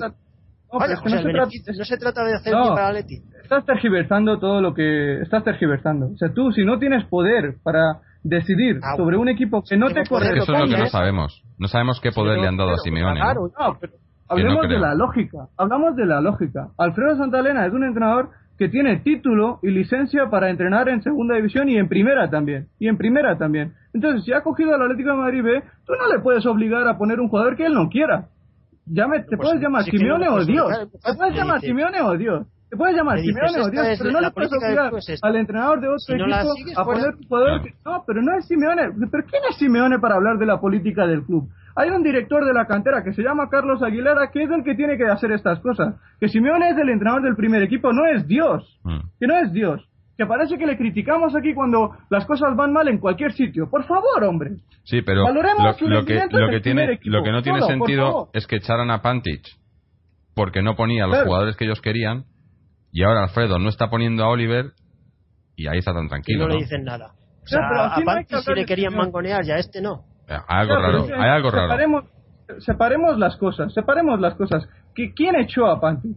No se trata de hacer bien para el Atleti. Estás tergiversando todo lo que estás tergiversando. O sea, tú si no tienes poder para decidir sobre un equipo que no te corresponde... Eso es lo que no sabemos. No sabemos qué poder le han dado a Simeone. Claro, pero hablemos de la lógica. Hablamos de la lógica. Alfredo Santalena es un entrenador que tiene título y licencia para entrenar en segunda división y en primera también. Entonces, si ha cogido al Atlético de Madrid B, tú no le puedes obligar a poner un jugador que él no quiera. Te puedes llamar Simeone o Dios. Te puedes llamar Simeone o Dios. Pero no le puedes obligar al entrenador de otro equipo a poner un jugador que... No, pero no es Simeone. ¿Pero quién es Simeone para hablar de la política del club? Hay un director de la cantera que se llama Carlos Aguilera, que es el que tiene que hacer estas cosas. Que Simeone es el entrenador del primer equipo, no es Dios. Que no es Dios. Que parece que le criticamos aquí cuando las cosas van mal en cualquier sitio. Por favor, hombre. Sí, pero lo que no tiene sentido es que echaran a Pantic porque no ponía a los jugadores que ellos querían, y ahora Alfredo no está poniendo a Oliver y ahí está tan tranquilo. Y no le dicen nada. O sea, a Pantic sí le querían mangonear, ya este no. Hay algo raro. Separemos las cosas. ¿Quién echó a Pantic?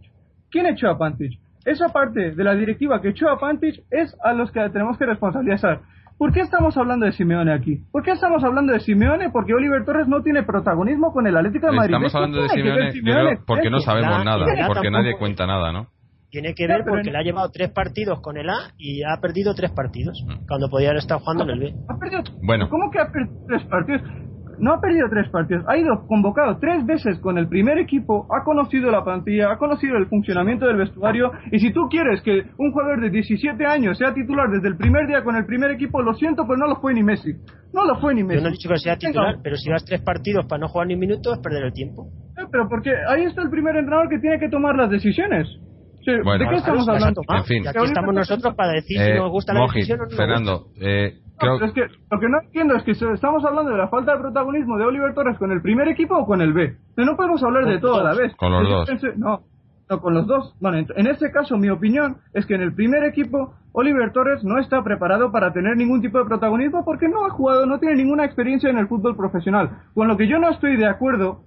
Esa parte de la directiva que echó a Pantic es a los que tenemos que responsabilizar. ¿Por qué estamos hablando de Simeone aquí? ¿Por qué estamos hablando de Simeone? Porque Oliver Torres no tiene protagonismo con el Atlético de Madrid. Estamos hablando de Simeone porque no sabemos nada, porque nadie cuenta nada, ¿no? Tiene que ver porque le ha llevado 3 partidos con el A y ha perdido 3 partidos cuando podía haber estado jugando en el B. ¿Cómo que ha perdido 3 partidos? No ha perdido 3 partidos, ha ido convocado 3 veces con el primer equipo, ha conocido la plantilla, ha conocido el funcionamiento del vestuario, y si tú quieres que un jugador de 17 años sea titular desde el primer día con el primer equipo, lo siento, pero no lo fue ni Messi. Yo no he dicho que sea titular, pero si vas 3 partidos para no jugar ni un minuto es perder el tiempo. Pero porque ahí está el primer entrenador que tiene que tomar las decisiones. Bueno, ¿de qué estamos hablando? En fin. Y aquí estamos nosotros para decir si nos gusta la decisión o no. Fernando, pero es que lo que no entiendo es que estamos hablando de la falta de protagonismo de Oliver Torres con el primer equipo o con el B. No podemos hablar de todo a la vez. Con los dos. No, con los dos. Bueno, en este caso mi opinión es que en el primer equipo Oliver Torres no está preparado para tener ningún tipo de protagonismo porque no ha jugado, no tiene ninguna experiencia en el fútbol profesional. Con lo que yo no estoy de acuerdo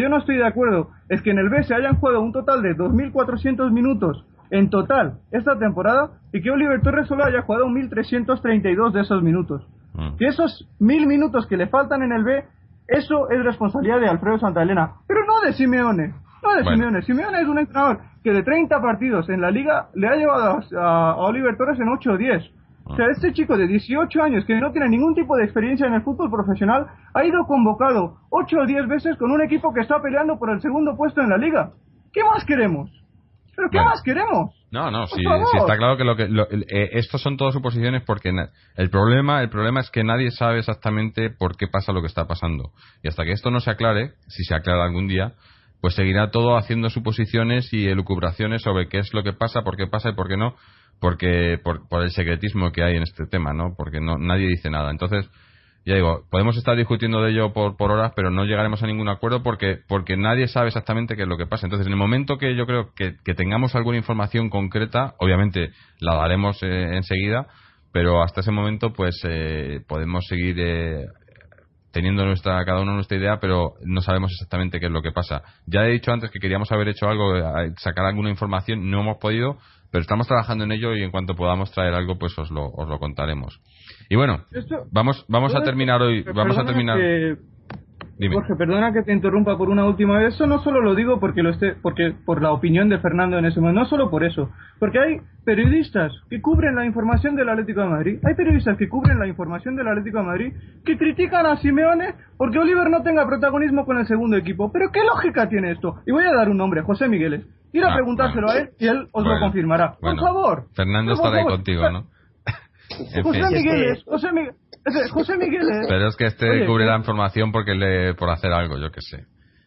es que en el B se hayan jugado un total de 2.400 minutos en total esta temporada y que Oliver Torres solo haya jugado 1.332 de esos minutos. Que esos 1.000 minutos que le faltan en el B, eso es responsabilidad de Alfredo Santalena, pero no de Simeone. Simeone es un entrenador que de 30 partidos en la liga le ha llevado a Oliver Torres en 8 o 10. O sea, este chico de 18 años que no tiene ningún tipo de experiencia en el fútbol profesional ha ido convocado 8 o 10 veces con un equipo que está peleando por el segundo puesto en la liga. ¿Qué más queremos? ¿Pero qué más queremos? No, sí está claro que estos son todas suposiciones porque el problema es que nadie sabe exactamente por qué pasa lo que está pasando. Y hasta que esto no se aclare, si se aclara algún día, pues seguirá todo haciendo suposiciones y elucubraciones sobre qué es lo que pasa y por qué no, porque por el secretismo que hay en este tema, ¿no? Porque nadie dice nada. Entonces, ya digo, podemos estar discutiendo de ello por horas, pero no llegaremos a ningún acuerdo porque nadie sabe exactamente qué es lo que pasa. Entonces, en el momento que yo creo que tengamos alguna información concreta, obviamente la daremos enseguida, pero hasta ese momento pues podemos seguir teniendo cada uno nuestra idea, pero no sabemos exactamente qué es lo que pasa. Ya he dicho antes que queríamos haber hecho algo, sacar alguna información, no hemos podido, pero estamos trabajando en ello y en cuanto podamos traer algo, pues os lo contaremos. Y bueno, vamos a terminar hoy. Vamos a terminar. Dime. Jorge, perdona que te interrumpa por una última vez. Eso no solo lo digo porque por la opinión de Fernando en ese momento, no solo por eso, porque hay periodistas que cubren la información del Atlético de Madrid, hay periodistas que cubren la información del Atlético de Madrid que critican a Simeone porque Oliver no tenga protagonismo con el segundo equipo. Pero ¿qué lógica tiene esto? Y voy a dar un nombre, José Migueles. Ir a preguntárselo a él y él os lo confirmará. Por favor. Fernando estará ahí contigo, ¿no? José Migueles. Pero es que cubre la información por hacer algo, yo qué sé.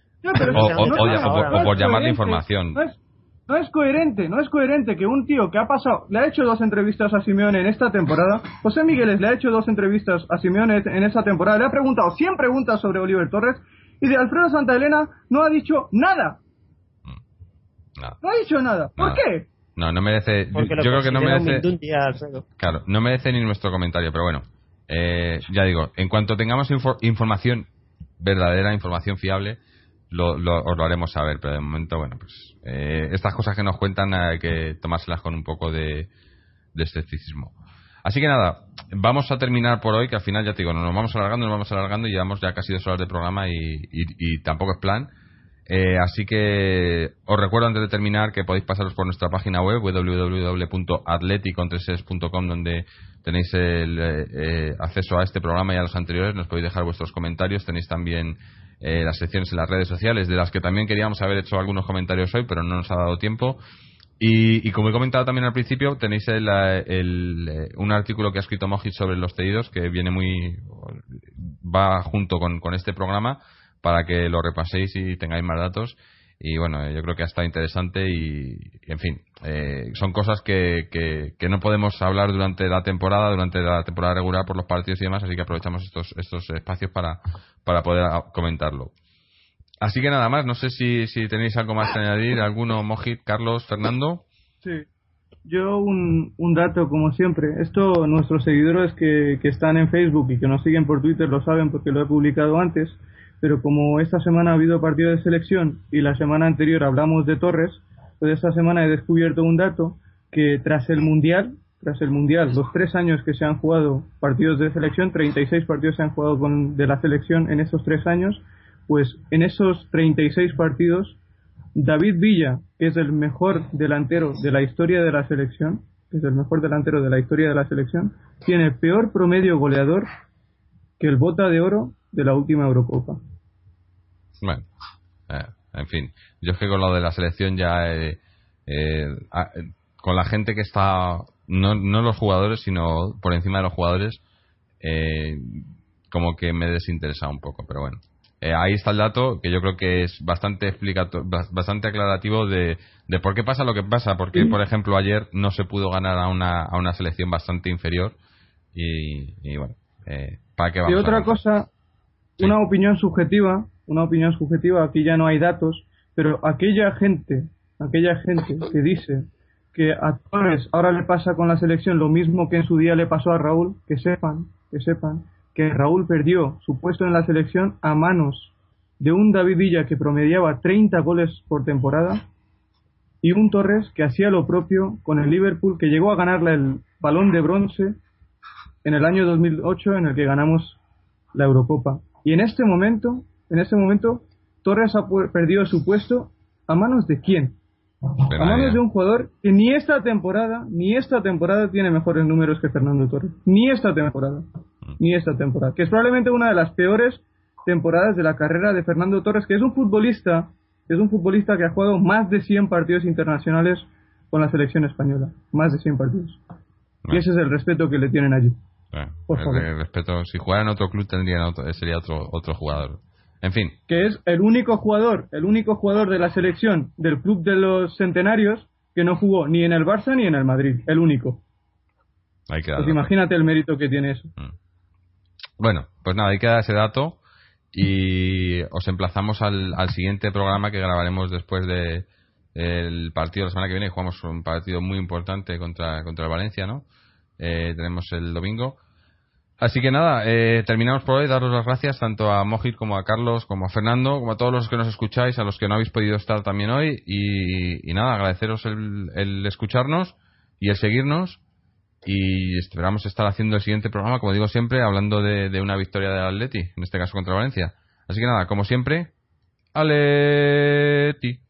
O por llamar la información. No es coherente que un tío que le ha hecho 2 entrevistas a Simeone en esta temporada, José Migueles le ha hecho 2 entrevistas a Simeone en esta temporada, le ha preguntado 100 preguntas sobre Oliver Torres y de Alfredo Santaelena no ha dicho nada. No ha dicho nada. ¿Por qué? No merece. Yo creo que no merece. Claro, no merece ni nuestro comentario, pero bueno. Ya digo, en cuanto tengamos información verdadera, información fiable, os lo haremos saber. Pero de momento, bueno, pues estas cosas que nos cuentan hay que tomárselas con un poco de escepticismo. Así que nada, vamos a terminar por hoy, que al final ya te digo, nos vamos alargando y llevamos ya casi 2 horas de programa y tampoco es plan. Así que os recuerdo antes de terminar que podéis pasaros por nuestra página web www.atleticontreses.com, donde tenéis el acceso a este programa y a los anteriores. Nos podéis dejar vuestros comentarios. Tenéis también las secciones en las redes sociales, de las que también queríamos haber hecho algunos comentarios hoy, pero no nos ha dado tiempo. Y como he comentado también al principio, tenéis un artículo que ha escrito Mojit sobre los cedidos, que va junto con este programa, para que lo repaséis y tengáis más datos. Y bueno, yo creo que ha estado interesante y en fin, son cosas que no podemos hablar durante la temporada regular por los partidos y demás, así que aprovechamos estos espacios para poder comentarlo. Así que nada más, no sé si tenéis algo más que añadir, alguno, Mojit, Carlos, Fernando. Sí, yo un dato como siempre, esto nuestros seguidores que están en Facebook y que nos siguen por Twitter lo saben porque lo he publicado antes. Pero como esta semana ha habido partido de selección y la semana anterior hablamos de Torres, pues esta semana he descubierto un dato que tras el Mundial, los 3 años que se han jugado partidos de selección, 36 partidos se han jugado de la selección en esos 3 años, pues en esos 36 partidos, David Villa, que es el mejor delantero de la historia de la selección, tiene peor promedio goleador que el Bota de Oro de la última Eurocopa. Bueno, en fin, yo es que con lo de la selección ya con la gente que está, no los jugadores, sino por encima de los jugadores, como que me desinteresa un poco, pero bueno, ahí está el dato, que yo creo que es bastante bastante aclarativo de por qué pasa lo que pasa, porque por ejemplo ayer no se pudo ganar a una selección bastante inferior y bueno, ¿para qué vamos? Y otra cosa, una opinión subjetiva, aquí ya no hay datos, pero aquella gente que dice que a Torres ahora le pasa con la selección lo mismo que en su día le pasó a Raúl, que sepan que Raúl perdió su puesto en la selección a manos de un David Villa que promediaba 30 goles por temporada y un Torres que hacía lo propio con el Liverpool, que llegó a ganarle el Balón de Bronce en el año 2008, en el que ganamos la Eurocopa. Y en este momento, Torres ha perdido su puesto ¿a manos de quién? Hablamos de un jugador que ni esta temporada tiene mejores números que Fernando Torres. Ni esta temporada. Que es probablemente una de las peores temporadas de la carrera de Fernando Torres, que es un futbolista que ha jugado más de 100 partidos internacionales con la selección española. Más de 100 partidos. Y ese es el respeto que le tienen allí. Por favor. El respeto, si jugara en otro club sería otro jugador. En fin. Que es el único jugador de la selección del club de los centenarios que no jugó ni en el Barça ni en el Madrid. El único. Pues imagínate el mérito que tiene eso. Bueno, pues nada, ahí queda ese dato. Y os emplazamos al siguiente programa que grabaremos después de el partido de la semana que viene. Jugamos un partido muy importante contra el Valencia, ¿no? Tenemos el domingo. Así que nada, terminamos por hoy. Daros las gracias tanto a Mojit como a Carlos, como a Fernando, como a todos los que nos escucháis, a los que no habéis podido estar también hoy. Y nada, agradeceros el escucharnos y el seguirnos. Y esperamos estar haciendo el siguiente programa, como digo siempre, hablando de una victoria del Atleti, en este caso contra Valencia. Así que nada, como siempre, Atleti.